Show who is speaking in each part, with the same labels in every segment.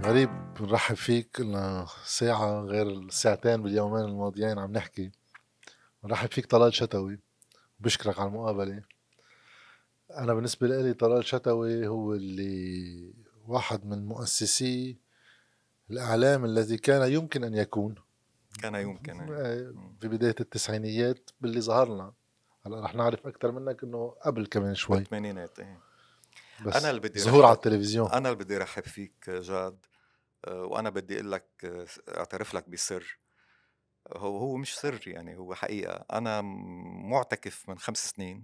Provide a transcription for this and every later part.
Speaker 1: غريب بنرحب فيك لنا ساعة غير الساعتين باليومين الماضيين عم نحكي. بنرحب فيك طلال شتوي، بشكرك على المقابلة. أنا بالنسبة لي طلال شتوي هو اللي واحد من مؤسسي الإعلام الذي كان يمكن أن يكون
Speaker 2: كان يمكن
Speaker 1: في بداية التسعينيات باللي ظهر لنا. هلا رح نعرف أكثر منك إنه قبل كمان شوي،
Speaker 2: بالثمانينات.
Speaker 1: بس ظهور على التلفزيون.
Speaker 2: انا اللي بدي ارحب فيك جاد. وانا بدي اقول لك، اعترف لك بسر. هو مش سر، يعني هو حقيقة. انا معتكف من 5 سنين.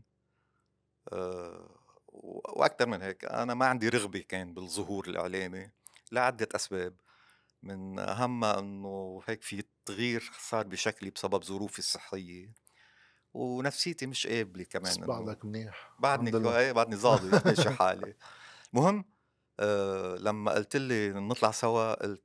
Speaker 2: واكثر من هيك انا ما عندي رغبة كان بالظهور الاعلامي لعدة اسباب. من اهمها انه هيك في تغيير صار بشكلي بسبب ظروفي الصحية، ونفسيتي مش قابلة
Speaker 1: بس
Speaker 2: كمان انه
Speaker 1: بعدك منيح الحمد لله.
Speaker 2: بعدني ظابط ماشي حالي. مهم. لما قلت لي نطلع سوا قلت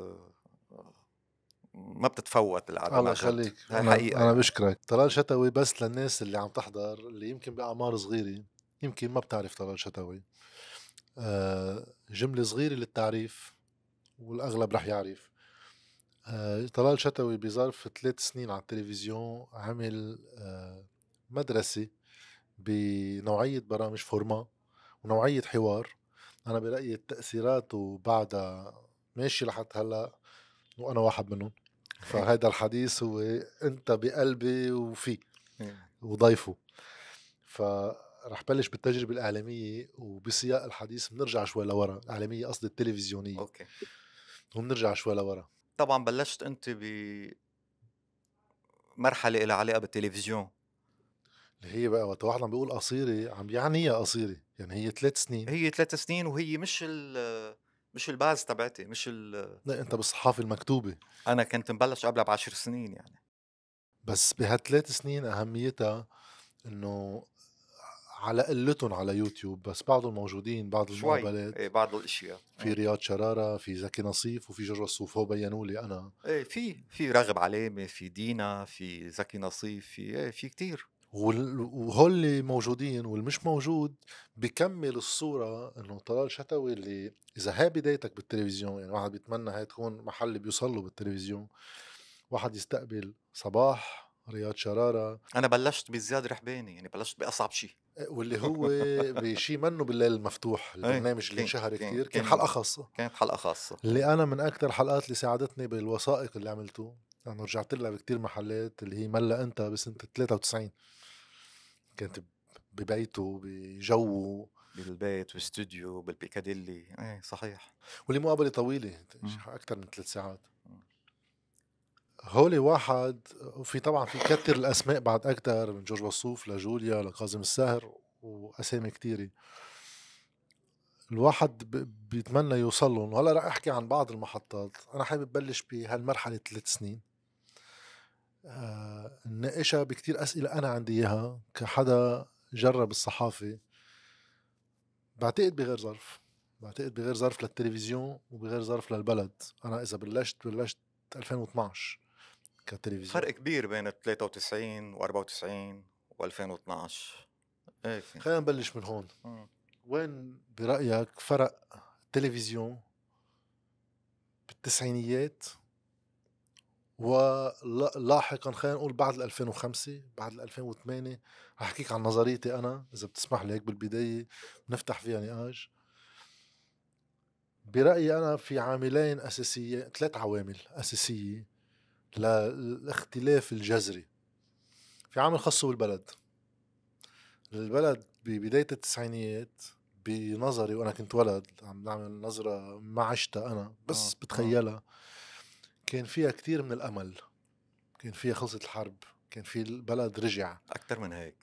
Speaker 2: ما بتتفوت القعدة
Speaker 1: الله
Speaker 2: مع جد،
Speaker 1: يخليك،
Speaker 2: هاي
Speaker 1: انا
Speaker 2: حقيقة
Speaker 1: انا
Speaker 2: يعني.
Speaker 1: بشكرك. طلال شتوي بس للناس اللي عم تحضر اللي يمكن باعمار صغيره، يمكن ما بتعرف طلال شتوي. جملة صغيرة للتعريف والاغلب رح يعرف. طلال شتوي بظرف 3 سنين على التلفزيون عمل مدرسة بنوعية برامج فورما ونوعية حوار. أنا برأيي التأثيرات وبعدها ماشي لحد هلأ، وأنا واحد منهم. فهيدا الحديث هو أنت بقلبي وفيه وضيفه. فرح بلش بالتجربة الإعلامية، وبسياق الحديث بنرجع شوي لورا. الإعلامية قصدي التلفزيونية،
Speaker 2: اوكي.
Speaker 1: وبنرجع شوي لورا.
Speaker 2: طبعا بلشت انت بمرحلة لها علاقة بالتلفزيون.
Speaker 1: اللي هي بقى وقت واحد عم بيقول قصيرة عم يعني هي قصيرة، يعني هي 3 سنين.
Speaker 2: هي 3 سنين، وهي مش الباز تبعتي، مش
Speaker 1: لا أنت بالصحافة المكتوبة.
Speaker 2: انا كنت مبلش قبلها ب10 سنين يعني.
Speaker 1: بس بهال3 سنين أهميتها إنه على قلتهم على يوتيوب، بس بعضهم موجودين، بعض
Speaker 2: شوي
Speaker 1: المقابلات.
Speaker 2: ايه بعض الاشياء.
Speaker 1: في رياض شرارة، في زكي نصيف، وفي جورج الصوف، هو بينوا لي أنا.
Speaker 2: ايه في راغب علامة، في دينا، في زكي نصيف، في كتير.
Speaker 1: وهول اللي موجودين والمش موجود بكمل الصورة. انه طلال شتوي اللي اذا هاي بدايتك بالتلفزيون، يعني واحد بيتمنى هاي تكون محل اللي بيوصل له بالتلفزيون، واحد يستقبل صباح رياض شرارة.
Speaker 2: انا بلشت بزياد رحباني، يعني بلشت باصعب شيء.
Speaker 1: واللي هو بشي منه بالليل المفتوح،
Speaker 2: ايه
Speaker 1: البرنامج اللي انشهر
Speaker 2: كان
Speaker 1: كتير، كان
Speaker 2: كان
Speaker 1: حلقة خاصة.
Speaker 2: كانت حلقة خاصة.
Speaker 1: اللي انا من اكتر الحلقات اللي ساعدتني بالوثائق اللي عملته، انا رجعت لها بكتير محلات، اللي هي ملا انت بسنة 93. كنت ببيته بجوه.
Speaker 2: بالبيت واستوديو بالبيكاديلي، ايه صحيح.
Speaker 1: واللي مقابلة طويلة
Speaker 2: مم.
Speaker 1: أكتر من 3 ساعات.
Speaker 2: مم.
Speaker 1: هولي واحد. وفي طبعا في كتر الأسماء بعد أكتر، من جورج وسوف لجوليا لكاظم الساهر وأسامي كتيرة. الواحد بيتمنى يوصل لهم. وهلا رح أحكي عن بعض المحطات. أنا حابب بلش بهالمرحلة 3 سنين، نناقشها بكتير أسئلة أنا عندي إياها كحدا جرب الصحافة. بعتقد بغير ظرف، بعتقد بغير ظرف للتلفزيون وبغير ظرف للبلد. أنا إذا بلشت 2012 كتلفزيون.
Speaker 2: فرق كبير بين 93 و94 و2012. ايه
Speaker 1: خلينا نبلش من هون.
Speaker 2: مم.
Speaker 1: وين برأيك فرق التلفزيون بالتسعينيات ولاحقا، خلينا نقول بعد 2005 بعد 2008؟ رح احكيك عن نظريتي انا اذا بتسمح لي هيك بالبداية نفتح فيها نقاش. برأيي انا في عاملين اساسيين، 3 عوامل اساسية للاختلاف الجذري. في عامل خاص بالبلد. البلد ببداية التسعينيات بنظري، وانا كنت ولد عم نعمل نظرة ما عشتها انا بس
Speaker 2: مم.
Speaker 1: بتخيلها، كان فيها كتير من الامل. كان فيها خلصت الحرب، كان في البلد رجع.
Speaker 2: اكتر من هيك،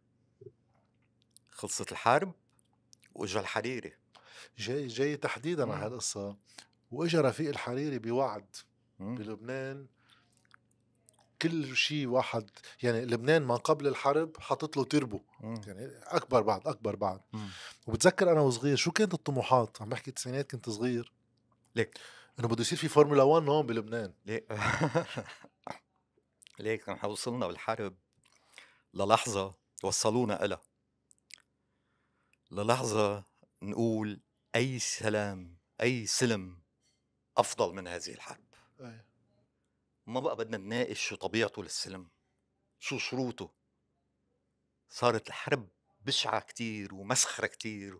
Speaker 2: خلصت الحرب واجا الحريري.
Speaker 1: جاي تحديدا على
Speaker 2: مم.
Speaker 1: هالقصة. واجا رفيق الحريري بوعد
Speaker 2: مم.
Speaker 1: بلبنان كل شيء واحد. يعني لبنان ما قبل الحرب حاطط له تربو،
Speaker 2: مم.
Speaker 1: يعني اكبر بعد اكبر بعد.
Speaker 2: مم.
Speaker 1: وبتذكر انا وصغير شو كانت الطموحات، عم بحكي التسعينات كنت صغير،
Speaker 2: ليك
Speaker 1: انه بده يصير في فورمولا 1 هون بلبنان.
Speaker 2: ليك ليك نحن وصلنا بالحرب للحظة وصلونا إلها، للحظة نقول أي سلام، أي سلم أفضل من هذه الحرب.
Speaker 1: إيه.
Speaker 2: ما بقى بدنا نناقش شو طبيعته للسلم، شو شروطه. صارت الحرب بشعة كتير ومسخرة كتير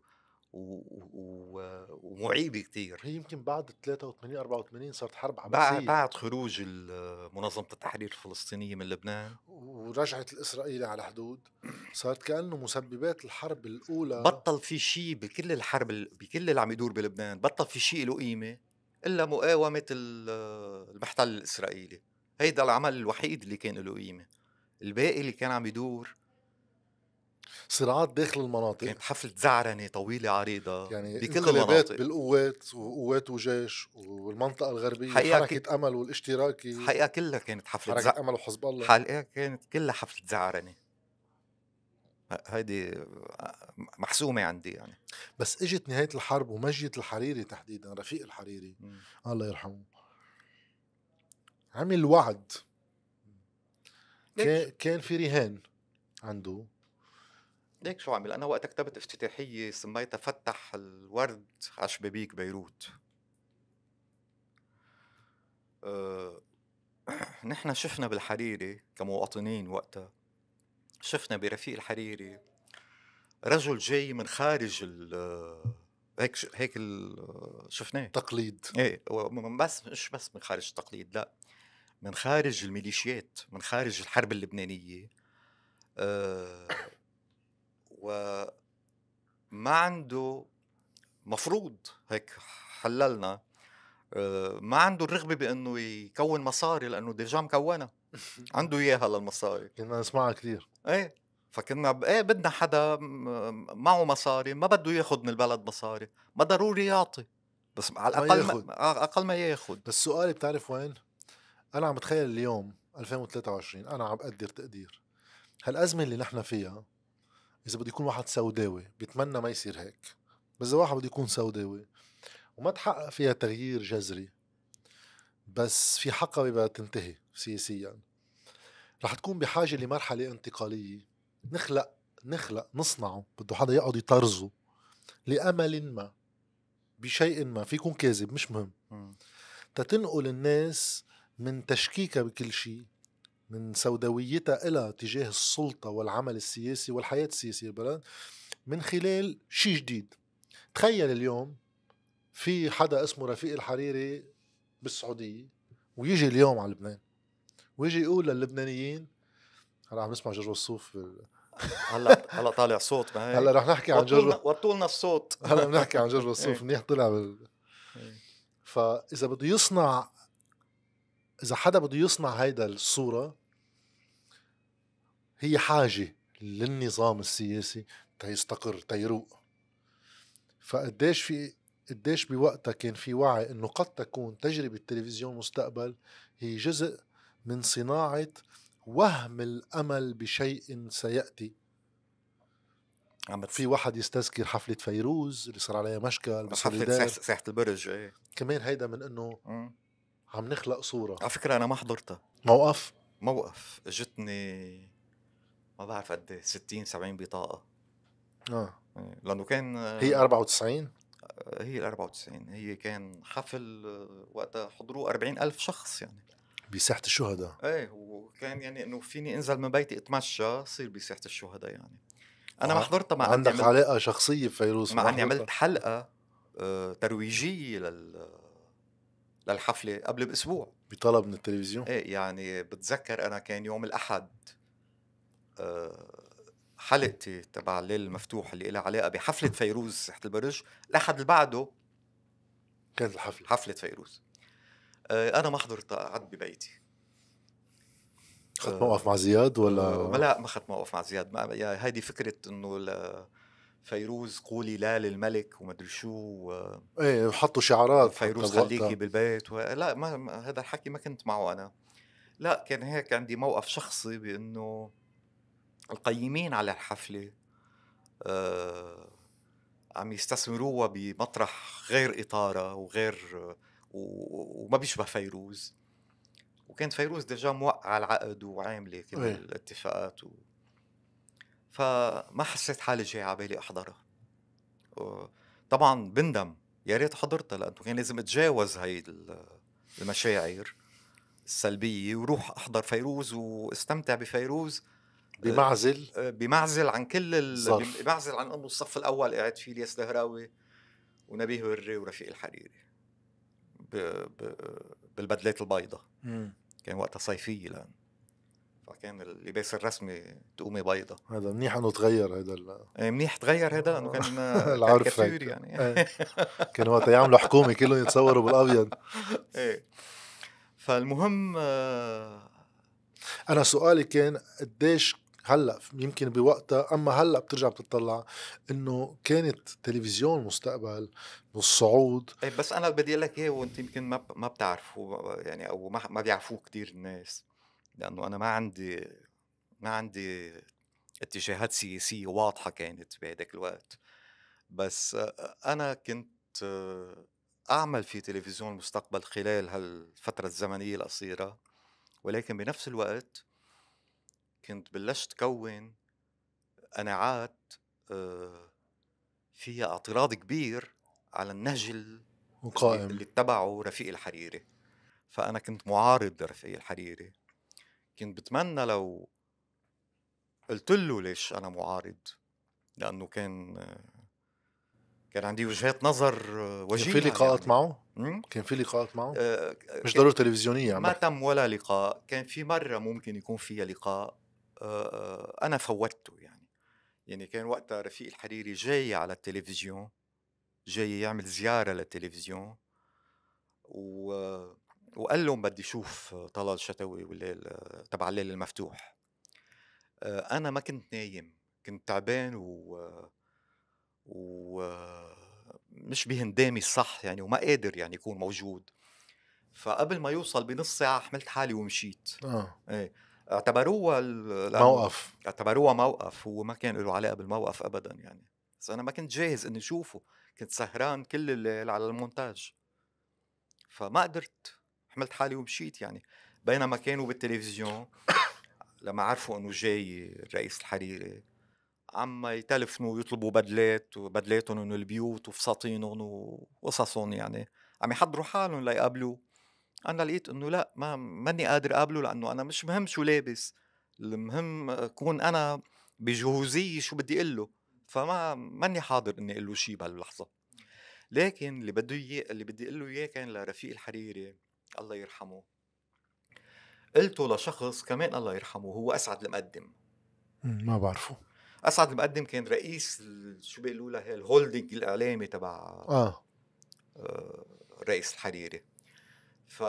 Speaker 2: ومعيبة كتير.
Speaker 1: هي يمكن بعد 83 84 صارت حرب عبثية،
Speaker 2: بعد خروج منظمة التحرير الفلسطينية من لبنان
Speaker 1: ورجعت الإسرائيلي على حدود، صارت كأنه مسببات الحرب الأولى.
Speaker 2: بطل في شيء بكل الحرب بكل اللي عم يدور بلبنان، بطل في شيء له قيمة إلا مقاومة المحتل الإسرائيلي. هيدا العمل الوحيد اللي كان له قيمة. الباقي اللي كان عم يدور
Speaker 1: صراعات داخل المناطق،
Speaker 2: كانت حفلة زعرنة طويلة عريضة
Speaker 1: يعني
Speaker 2: بكل
Speaker 1: انقلابات
Speaker 2: المناطق.
Speaker 1: بالقوات وقوات وجيش، والمنطقة الغربية
Speaker 2: حقيقة
Speaker 1: حركة أمل والاشتراكي،
Speaker 2: حقيقة كلها كانت
Speaker 1: حركة أمل وحزب الله.
Speaker 2: حقيقة كانت كلها حفلة زعرنة. هيدي محسومة عندي يعني.
Speaker 1: بس اجت نهاية الحرب ومجية الحريري تحديدا، رفيق الحريري
Speaker 2: مم.
Speaker 1: الله يرحمه، عمل وعد.
Speaker 2: ليك
Speaker 1: كان في رهان عنده.
Speaker 2: ليك شو عمل؟ أنا وقت كتبت افتتاحية سميتها فتح الورد على شبابيك بيروت. أه نحن شفنا بالحريري كمواطنين وقتها، شفنا برفيق الحريري رجل جاي من خارج هيك شفناه.
Speaker 1: تقليد.
Speaker 2: ايه بس مش بس من خارج التقليد، لا، من خارج الميليشيات، من خارج الحرب اللبنانية. أه وما عنده، مفروض هيك حللنا، ما عنده الرغبة بأنه يكون مصاري لأنه ديجا مكونة، عنده إياها للمصاري.
Speaker 1: كنا نسمعها كثير.
Speaker 2: ايه فكنا ايه بدنا حدا معه مصاري، ما بده ياخد من البلد مصاري، ما ضروري يعطي، بس على
Speaker 1: ما
Speaker 2: الأقل
Speaker 1: ياخد.
Speaker 2: على الأقل ما ياخد.
Speaker 1: بس سؤالي بتعرف وين؟ أنا عم بتخيل اليوم 2023، أنا عم بقدر تقدير هالأزمة اللي نحن فيها. إذا بده يكون واحد سوداوي بيتمنى ما يصير هيك، بس إذا واحد بده يكون سوداوي وما تحقق فيها تغيير جذري، بس في حقبة بدها تنتهي سياسيا، رح تكون بحاجة لمرحلة انتقالية. نصنعه، بده حدا يقعد يطرزه لأمل ما، بشيء ما، في يكون كاذب مش مهم،
Speaker 2: مم.
Speaker 1: تتنقل الناس من تشكيكها بكل شيء، من سوداويتها إلى تجاه السلطة والعمل السياسي والحياة السياسية البلد، من خلال شيء جديد. تخيل اليوم في حدا اسمه رفيق الحريري بالسعودية، ويجي اليوم على لبنان ويجي يقول للبنانيين، هلا عم نسمع جورج وسوف
Speaker 2: هلا طالع صوت، ما
Speaker 1: هلا
Speaker 2: هيك
Speaker 1: رح نحكي عن جورج.
Speaker 2: وطولنا الصوت.
Speaker 1: هلا بنحكي عن جورج وسوف،
Speaker 2: إيه.
Speaker 1: منيح طلع
Speaker 2: إيه.
Speaker 1: فاذا بده يصنع، اذا حدا بده يصنع هيدا الصورة، هي حاجة للنظام السياسي تيستقر تيروق. قديش بوقتها كان في وعي انه قد تكون تجربة التلفزيون مستقبل هي جزء من صناعة وهم الامل بشيء سيأتي.
Speaker 2: عم
Speaker 1: في واحد يستذكر حفلة فيروز اللي صار عليها مشكل
Speaker 2: حفلة
Speaker 1: بسوليدار،
Speaker 2: ساحة البرج. ايه.
Speaker 1: كمان هيدا من انه
Speaker 2: مم.
Speaker 1: عم نخلق صورة.
Speaker 2: على فكرة أنا ما حضرتها.
Speaker 1: موقف.
Speaker 2: موقف اجتني ما بعرف قد ايه، 60 70 بطاقة. إيه. لأنه كان
Speaker 1: هي 94.
Speaker 2: هي ال 94 هي كان حفل وقتها حضروه 40,000 شخص يعني.
Speaker 1: بساحة الشهداء.
Speaker 2: ايه وكان يعني انه فيني انزل من بيتي اتمشى صير بساحة الشهداء يعني. انا ما حضرتها،
Speaker 1: وعندك علاقة شخصية بفيروز
Speaker 2: مع
Speaker 1: ما
Speaker 2: اني عملت
Speaker 1: حضرتها؟
Speaker 2: حلقة ترويجية للحفلة قبل بأسبوع.
Speaker 1: بطلب من التلفزيون.
Speaker 2: ايه يعني بتذكر انا كان يوم الأحد حلقتي تبع الليل المفتوح اللي لها علاقة بحفلة فيروز ساحة البرج، الأحد اللي بعده
Speaker 1: كانت الحفلة
Speaker 2: حفلة فيروز. أنا ما حضرتها، قعدت ببيتي.
Speaker 1: أخذت موقف مع زياد ولا؟
Speaker 2: لا ما أخذت موقف مع زياد. يعني هيدي فكرة إنه فيروز قولي لا للملك وما ادري شو،
Speaker 1: ايه حطوا شعارات
Speaker 2: فيروز
Speaker 1: حتى
Speaker 2: خليكي
Speaker 1: بوقتها.
Speaker 2: بالبيت لا هذا الحكي ما كنت معه أنا. لا كان هيك عندي موقف شخصي بأنه القيمين على الحفلة عم يستثمروها بمطرح غير إطارة وغير وما بيشبه فيروز. وكانت فيروز ديجا موقع العقد وعاملة كل
Speaker 1: ايه
Speaker 2: الاتفاقات فما حسيت حالي جاي على بالي أحضرها. طبعا بندم يا ريت حضرتها لأنه كان لازم أتجاوز هاي المشاعر السلبية وروح أحضر فيروز واستمتع بفيروز
Speaker 1: بمعزل
Speaker 2: بمعزل عن كل
Speaker 1: الظرف.
Speaker 2: بمعزل عن انه الصف الاول قاعد فيه الياس الهراوي ونبيه بري ورفيق الحريري ب... ب... بالبدلات البيضاء. كان وقتها صيفية لأن فكان اللباس الرسمي تقومي بيضاء.
Speaker 1: هذا منيح انه تغير هذا
Speaker 2: منيح تغير هذا لأنه كان
Speaker 1: العرف
Speaker 2: كاريكاتير
Speaker 1: هيك.
Speaker 2: يعني.
Speaker 1: كان وقت يعملوا حكومة كلهم يتصوروا بالابيض.
Speaker 2: ايه. فالمهم
Speaker 1: انا سؤالي كان قديش هلا يمكن بوقتها، اما هلا بترجع بتطلع انه كانت تلفزيون مستقبل والصعود.
Speaker 2: ايه بس انا بدي اقول لك ايه وانت يمكن ما بتعرفوا يعني او ما بيعرفوه كتير الناس لانه انا ما عندي اتجاهات سياسية واضحة كانت بهداك الوقت. بس أنا كنت أعمل في تلفزيون المستقبل خلال هالفترة الزمنية القصيرة، ولكن بنفس الوقت كنت بلشت كون قناعات آه، فيها اعتراض كبير على النهج اللي
Speaker 1: وقائم.
Speaker 2: اتبعه رفيق الحريري. فأنا كنت معارض لرفيق الحريري. كنت بتمنى لو قلت له ليش أنا معارض، لأنه كان عندي وجهات نظر
Speaker 1: كان في
Speaker 2: وجيهة
Speaker 1: لقاءات
Speaker 2: يعني.
Speaker 1: معه؟
Speaker 2: مم؟
Speaker 1: كان في لقاءات معه؟
Speaker 2: آه،
Speaker 1: مش
Speaker 2: ك-
Speaker 1: ضروري تلفزيونية عم
Speaker 2: ما
Speaker 1: بحكي.
Speaker 2: تم ولا لقاء. كان في مرة ممكن يكون فيها لقاء أنا فوتته يعني كان وقتها رفيق الحريري جاي على التلفزيون، جاي يعمل زيارة للتلفزيون و... وقال لهم بدي شوف طلال شتوي والليل تبع الليل المفتوح. أنا ما كنت نايم، كنت تعبان و... مش بهندامي الصح يعني وما قادر يعني يكون موجود. فقبل ما يوصل بنص ساعة حملت حالي ومشيت.
Speaker 1: اه
Speaker 2: ايه. اعتبروها لأنه
Speaker 1: موقف.
Speaker 2: اعتبروها موقف، هو ما كان له علاقة بالموقف أبدا يعني. بس أنا ما كنت جاهز إني أشوفه، كنت سهران كل الليل على المونتاج فما قدرت، حملت حالي ومشيت يعني. بينما كانوا بالتلفزيون لما عرفوا إنه جاي الرئيس الحريري عم يتلفنوا ويطلبوا بدلات وبدلاتهم من البيوت وفساتينهم وقصصهم يعني، عم يحضروا حالهم ليقابلوه. انا لقيت انه لا، ماني قادر اقابله لانه انا مش مهم شو لابس، المهم اكون انا بجهوزية شو بدي اقول له. فما ماني حاضر اني اقول له شيء بهاللحظه. لكن اللي بدي اقول له اياه كان لرفيق الحريري الله يرحمه. قلته لشخص كمان الله يرحمه، هو اسعد المقدم.
Speaker 1: ما بعرفه.
Speaker 2: اسعد المقدم كان رئيس شو بيقولوا له الهولدنج الاعلامي تبع
Speaker 1: اه
Speaker 2: الرئيس الحريري. ف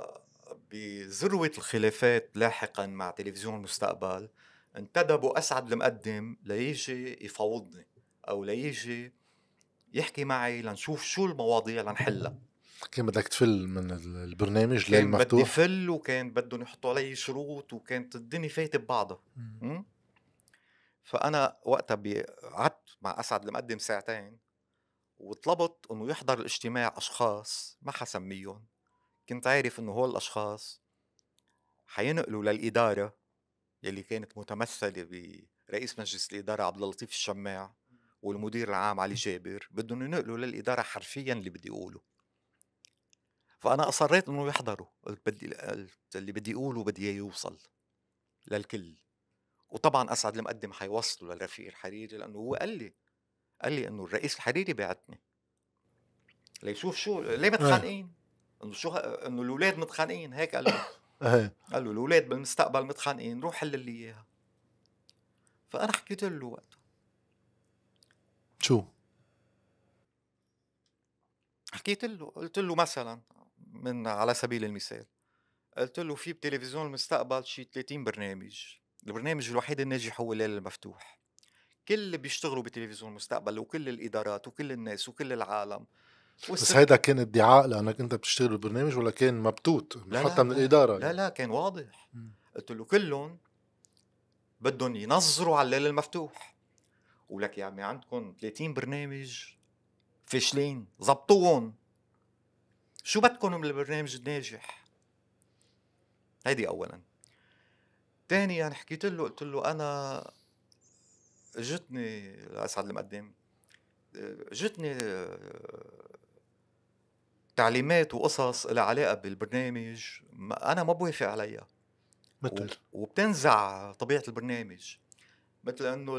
Speaker 2: بذروة الخلافات لاحقا مع تلفزيون المستقبل انتدبوا أسعد المقدم ليجي يفاوضني أو ليجي يحكي معي لنشوف شو المواضيع لنحلها.
Speaker 1: كان بدك تفل من البرنامج ليل
Speaker 2: كان بدي
Speaker 1: مفتوح.
Speaker 2: فل وكان بدهم يحطوا علي شروط وكانت الدنيا فايتة ببعضها. م? فأنا وقتها قعدت مع أسعد المقدم ساعتين وطلبت انه يحضر الاجتماع اشخاص ما حسميهم. كنت عارف انه هول الاشخاص حينقلوا للاداره يلي كانت متمثله برئيس مجلس الاداره عبد اللطيف الشماع والمدير العام علي جابر، بدهم ينقلوا للاداره حرفيا اللي بدي اقوله. فانا اصريت انه يحضروا، قلت اللي بدي اقوله بدي اياه يوصل للكل. وطبعا اسعد المقدم حيوصله للرفيق الحريري لانه هو قال لي انه الرئيس الحريري بعتني ليشوف شو ليه
Speaker 1: ايه
Speaker 2: متخانقين، انه شو انه الاولاد متخانقين، هيك قال له.
Speaker 1: ايه
Speaker 2: قال له الاولاد بالمستقبل متخانقين، روح حل لي اياها. فانا حكيت له وقتها،
Speaker 1: شو؟
Speaker 2: قلت له مثلا من على سبيل المثال، قلت له في بتلفزيون المستقبل شي 30 برنامج، البرنامج الوحيد الناجح هو الليل المفتوح. كل اللي بيشتغلوا بتلفزيون المستقبل وكل الادارات وكل الناس وكل العالم
Speaker 1: بس
Speaker 2: والست.
Speaker 1: هيدا كان ادعاء لانك انت بتشتغل بالبرنامج ولا كان مبتوت
Speaker 2: لا
Speaker 1: حتى
Speaker 2: لا
Speaker 1: من
Speaker 2: لا
Speaker 1: الاداره
Speaker 2: لا
Speaker 1: يعني؟
Speaker 2: لا كان واضح.
Speaker 1: مم.
Speaker 2: قلت له كلهم بدهم ينظروا على الليل المفتوح، ولك يا عمي عندكم 30 برنامج فاشلين، زبطوهم، شو بدكم من البرنامج الناجح؟ هيدي اولا. ثانيا حكيت له قلت له انا جتني اسعد المقدم، جتني تعليمات وقصص إلها علاقة بالبرنامج أنا ما بوافق عليها،
Speaker 1: مثل.
Speaker 2: وبتنزع طبيعة البرنامج. مثل إنه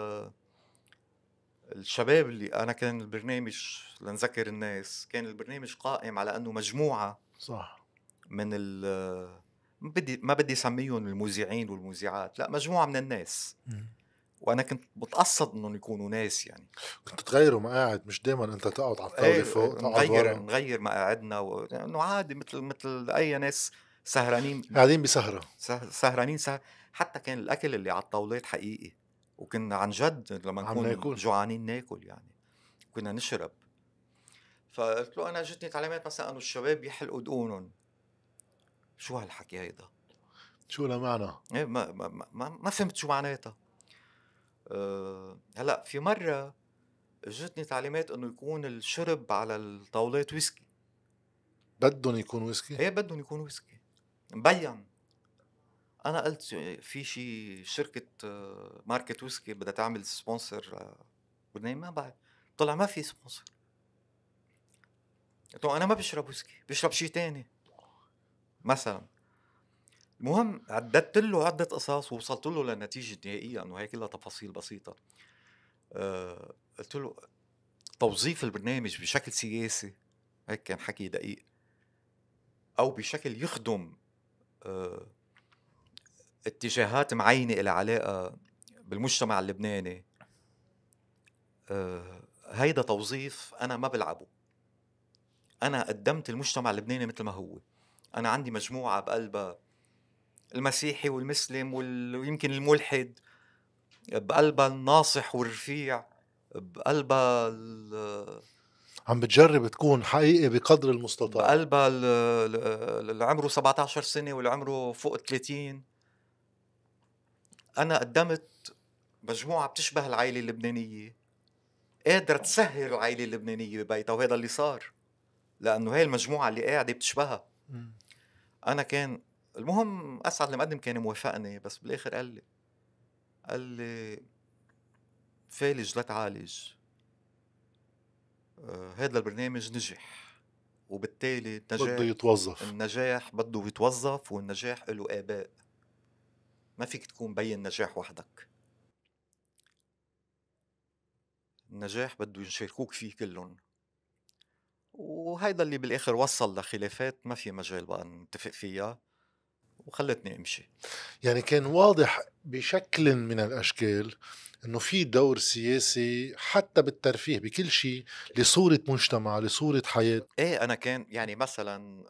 Speaker 2: الشباب اللي أنا كان البرنامج لنذكر الناس، كان البرنامج قائم على إنه مجموعة
Speaker 1: صح.
Speaker 2: من ما بدي أسميهم المذيعين والمذيعات، لأ مجموعة من الناس،
Speaker 1: إمم.
Speaker 2: وأنا كنت متقصّد إنّهم يكونوا ناس يعني.
Speaker 1: كنتوا تغيّروا مقاعد مش دايمًا أنت تقعد على الطاولة
Speaker 2: إيه
Speaker 1: فوق، تقعد
Speaker 2: نغيّر
Speaker 1: ورا،
Speaker 2: نغيّر مقاعدنا إنه عادي متل أي ناس سهرانين
Speaker 1: قاعدين بسهرة.
Speaker 2: سهرانين حتى كان الأكل اللي على الطاولات حقيقي، وكنا عن جد لمّا
Speaker 1: عم
Speaker 2: نكون
Speaker 1: ناكل.
Speaker 2: جوعانين ناكل يعني، كنا نشرب. فقُلت له أنا جتني تعليمات مثلًا إنه الشباب يحلقوا دقونهم، شو هالحكي هيدا؟
Speaker 1: شو لها معنى؟
Speaker 2: إيه ما فهمت شو معناتها. هلأ في مرّة جتني تعليمات إنه يكون الشرب على الطاولات ويسكي،
Speaker 1: بدّن يكون ويسكي؟
Speaker 2: إيه بدّن يكون ويسكي، مبيّن. أنا قلت في شي شركة ماركة ويسكي بدها تعمل sponsor لبنان ما بعرف، طلع ما في sponsor. قلت له أنا ما باشرب ويسكي، باشرب شي تاني مثلًا. المهم عدّدت له عدة قصص ووصلت له للنتيجة النهائية إنه هي كلها تفاصيل بسيطة. قلت له توظيف البرنامج بشكل سياسي، هيك كان حكي دقيق، أو بشكل يخدم آآ اتجاهات معينة إلها علاقة بالمجتمع اللبناني، هيدا توظيف أنا ما بالعبه. أنا قدّمت المجتمع اللبناني متل ما هو. أنا عندي مجموعة بقلبها المسيحي والمسلم ويمكن الملحد، بقلبها الناصح والرفيع، بقلبها
Speaker 1: عم بتجرّب تكون حقيقي بقدر المستطاع.
Speaker 2: بقلبها اللي عمره 17 سنة واللي عمره فوق ال30. أنا قدّمت مجموعة بتشبه العائلة اللبنانية، قادرة تسهّر العائلة اللبنانية ببيتها، وهذا اللي صار، لأنه هاي المجموعة اللي قاعدة بتشبهها.
Speaker 1: إمم.
Speaker 2: أنا كان المهم أسعد المقدم كان موافقني، بس بالآخر قال لي: "فالج لا تعالج، هذا البرنامج نجح، وبالتالي
Speaker 1: بدّه يتوظّف.
Speaker 2: النجاح بده يتوظّف والنجاح إله آباء، ما فيك تكون بيّن نجاح وحدك، النجاح بده يشاركوك فيه كلّن." وهيدا اللي بالآخر وصّل لخلافات ما في مجال بقى نتفق فيها، وخلّتني أمشي.
Speaker 1: يعني كان واضح بشكلٍ من الأشكال إنه في دور سياسي حتى بالترفيه بكل شي لصورة مجتمع، لصورة حياة.
Speaker 2: إيه أنا كان يعني مثلًا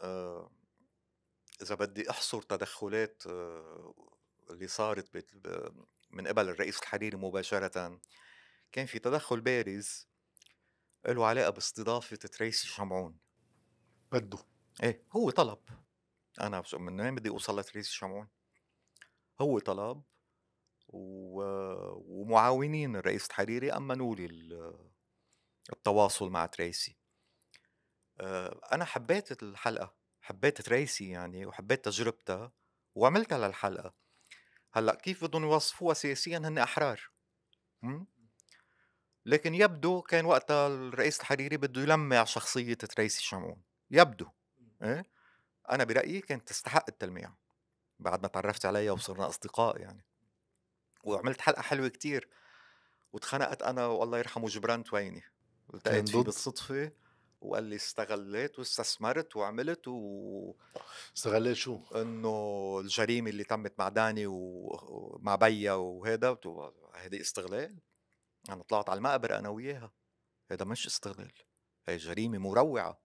Speaker 2: إذا بدي أحصر تدخلات اللي صارت من قبل الرئيس الحريري مباشرة، كان في تدخل بارز له علاقة باستضافة تريسي شمعون.
Speaker 1: بدّه.
Speaker 2: إيه هو طلب، أنا من وين بدي أوصل لتريسي شمعون؟ هو طلب و... ومعاونين الرئيس الحريري أمنوا لي التواصل مع تريسي. أنا حبيت الحلقة، حبيت تريسي يعني وحبيت تجربتها وعملتها للحلقة. هلأ كيف بدهم يوصفوها سياسيًا هن أحرار. إمم. لكن يبدو كان وقتها الرئيس الحريري بده يلمّع شخصية تريسي شمعون، يبدو. إيه، أنا برأيي كانت تستحق التلميع، بعد ما اتعرّفت عليها وصرنا أصدقاء يعني، وعملت حلقة حلوة كتير، واتخنقت أنا والله يرحمه جبران تويني، التقيت
Speaker 1: كان
Speaker 2: فيه
Speaker 1: ضد.
Speaker 2: بالصدفة وقال لي استغلّيت واستثمرت وعملت
Speaker 1: استغلّيت شو؟
Speaker 2: إنه الجريمة اللي تمت مع داني ومع بيّا وهيدا هيدي استغلال؟ أنا طلعت على المقبرة أنا وياها، هيدا مش استغلال، هي جريمة مروعة.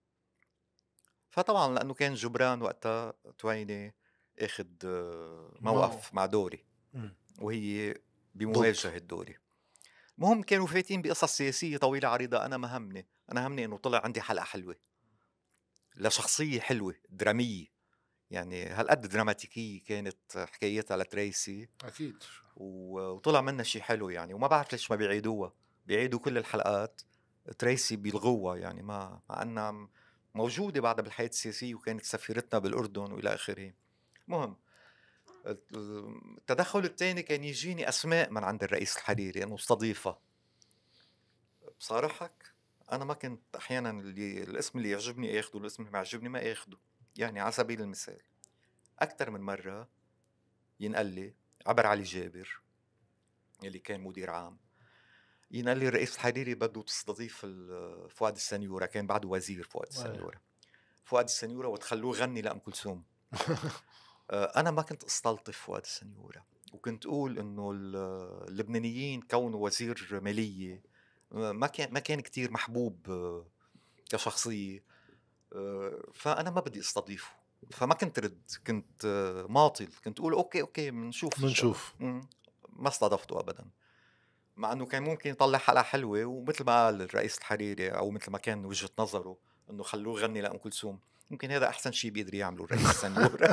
Speaker 2: فطبعًا لإنه كان جبران وقتها تويني آخد
Speaker 1: معه.
Speaker 2: موقف مع دوري،
Speaker 1: إمم.
Speaker 2: وهي
Speaker 1: ضد.
Speaker 2: بمواجهة دوري. المهم كانوا فايتين بقصص سياسية طويلة عريضة، أنا ما همني، أنا همني إنه طلع عندي حلقة حلوة لشخصية حلوة درامية، يعني هالقد دراماتيكية كانت حكايتها لتريسي،
Speaker 1: أكيد.
Speaker 2: وطلع منها شي حلو يعني، وما بعرف ليش ما بيعيدوها، بيعيدوا كل الحلقات تريسي بيلغوها يعني ما مع إنها موجودة بعدها بالحياة السياسية وكانت سفيرتنا بالأردن وإلى آخره. المهم التدخل التاني كان يجيني أسماء من عند الرئيس الحريري إنه استضيفها. بصارحك أنا ما كنت أحيانًا الاسم اللي يعجبني آخده، الاسم اللي ما يعجبني ما آخده. يعني على سبيل المثال، أكتر من مرّة ينقال لي عبر علي جابر اللي كان مدير عام، ينقال لي الرئيس الحريري بده تستضيف فؤاد السنيورة، كان بعده وزير فؤاد
Speaker 1: إيه.
Speaker 2: السنيورة، فؤاد السنيورة وتخلّوه يغني لأم كلثوم. أنا ما كنت أستلطف فؤاد السنيورة، وكنت أقول إنه اللبنانيين كونه وزير مالية ما كان كتير محبوب كشخصية. فأنا ما بدي أستضيفه، فما كنت رد، كنت ماطل، كنت أقول أوكي، أوكي بنشوف إن شاء الله.
Speaker 1: منشوف.
Speaker 2: ما استضفته أبدًا، مع إنه كان ممكن يطلّع حلقة حلوة، ومثل ما قال الرئيس الحريري أو مثل ما كان وجهة نظره إنه خلّوه يغني لأم كلثوم، يمكن هذا أحسن شي بيقدر يعمله الرئيس السنيور.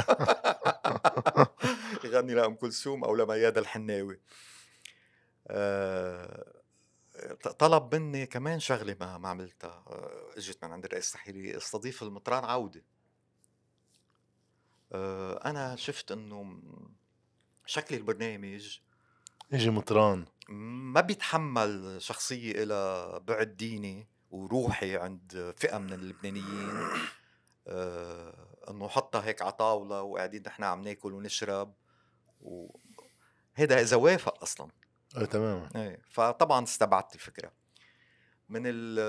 Speaker 2: يغني لأم كلثوم أو لميادة الحناوي. آآ طلب منّي كمان شغلة ما عملتها، إجت من عند الرئيس التحريري، استضيف المطران عودة. أنا شفت إنه شكل البرنامج
Speaker 1: يجي مطران.
Speaker 2: ما بيتحمّل شخصية إلها بُعد ديني وروحي عند فئة من اللبنانيين، إنه حطّها هيك على طاولة وقاعدين نحن عم ناكل ونشرب، وهيدا إذا وافق أصلًا.
Speaker 1: إيه تمامًا.
Speaker 2: إيه، فطبعًا استبعدت الفكرة. من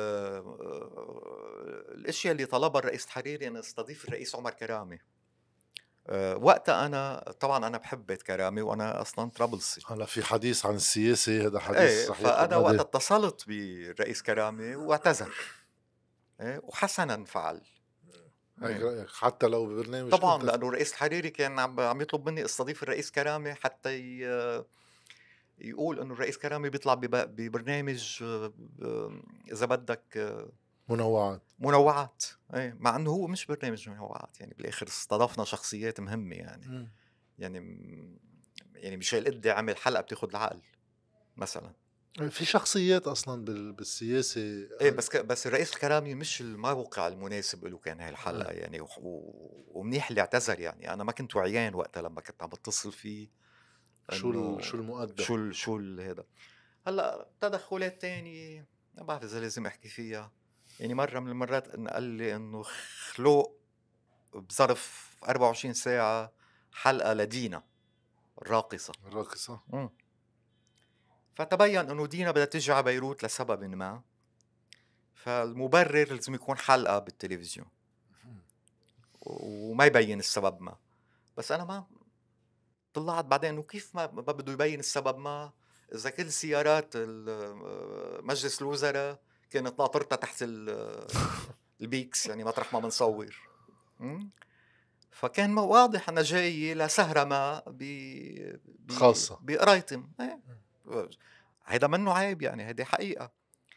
Speaker 2: الأشيا اللي طلبها الرئيس الحريري إنه استضيف الرئيس عمر كرامة. وقتها أنا باحب بيت كرامة وأنا أصلًا طرابلسي.
Speaker 1: هلأ في حديث عن السياسة، هذا حديث
Speaker 2: إيه،
Speaker 1: رح ياخُد
Speaker 2: فأنا وقتها
Speaker 1: مدى.
Speaker 2: اتصلت بالرئيس كرامة واعتذر. إيه، وحسنًا فعل.
Speaker 1: هيك
Speaker 2: إيه،
Speaker 1: رأيك حتى لو ببرنامج
Speaker 2: طبعًا
Speaker 1: أنت
Speaker 2: لأنه الرئيس الحريري كان عم يطلب مني استضيف الرئيس كرامة حتى يقول إنه الرئيس كرامة بيطلع ببرنامج إذا بدك
Speaker 1: منوعات.
Speaker 2: منوعات. إيه، مع إنه هو مش برنامج منوعات، يعني بالآخر استضفنا شخصيات مهمة يعني.
Speaker 1: إمم.
Speaker 2: يعني يعني ميشيل قدّي عمل حلقة بتاخد العقل مثلًا.
Speaker 1: في شخصيات أصلًا بالسياسة.
Speaker 2: إيه، بس الرئيس الكرامي مش الموقع المناسب له كان هاي
Speaker 1: إيه.
Speaker 2: الحلقة يعني، ومنيح اللي اعتذر يعني. أنا ما كنت وعيان وقتها لمّا كنت عم باتصل فيه إنه
Speaker 1: شو المؤدى؟
Speaker 2: شو هيدا. هلأ تدخلات تانية ما بعرف إذا لازم أحكي فيها. يعني مرّة من المرّات انقال لي إنه خلُق بظرف 24 ساعة حلقة لدينا الراقصة.
Speaker 1: الراقصة.
Speaker 2: إمم. فتبين إنه دينا بدها تيجي على بيروت لسببٍ ما، فالمبرر لازم يكون حلقة بالتلفزيون
Speaker 1: إمم.
Speaker 2: وما يبين السبب ما. بس أنا ما طلعت بعدين إنه كيف ما بده يبين السبب ما، إذا كل سيارات مجلس الوزراء كانت ناطرتها تحت البيكس يعني مطرح ما بنصور. إمم. فكان واضح أنا جاي لسهرة ما
Speaker 1: خاصة.
Speaker 2: بقرايتم. إيه.
Speaker 1: إمم.
Speaker 2: هيدا منّه عيب يعني، هيدي حقيقة.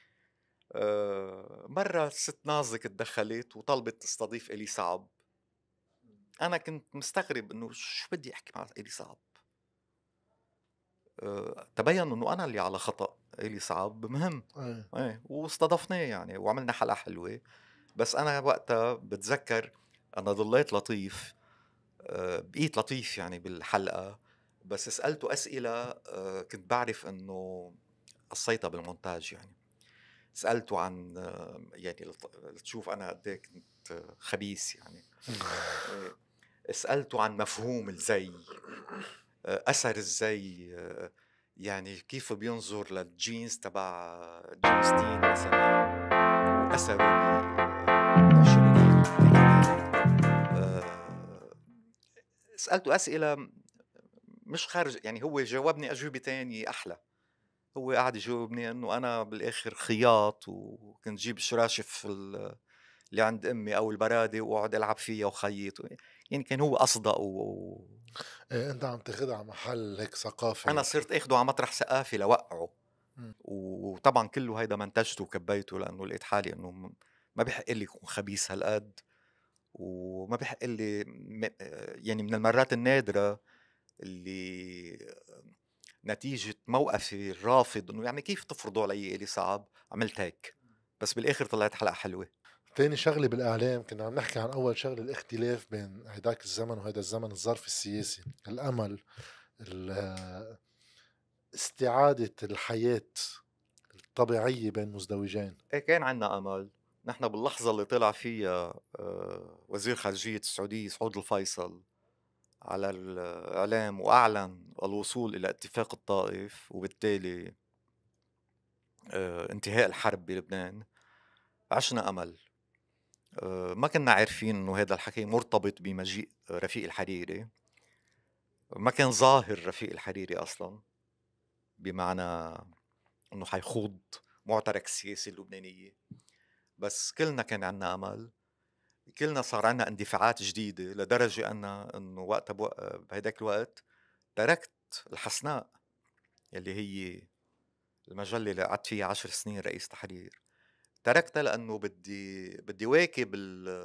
Speaker 2: مرّة الست نازك اتدخّلت وطلبت تستضيف إلي صعب. أنا كنت مستغرب إنه شو بدي أحكي مع إلي صعب. تبين إنه أنا اللي على خطأ، إلي صعب مهم.
Speaker 1: إيه.
Speaker 2: إيه، واستضفناه يعني وعملنا حلقة حلوة. بس أنا وقتها باتذكّر أنا ضليت لطيف، بقيت لطيف يعني بالحلقة، بس سألته أسئلة كنت باعرف إنه قصّيتها بالمونتاج يعني. سألته عن يعني لتشوف أنا قد إيه كنت خبيث يعني. آآ سألته عن مفهوم الزَي، أثر الزَي، يعني كيف بينظر للجينز تبع جيمس دين مثلًا وأثره بنشر الكلمات. سألته أسئلة مش خارج يعني، هو جاوبني أجوبة تانية أحلى. هو قعد يجاوبني إنه أنا بالآخر خياط وكنت جيب الشراشف اللي عند أمي أو البرادة وأقعد ألعب فيها وخيط. يعني كان هو أصدق
Speaker 1: إيه أنت عم تاخدها على محل هيك ثقافي
Speaker 2: أنا
Speaker 1: أكتر.
Speaker 2: صرت آخده على مطرح ثقافي لوقعه.
Speaker 1: إمم.
Speaker 2: وطبعًا كلّه هيدا منتجته وكبّيته لإنه لقيت حالي إنه ما بيحق لي أكون خبيث هالقد، وما بيحق لي يعني من المرات النادرة اللي نتيجة موقفي الرافض إنه يعني كيف تفرضوا علي إلي صعب، عملت هيك. بس بالآخر طلعت حلقة حلوة.
Speaker 1: تاني شغلة بالإعلام كنا عم نحكي عن أول شغلة الاختلاف بين هيداك الزمن وهيدا الزمن، الظرف السياسي، الأمل، استعادة الحياة طبيعية بين مزدوجين.
Speaker 2: إيه كان عنا أمل. نحن باللحظة اللي طلع فيها وزير خارجية السعودية سعود الفيصل على الإعلام وأعلن الوصول إلى اتفاق الطائف وبالتالي انتهاء الحرب بلبنان، عشنا أمل. ما كنا عارفين إنه هذا الحكي مرتبط بمجيء رفيق الحريري. ما كان ظاهر رفيق الحريري أصلا، بمعنى إنه حيخوض معترك السياسة اللبنانية. بس كلنا كان عنا أمل، كلنا صار عنا اندفاعات جديدة لدرجة إنه وقتها بهداك الوقت تركت الحسناء اللي هي المجلة اللي قعدت فيها 10 سنين رئيس تحرير. تركتها لأنه بدي واكب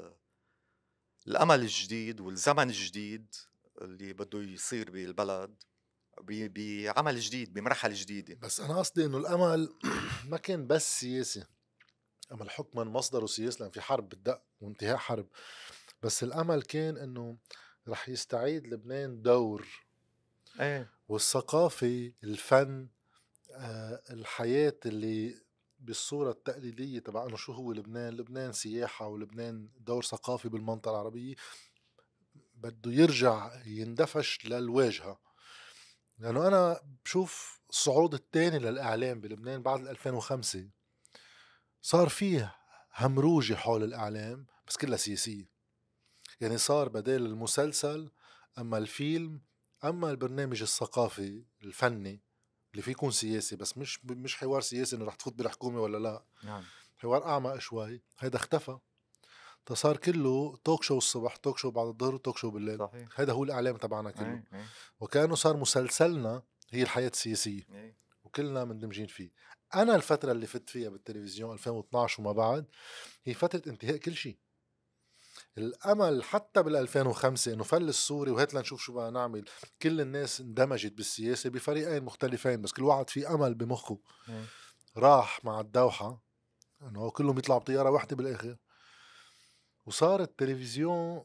Speaker 2: الأمل الجديد والزمن الجديد اللي بده يصير بالبلد بعمل جديد بمرحلة جديدة.
Speaker 1: بس أنا قصدي إنه الأمل ما كان بس سياسي. أمل حكما مصدره سياسي لأن في حرب بدأ وانتهاء حرب. بس الأمل كان إنه رح يستعيد لبنان دور،
Speaker 2: ايه
Speaker 1: والثقافة، الفن، الحياة اللي بالصورة التقليدية تبع انه شو هو لبنان. لبنان سياحة ولبنان دور ثقافي بالمنطقة العربية، بده يرجع يندفش للواجهة. لأنه أنا بشوف الصعود الثاني للإعلام بلبنان بعد 2005 صار فيه همروجة حول الإعلام بس كلها سياسية. يعني صار بدال المسلسل أما الفيلم أما البرنامج الثقافي الفني اللي فيه يكون سياسي، بس مش حوار سياسي انه رح تفوت بالحكومة ولا لا،
Speaker 2: نعم
Speaker 1: حوار اعمق شوي، هيدا اختفى. صار كله توك شو الصبح، توك شو بعد الظهر، توك شو بالليل.
Speaker 2: صحيح.
Speaker 1: هيدا هو الاعلام تبعنا كله.
Speaker 2: ايه ايه
Speaker 1: وكانه صار مسلسلنا هي الحياة السياسية
Speaker 2: ايه
Speaker 1: وكلنا مندمجين فيه. انا الفترة اللي فت فيها بالتلفزيون 2012 وما بعد هي فترة انتهاء كل شيء. الامل حتى بال 2005 انه فل السوري وهات لنشوف شو بدنا نعمل، كل الناس اندمجت بالسياسة بفريقين مختلفين بس كل واحد في امل بمخه،
Speaker 2: ايه
Speaker 1: راح مع الدوحة انه هو كلهم يطلعوا بطيارة واحدة بالاخر. وصار التلفزيون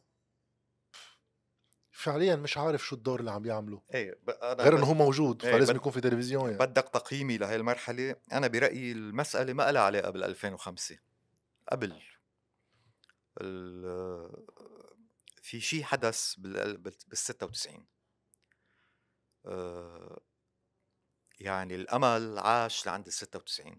Speaker 1: فعليا مش عارف شو الدور اللي عم يعمله،
Speaker 2: ايه انا
Speaker 1: غير انه هو موجود
Speaker 2: ايه
Speaker 1: فلازم يكون في تلفزيون يعني.
Speaker 2: بدك تقييمي لهي المرحلة. أنا برأيي المسألة ما لها علاقة بال 2005. قبل ال- في شيء حدث بال 96. يعني الأمل عاش لعند ال 96.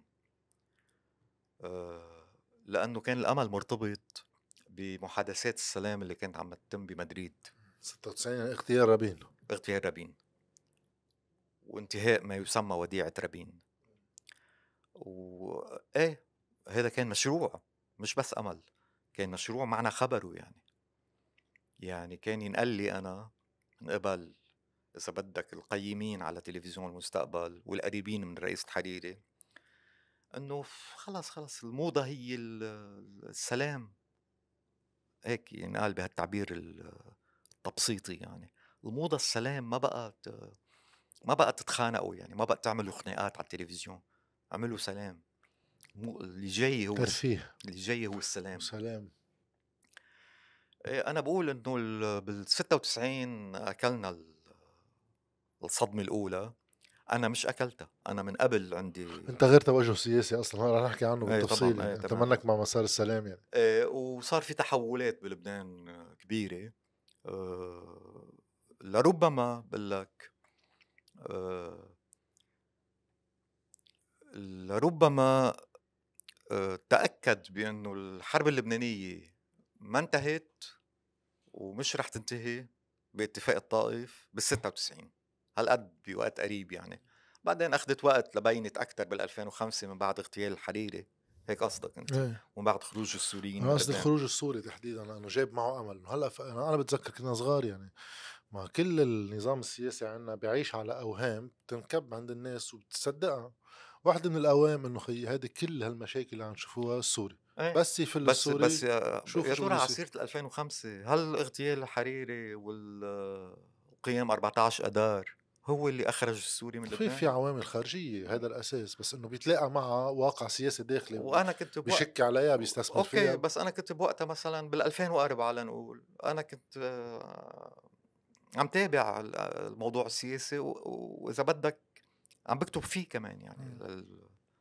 Speaker 2: آه، لأنه كان الأمل مرتبط بمحادثات السلام اللي كانت عم تتم بمدريد،
Speaker 1: 96 يعني اغتيال رابين.
Speaker 2: اغتيال رابين وانتهاء ما يسمى وديعة رابين. وإيه هذا كان مشروع، مش بس أمل، كان مشروع معنى خبره يعني. يعني كان ينقال لي أنا من قبل، إذا بدك، القيمين على تلفزيون المستقبل والقريبين من الرئيس الحريري، إنه خلص الموضة هي السلام. هيك ينقال بهالتعبير التبسيطي يعني. الموضة السلام، ما بقى تتخانقوا يعني، ما بقى تعملوا خناقات على التلفزيون، اعملوا سلام. اللي جاي هو
Speaker 1: ترفيه
Speaker 2: اللي جاي هو السلام.
Speaker 1: وسلام.
Speaker 2: إيه، انا بقول انه بال 96 اكلنا الصدمة الاولى. انا مش اكلتها، انا من قبل عندي.
Speaker 1: انت غير توجه سياسي اصلا، هلا رح نحكي عنه
Speaker 2: ايه
Speaker 1: بالتفصيل.
Speaker 2: طبعا، ايه
Speaker 1: يعني انت
Speaker 2: تمام.
Speaker 1: منك مع مسار السلام يعني.
Speaker 2: إيه، وصار في تحولات بلبنان كبيرة. آه، لربما بقول لك، آه، لربما تأكد بأنه الحرب اللبنانية ما انتهت ومش رح تنتهي باتفاق الطائف بال 96، هالقد بوقت قريب يعني. بعدين أخذت وقت لبينت أكثر بال 2005 من بعد اغتيال الحريري، هيك قصدك أنت،
Speaker 1: ايه
Speaker 2: ومن بعد خروج السوريين
Speaker 1: انا
Speaker 2: من
Speaker 1: قصدي
Speaker 2: لبنان.
Speaker 1: الخروج السوري تحديدا لانه جاب معه امل. هلا انا بتذكر كنا صغار يعني، ما كل النظام السياسي عنا بيعيش على اوهام بتنكب عند الناس وبتصدقها. واحدة من الاوهام انه خي هذه كل هالمشاكل اللي عم تشوفوها السوري،
Speaker 2: ايه
Speaker 1: بس يفل
Speaker 2: بس
Speaker 1: السوري شوفوا
Speaker 2: يا
Speaker 1: شو
Speaker 2: ترى
Speaker 1: بده يصير.
Speaker 2: عصيرة 2005، هل اغتيال الحريري وقيام 14 اذار هو اللي اخرج السوري من
Speaker 1: في
Speaker 2: لبنان؟
Speaker 1: عوامل خارجية هذا الأساس، بس إنه بيتلاقى معها واقع سياسي داخلي
Speaker 2: وانا كنت
Speaker 1: بشك عليها بيستثمر
Speaker 2: اوكي،
Speaker 1: فيها.
Speaker 2: بس انا كنت بوقتها مثلا بال 2004 لنقول، انا كنت عم تابع الموضوع السياسي واذا بدك عم بكتب فيه كمان يعني
Speaker 1: مم.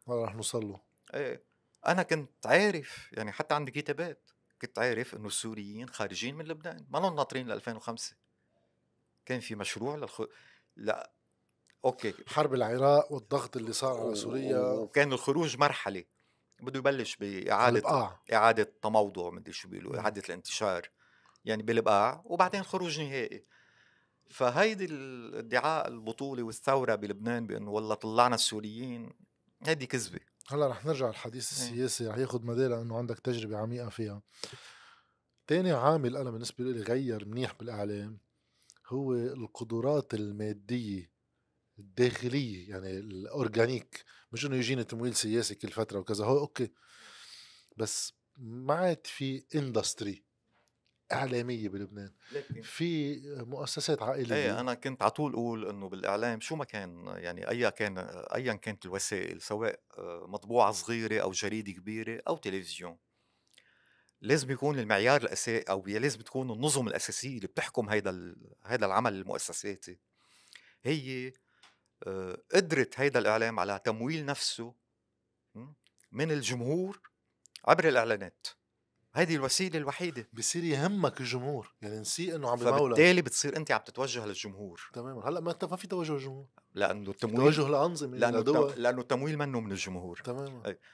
Speaker 1: هلا رح نوصل له.
Speaker 2: إيه، أنا كنت عارف يعني حتى عندي كتابات، كنت عارف إنه السوريين خارجين من لبنان، ما لهم ناطرين ل2005. كان في مشروع لأ، أوكي.
Speaker 1: حرب العراق والضغط اللي صار على سوريا.
Speaker 2: وكان الخروج مرحلة، بده يبلش
Speaker 1: على
Speaker 2: بإعادة
Speaker 1: البقاع.
Speaker 2: تموضع، مدري شو بيقولوا،
Speaker 1: مم.
Speaker 2: إعادة الانتشار، يعني بالبقاع وبعدين خروج نهائي. فهيدي الادعاء البطولة والثورة بلبنان بأنه والله طلعنا السوريين، هيدي كذبة.
Speaker 1: هلا رح نرجع الحديث
Speaker 2: إيه.
Speaker 1: السياسي، رح ياخد مدار لانه عندك تجربة عميقة فيها. تاني عامل انا بالنسبة لي غير منيح بالاعلام هو القدرات المادية الداخلية، يعني الاورجانيك. مش انه يجيني تمويل سياسي كل فترة وكذا، هو اوكي، بس ما عاد في اندستري اعلامية بلبنان.
Speaker 2: لكن
Speaker 1: في مؤسسات
Speaker 2: ايه،
Speaker 1: عائلية.
Speaker 2: انا كنت على طول اقول انه بالاعلام شو ما كان، يعني ايا كانت الوسائل، سواء مطبوعه صغيره او جريده كبيره او تلفزيون، لازم يكون المعيار الاساسي، او لازم تكون النظم الاساسيه اللي بتحكم هيدا العمل المؤسساتي، هي قدرة هيدا الاعلام على تمويل نفسه م، من الجمهور عبر الاعلانات. هذه الوسيله الوحيده.
Speaker 1: بصير يهمك الجمهور، يعني نسي انه عم بمولى.
Speaker 2: فبالتالي بتصير انت عم تتوجه للجمهور،
Speaker 1: تماما. هلا ما انت ما في توجه الجمهور،
Speaker 2: لانه
Speaker 1: في
Speaker 2: التمويل،
Speaker 1: توجه لأنظمة لدول.
Speaker 2: لانه التمويل منه من الجمهور.
Speaker 1: تماما.
Speaker 2: أي.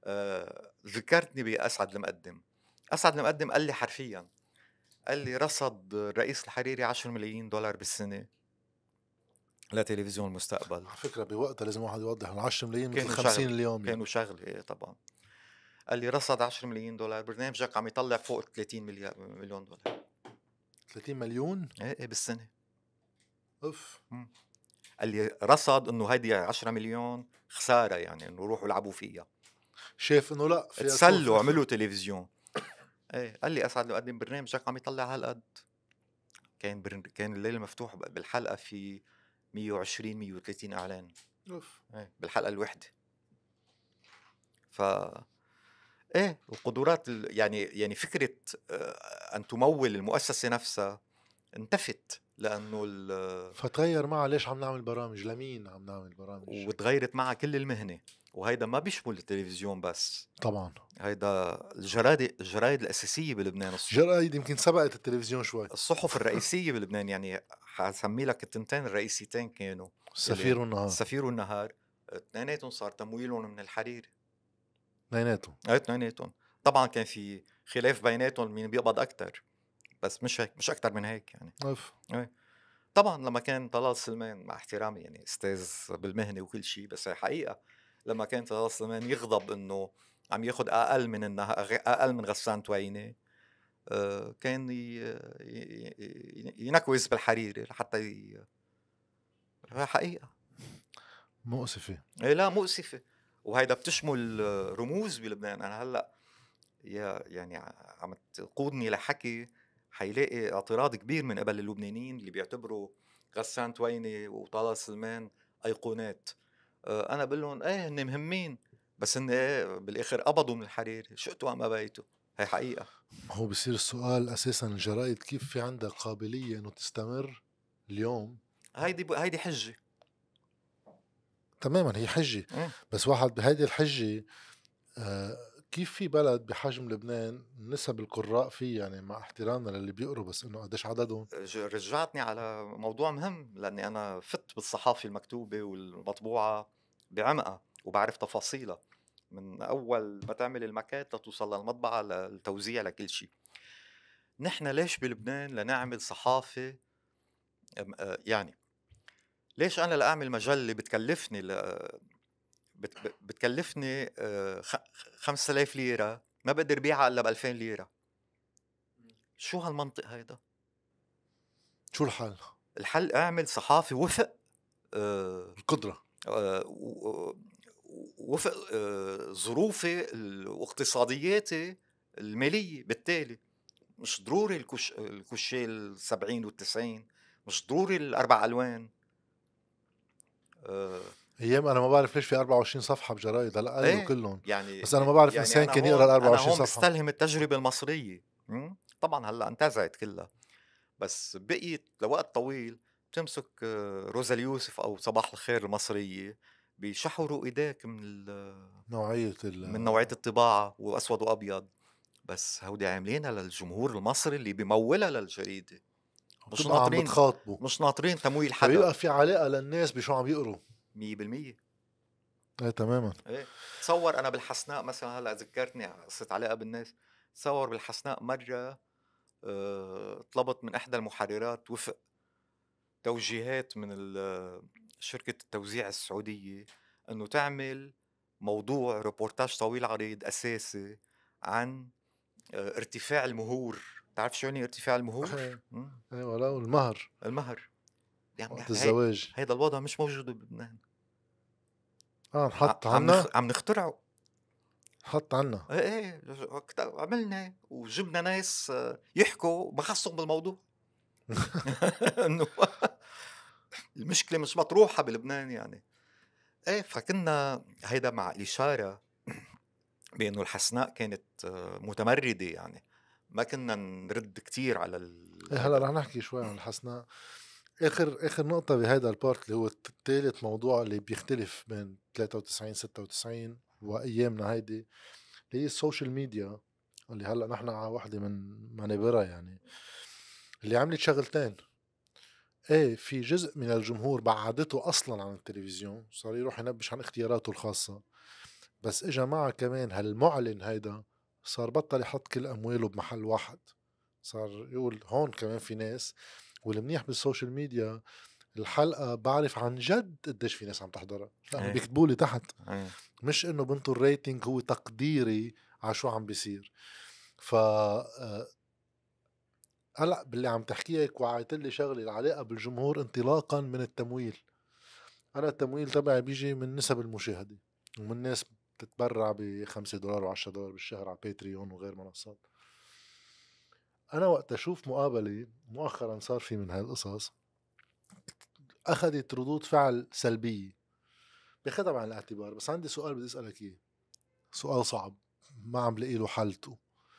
Speaker 2: ذكرتني باسعد المقدم. اسعد المقدم قال لي حرفيا، قال لي رصد الرئيس الحريري 10 ملايين دولار بالسنه لتلفزيون المستقبل.
Speaker 1: على فكرة بوقتها لازم واحد يوضح انه 10 ملايين مثل
Speaker 2: كانوا
Speaker 1: 50
Speaker 2: شغله،
Speaker 1: اليوم يعني.
Speaker 2: كانوا شغله، إيه طبعا. قال لي رصد 10 ملايين دولار، برنامجك عم يطلع فوق 30 مليون دولار.
Speaker 1: 30 مليون.
Speaker 2: ايه بالسنه.
Speaker 1: اوف.
Speaker 2: مم. قال لي رصد انه هيدي 10 مليون خساره، يعني انه روحوا العبوا فيها،
Speaker 1: شايف انه لا في تكون
Speaker 2: تسلوا
Speaker 1: في.
Speaker 2: عملوا تلفزيون. ايه، قال لي اسعد المقدم برنامجك عم يطلع هالقد. كان الليل مفتوح بالحلقة في 120 130 إعلان.
Speaker 1: اوف.
Speaker 2: إيه بالحلقة الواحدة. ف إيه القدرات يعني فكرة أن تمول المؤسسة نفسها انتفت، لأنه
Speaker 1: فتغير معها ليش عم نعمل برامج، لمين عم نعمل برامج.
Speaker 2: وتغيرت معها كل المهنة. وهيدا ما بيشمل التلفزيون بس،
Speaker 1: طبعا.
Speaker 2: هيدا الجرايد الأساسية بلبنان،
Speaker 1: جرايد يمكن سبقت التلفزيون شوي.
Speaker 2: الصحف الرئيسية بلبنان، يعني حسمي لك التنتين الرئيسيتين كانوا
Speaker 1: السفير والنهار.
Speaker 2: السفير والنهار، اثنيناتهم صار تمويلهم من الحريري.
Speaker 1: اثنيناتهم.
Speaker 2: ايه اثنيناتهم. طبعا كان في خلاف بيناتهم مين بيقبض اكثر، بس مش هيك، مش اكثر من هيك يعني.
Speaker 1: اوف.
Speaker 2: ايه. طبعا لما كان طلال سلمان، مع احترامي يعني استاذ بالمهنه وكل شيء، بس هي حقيقه، لما كان طلال سلمان يغضب انه عم ياخذ اقل من اقل من غسان تويني، كان ينكوز بالحريري لحتى هي حقيقه.
Speaker 1: مؤسفة.
Speaker 2: إيه لا، مؤسفة. وهيدا بتشمل رموز بلبنان. أنا هلأ يعني عم تقودني لحكي حيلاقي اعتراض كبير من قبل اللبنانيين اللي بيعتبروا غسان تويني وطلال سلمان أيقونات. أنا بقول لهم إيه هن مهمين، بس هن إيه بالآخر قبضوا من الحريري، شئتوا أم أبيتوا. هي حقيقة.
Speaker 1: هو بصير السؤال اساسا الجرايد كيف في عندها قابلية انه تستمر اليوم.
Speaker 2: هيدي حجة.
Speaker 1: تماما هي حجة.
Speaker 2: مم.
Speaker 1: بس واحد بهيدي الحجة، آه كيف في بلد بحجم لبنان نسب القراء فيه، يعني مع احترامنا للي بيقروا، بس انه قديش عددهم.
Speaker 2: رجعتني على موضوع مهم، لأني أنا فت بالصحافة المكتوبة والمطبوعة بعمقها وبعرف تفاصيلها، من أول ما تعمل المكات لتوصل للمطبعة للتوزيع لكل شيء. نحن ليش بلبنان لنعمل صحافة؟ يعني ليش أنا لأعمل مجلة بتكلفني بتكلفني 5000 ليرة، ما بقدر بيعها إلا ب2000 ليرة؟ شو هالمنطق هيدا؟
Speaker 1: شو الحل؟
Speaker 2: الحل أعمل صحافة وفق آه،
Speaker 1: القدرة.
Speaker 2: و وفق ظروفي واقتصادياتي المالية. بالتالي مش ضروري الكوشيه ال70 وال90، مش ضروري ال4 ألوان. آآ
Speaker 1: ايام انا ما بعرف ليش في 24 صفحة بجرايد، هلا قللوا
Speaker 2: إيه،
Speaker 1: كلهم.
Speaker 2: يعني
Speaker 1: بس انا ما بعرف
Speaker 2: يعني
Speaker 1: انسان كان يقرا ال
Speaker 2: أنا
Speaker 1: 24
Speaker 2: هون
Speaker 1: صفحة.
Speaker 2: مستلهم التجربة المصرية. طبعًا هلأ انتزعت كلّها، بس بقيت لوقت طويل بتمسك روزا اليوسف أو صباح الخير المصرية، بيشحروا ايديك
Speaker 1: نوعية
Speaker 2: من نوعية الطباعة واسود وابيض. بس هودي عاملينها للجمهور المصري اللي بيمولها للجريدة. مش
Speaker 1: بتبقى عم
Speaker 2: ناطرين
Speaker 1: بتخاطبه،
Speaker 2: مش ناطرين تمويل حدا.
Speaker 1: فبيبقى في علاقة للناس بشو عم يقروا.
Speaker 2: 100%.
Speaker 1: ايه تماما.
Speaker 2: ايه، تصور انا بالحسناء مثلا، هلا ذكرتني قصة علاقة بالناس. تصور بالحسناء مرة طلبت من احدى المحررات وفق توجيهات من شركة التوزيع السعودية انه تعمل موضوع روبورتاج طويل عريض اساسي عن ارتفاع المهور. تعرف شو يعني ارتفاع المهور؟
Speaker 1: ايه ايه، ولو المهر
Speaker 2: المهر. يعني
Speaker 1: وقت الزواج
Speaker 2: هيدا الوضع مش موجود بلبنان.
Speaker 1: نحط عنا.
Speaker 2: عم نخترعه.
Speaker 1: حط عنا.
Speaker 2: ايه ايه، عملنا وجبنا ناس يحكوا بخصهم بالموضوع. انه المشكلة مش مطروحة بلبنان يعني. ايه، فكنا هيدا مع الإشارة بأنه الحسناء كانت متمردة يعني. ما كنا نرد كتير على
Speaker 1: ايه هلا
Speaker 2: هيدا.
Speaker 1: رح نحكي شوي عن الحسناء. اخر نقطة بهيدا البارت اللي هو الثالث موضوع اللي بيختلف بين 93 96 وايامنا هيدي، اللي هي السوشيال ميديا، اللي هلا نحن على وحدة من منابرها يعني، اللي عملت شغلتين. ايه، في جزء من الجمهور بعدته اصلا عن التلفزيون، صار يروح ينبش عن اختياراته الخاصة. بس اجا معها كمان هالمعلن هيدا، صار بطل يحط كل امواله بمحل واحد، صار يقول هون كمان في ناس. والمنيح بالسوشيال ميديا، الحلقة بعرف عن جد قديش في ناس عم تحضرها لأنه
Speaker 2: ايه
Speaker 1: بيكتبوا لي تحت،
Speaker 2: ايه
Speaker 1: مش إنه بنطوا الريتنج هو تقديري على شو عم بيصير. ف هلا باللي عم تحكيه هيك وعيت لي شغلي العلاقة بالجمهور انطلاقا من التمويل. أنا التمويل تبعي بيجي من نسب المشاهدة، ومن ناس بتتبرع ب$5 و10 بالشهر على باتريون وغير منصات. أنا وقت أشوف مقابلة مؤخرا صار في من هالقصص أخذت ردود فعل سلبية، باخدها بعين الاعتبار. بس عندي سؤال بدي اسالك اياه، سؤال صعب ما عم لاقي له حلته.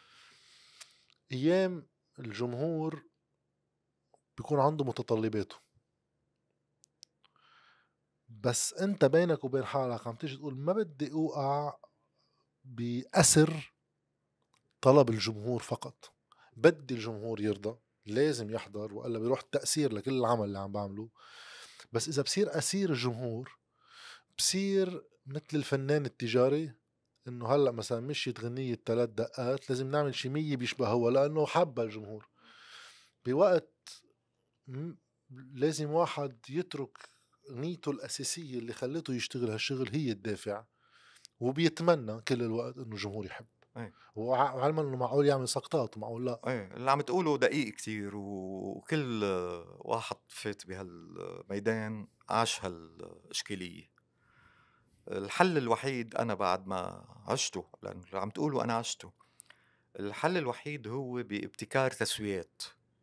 Speaker 1: ايام الجمهور بيكون عنده متطلباته، بس انت بينك وبين حالك عم تيجي تقول ما بدي اوقع بأسر طلب الجمهور فقط، بدي الجمهور يرضى، لازم يحضر والا بيروح التأثير لكل العمل اللي عم بعمله. بس اذا بصير اسير الجمهور، بصير مثل الفنان التجاري، انه هلا مثلا مشيت غنية 3 دقات لازم نعمل شي 100 بيشبهها لانه حبها الجمهور. بوقت م- لازم واحد يترك نيته الأساسية اللي خلته يشتغل هالشغل هي الدافع، وبيتمنى كل الوقت انه الجمهور يحب،
Speaker 2: ايه
Speaker 1: وعلما انه معقول يعمل سقطات ومعقول لا.
Speaker 2: ايه، اللي عم تقوله دقيق كتير، وكل واحد فات بهالميدان عاش هالإشكالية. الحل الوحيد أنا بعد ما عشته، لأنه اللي عم تقوله أنا عشته، الحل الوحيد هو بابتكار تسويات.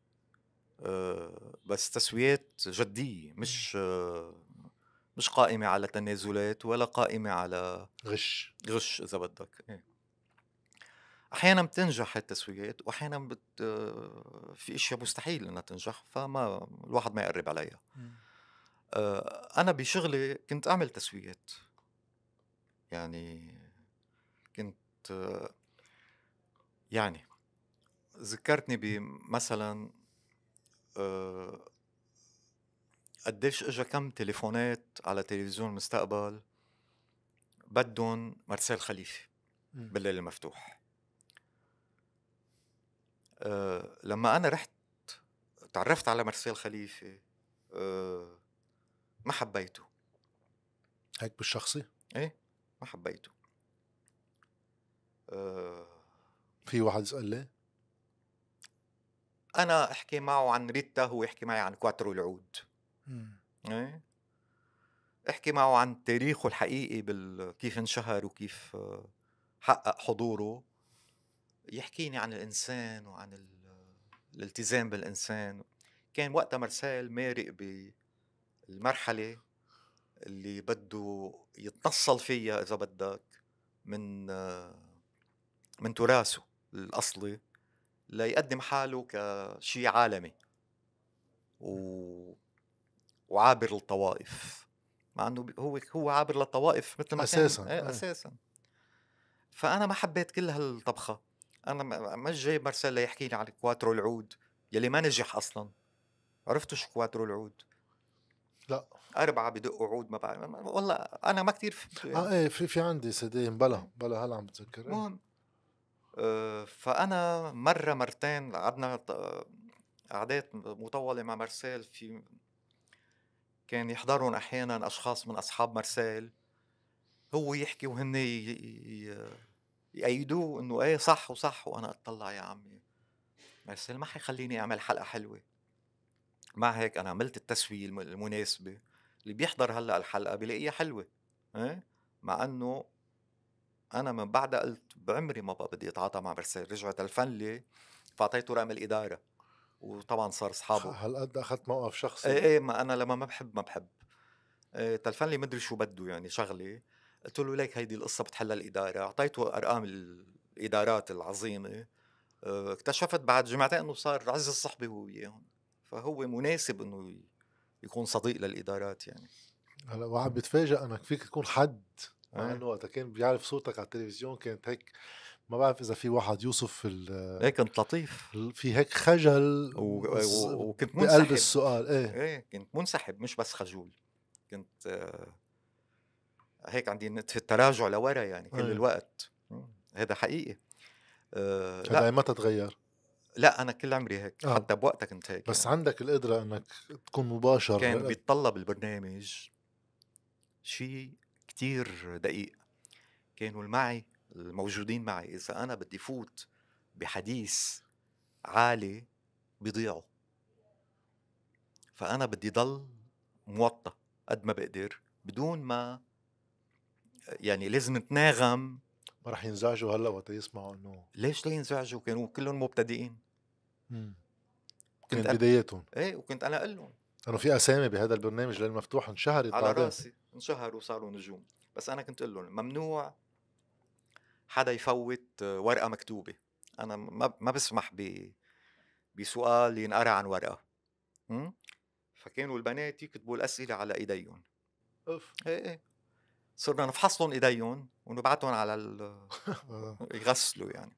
Speaker 2: بس تسويات جدية، مش قائمة على تنازلات ولا قائمة على
Speaker 1: غش.
Speaker 2: غش إذا بدك. إيه. أحيانا بتنجح التسويات، وأحيانا في أشياء مستحيل إنها تنجح، فما الواحد ما يقرب عليها. أنا بشغلي كنت أعمل تسويات. يعني كنت يعني ذكرتني بمثلا قديش اجى كم تليفونات على تلفزيون المستقبل بدهم مرسال خليفة بالليل المفتوح. لما أنا رحت تعرفت على مرسال خليفة، ما حبيته.
Speaker 1: هيك بالشخصي
Speaker 2: ايه، ما حبيته. أه
Speaker 1: في واحد يسأل لي.
Speaker 2: انا احكي معه عن ريتا، هو يحكي معي عن كواترو العود. ايه، احكي معه عن تاريخه الحقيقي كيف انشهر وكيف حقق حضوره، يحكيني عن الانسان وعن الالتزام بالانسان. كان وقتها مرسال مارق بالمرحلة اللي بده يتنصل فيها إذا بدك من من تراثه الأصلي، ليقدم حاله كشي عالمي وعابر الطوائف. مع انه هو عابر للطوائف مثل ما كان
Speaker 1: اساسا
Speaker 2: اساسا. فانا ما حبيت كل هالطبخه. انا مش جايب مارسيل ليحكي لي على كواترو العود يلي ما نجح اصلا. عرفتوا شو كواترو العود؟
Speaker 1: لا.
Speaker 2: 4 بدقوا عود، ما بعرف والله، انا ما كتير فهمته يعني.
Speaker 1: ايه، في عندي سيدي بلا
Speaker 2: إيه.
Speaker 1: بلا هلا عم بتذكر. ايه.
Speaker 2: المهم، فانا مره مرتين قعدنا قعدات مطوله مع مارسيل، كان يحضرهم احيانا اشخاص من اصحاب مارسيل، هو يحكي وهن يأيدوه انه ايه صح وصح، وانا اطلع يا عمي مارسيل ما حيخليني اعمل حلقه حلوه. مع هيك انا عملت التسوية المناسبة، اللي بيحضر هلا الحلقة بيلاقيها حلوة. ايه، مع انه انا من بعدها قلت بعمري ما بقى بدي اتعاطى مع مرسال. رجعت الفنلي فاعطيته رقم الإدارة، وطبعا صار اصحابه.
Speaker 1: هالقد اخذت موقف شخصي.
Speaker 2: ايه ايه، ما انا لما ما بحب إيه تلفنلي مدري شو بده يعني شغلي. قلت له ليك هيدي القصة بتحلها الإدارة، اعطيته ارقام الإدارات العظيمة. اكتشفت بعد جمعتين انه صار عز الصحبة هو وياهم، فهو مناسب انه يكون صديق للإدارات يعني.
Speaker 1: هلا وعم بتفاجئ انك فيك تكون حد، مع
Speaker 2: ايه
Speaker 1: انه وقتها كان بيعرف صوتك على التلفزيون كانت هيك. ما بعرف اذا في واحد يوصف
Speaker 2: ايه كنت لطيف
Speaker 1: في هيك خجل
Speaker 2: وكنت
Speaker 1: بقلب
Speaker 2: منسحب.
Speaker 1: السؤال. ايه.
Speaker 2: ايه كنت منسحب مش بس خجول. كنت هيك عندي نتف التراجع لورا يعني كل
Speaker 1: ايه.
Speaker 2: الوقت. هذا حقيقي.
Speaker 1: هذا
Speaker 2: لا
Speaker 1: متى تغير؟
Speaker 2: لا، انا كل عمري هيك،
Speaker 1: اه.
Speaker 2: حتى بوقتها كنت هيك
Speaker 1: بس
Speaker 2: يعني.
Speaker 1: عندك القدرة انك تكون مباشر
Speaker 2: كان
Speaker 1: هالقد.
Speaker 2: بيتطلب البرنامج شيء كتير دقيق. كانوا معي الموجودين معي اذا انا بدي فوت بحديث عالي بيضيعوا، فانا بدي ضل موطى قد ما بقدر بدون ما يعني لازم نتناغم.
Speaker 1: ما رح ينزعجوا هلا وقت يسمعوا انه
Speaker 2: ليش لا ينزعجوا؟ كانوا كلهم مبتدئين.
Speaker 1: مم.
Speaker 2: كنت
Speaker 1: كانت بداياتهم.
Speaker 2: ايه وكنت انا اقول لهم
Speaker 1: انه في اسامي بهذا البرنامج للمفتوح انشهرت
Speaker 2: على
Speaker 1: بعدين.
Speaker 2: راسي، انشهروا وصاروا نجوم. بس انا كنت اقول لهم ممنوع حدا يفوت ورقه مكتوبه. انا ما بسمح بسؤال ينقرا عن ورقه. م? فكانوا البنات يكتبوا الاسئله على ايديهم.
Speaker 1: اوف.
Speaker 2: ايه ايه، صرنا نفحص لهم ايديهم ونبعتهم على يغسلوا يعني.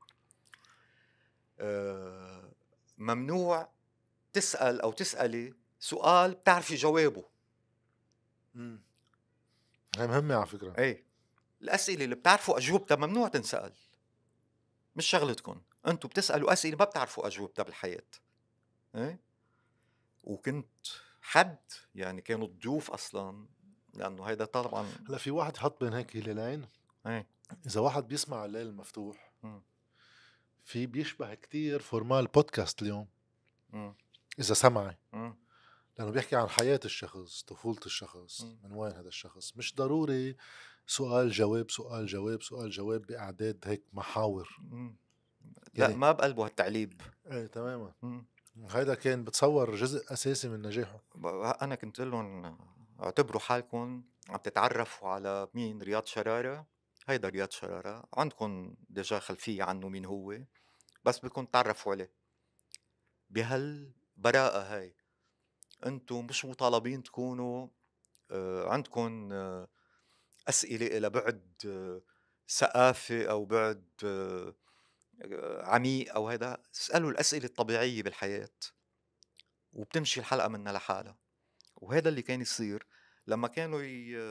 Speaker 2: ممنوع تسأل أو تسألي سؤال بتعرفي جوابه.
Speaker 1: مم. هي مهمة على فكرة.
Speaker 2: ايه، الأسئلة اللي بتعرفوا أجوبتها ممنوع تنسأل. مش شغلتكم انتوا بتسألوا أسئلة ما بتعرفوا أجوبتها بالحياة. ايه، وكنت حد يعني كانوا الضيوف أصلا، لأنه هيدا طبعا.
Speaker 1: هلا في واحد حط بين هيك هلالين.
Speaker 2: ايه.
Speaker 1: اذا واحد بيسمع الليل المفتوح
Speaker 2: مم.
Speaker 1: في بيشبه كتير فورمال بودكاست اليوم
Speaker 2: مم.
Speaker 1: اذا سمعي،
Speaker 2: مم.
Speaker 1: لانه بيحكي عن حياة الشخص، طفولة الشخص،
Speaker 2: مم.
Speaker 1: من وين هذا الشخص. مش ضروري سؤال جواب سؤال جواب سؤال جواب بأعداد هيك محاور
Speaker 2: مم. لا،
Speaker 1: يعني.
Speaker 2: ما بقلبوا هالتعليب.
Speaker 1: ايه تماما.
Speaker 2: مم.
Speaker 1: هيدا كان بتصور جزء اساسي من نجاحه.
Speaker 2: أنا كنت أقول لهم اعتبروا حالكم عم تتعرفوا على مين رياض شرارة. هيدا رياض شرارة، عندكم ديجا خلفية عنه مين هو، بس بدكم تعرفوا عليه بهالبراءة هاي. انتم مش مطالبين تكونوا عندكم أسئلة إلى بعد ثقافة أو بعد عميق أو هذا. اسألوا الأسئلة الطبيعية بالحياة وبتمشي الحلقة منها لحالها. وهذا اللي كان يصير لما كانوا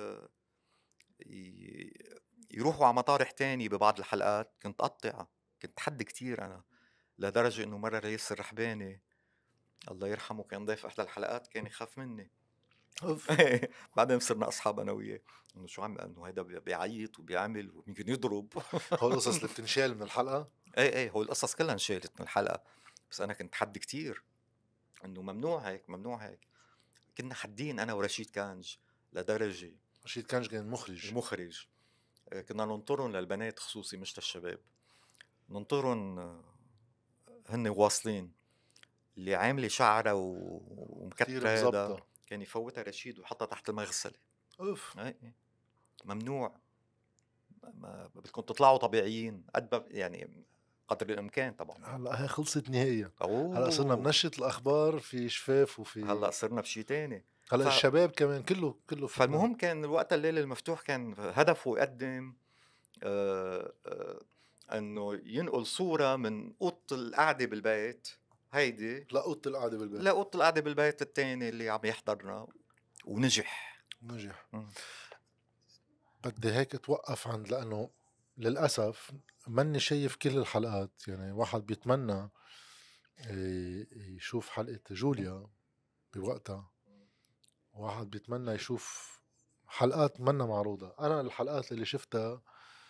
Speaker 2: ي... يروحوا على مطارح تاني ببعض الحلقات. كنت أقطع، كنت حد كتير أنا، لدرجة إنه مرة رئيس الرحباني الله يرحمه كان ضيف إحدى الحلقات كان يخاف مني.
Speaker 1: اوف.
Speaker 2: بعدين صرنا أصحاب أنا وياه. إنه شو عم، إنه هيدا بيعيط وبيعمل ويمكن يضرب.
Speaker 1: هو القصص اللي بتنشال من الحلقة.
Speaker 2: إيه هو القصص كلها انشالت من الحلقة. بس أنا كنت حد كتير إنه ممنوع هيك ممنوع هيك. كنا حدين أنا ورشيد كانج لدرجة
Speaker 1: رشيد كانج كان مخرج.
Speaker 2: المخرج كنا ننطرهم للبنات خصوصي مش للشباب. ننطرهم هن واصلين، اللي عامله شعرها
Speaker 1: كتير
Speaker 2: ومكترة هذا
Speaker 1: مزبطة.
Speaker 2: كان يفوتها رشيد ويحطها تحت المغسلة.
Speaker 1: اوف.
Speaker 2: إيه. ممنوع. ما بدكم تطلعوا طبيعيين قد ما يعني قدر الامكان طبعا.
Speaker 1: هلا هي خلصت نهائيا. هلا صرنا
Speaker 2: اوه،
Speaker 1: بنشط الاخبار في شفاف
Speaker 2: هلا
Speaker 1: وفي.
Speaker 2: صرنا بشي تاني.
Speaker 1: هلا الشباب كمان كله فتنة.
Speaker 2: فالمهم كان الوقت الليل المفتوح كان هدفه يقدم انه ينقل صورة من اوضة القعدة بالبيت هيدي
Speaker 1: لقوط القعدة بالبيت
Speaker 2: لأوضة القعدة بالبيت التاني اللي عم يحضرنا، ونجح.
Speaker 1: نجح.
Speaker 2: مم.
Speaker 1: بدي هيك توقف عند، لأنه للأسف ماني شايف كل الحلقات. يعني واحد بيتمنى يشوف حلقة جوليا بوقتها، واحد بيتمنى يشوف حلقات منا معروضة. أنا الحلقات اللي شفتها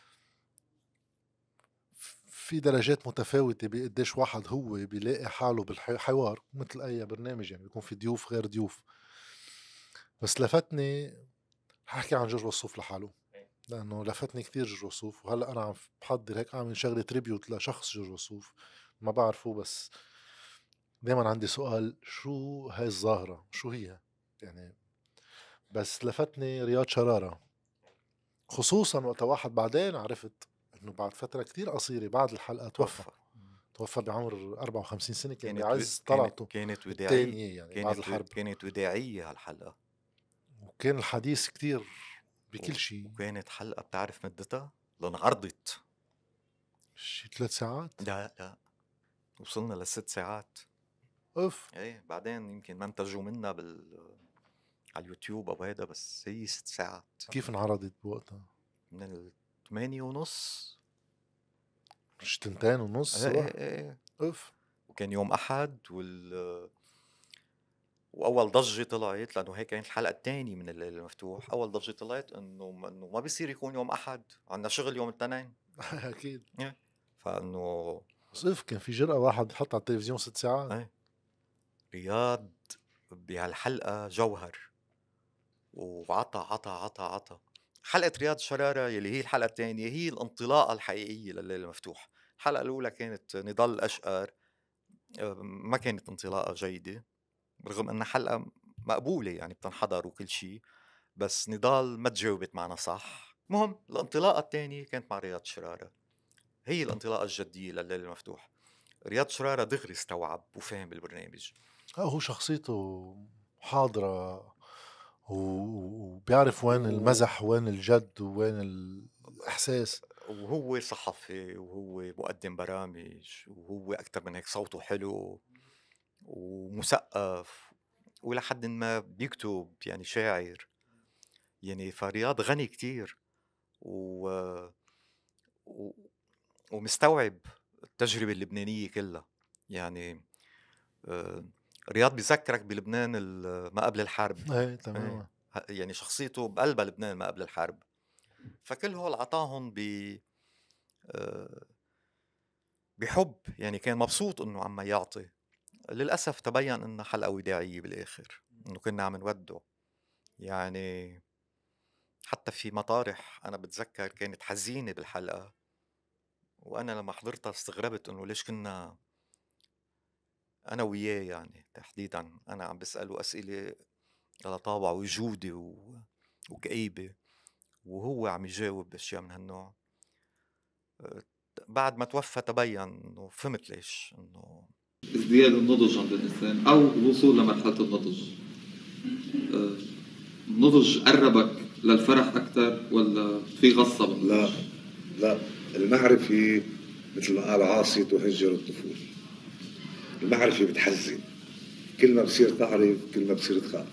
Speaker 1: في درجات متفاوتة بقديش واحد هو بيلاقي حاله بالحوار، مثل أي برنامج يعني بيكون في ضيوف غير ضيوف. بس لفتني، حكي عن جورج وسوف لحاله لأنه لفتني كتير جورج وسوف. وهلأ أنا عم بحضر هيك أعمل شغلة تريبيوت لشخص جورج وسوف ما بعرفه، بس دايما عندي سؤال، شو هاي الظاهرة، شو هي يعني؟ بس لفتني رياض شرارة، خصوصا وقت واحد بعدين عرفت انه بعد فترة كتير قصيرة بعد الحلقة توفى بعمر 54 سنة، كان بعز طلعته
Speaker 2: كانت وداعية،
Speaker 1: الثانية يعني بعد الحرب.
Speaker 2: كانت وداعية هالحلقة،
Speaker 1: وكان الحديث كتير بكل شيء.
Speaker 2: وكانت حلقة بتعرف مدتها لانعرضت
Speaker 1: شي 3 ساعات.
Speaker 2: لا وصلنا ل6 ساعات.
Speaker 1: اوف.
Speaker 2: ايه بعدين يمكن منتجوا منها على اليوتيوب او هيدا، بس هي 6 ساعات.
Speaker 1: كيف انعرضت بوقتها؟
Speaker 2: من 8:30
Speaker 1: مش 2:30
Speaker 2: ايه
Speaker 1: صبح؟
Speaker 2: ايه.
Speaker 1: اوف.
Speaker 2: وكان يوم احد واول ضجه طلعت، لانه هيك كانت الحلقه الثانيه من الليل المفتوح. اول ضجه طلعت انه ما بيصير يكون يوم احد، عندنا شغل يوم الاثنين.
Speaker 1: اكيد.
Speaker 2: إيه. فانه
Speaker 1: بس اوف، كان في جرأة واحد يحط على التلفزيون 6 ساعات.
Speaker 2: ايه رياض بهالحلقه جوهر، وعطى حلقة رياض شرارة يلي هي الحلقة الثانية هي الانطلاقة الحقيقية لليل المفتوح. الحلقة الأولى كانت نضال الأشقر، ما كانت انطلاقة جيدة، رغم أنها حلقة مقبولة يعني بتنحضر وكل شيء، بس نضال ما تجاوبت معنا صح. مهم الانطلاقة الثانية كانت مع رياض شرارة، هي الانطلاقة الجدية لليل المفتوح. رياض شرارة دغري استوعب وفهم البرنامج.
Speaker 1: هو شخصيته حاضرة وبيعرف وين المزح وين الجد وين الإحساس.
Speaker 2: وهو صحفي وهو مقدم برامج، وهو أكتر من هيك صوته حلو ومثقف، وإلى حد ما بيكتب يعني شاعر. يعني فرياض غني كتير و... و... ومستوعب التجربة اللبنانية كلها. يعني آه، رياض بيذكرك بلبنان ما قبل الحرب.
Speaker 1: ايه تماما.
Speaker 2: يعني شخصيته بقلبها لبنان ما قبل الحرب. فكل هول عطاهم بحب، يعني كان مبسوط انه عم يعطي. للأسف تبين انها حلقة وداعية بالاخر، انه كنا عم نودع. يعني حتى في مطارح انا بتذكر كانت حزينة بالحلقة، وانا لما حضرتها استغربت انه ليش كنا انا وياه يعني تحديدا انا عم بسأله اسئلة على طابع وجودي وكئيبة، وهو عم يجاوب باشياء من هالنوع. بعد ما توفى تبين انه فهمت ليش، انه
Speaker 3: ازدياد النضج عند الانسان او الوصول لمرحله النضج. النضج قربك للفرح اكثر ولا في غصه بالنضج؟
Speaker 4: لا المعرفة مثل ما قال عاصي تهجر الطفول. المعرفة بتحزن، كل ما بصير تعرف كل ما بصير تخاف.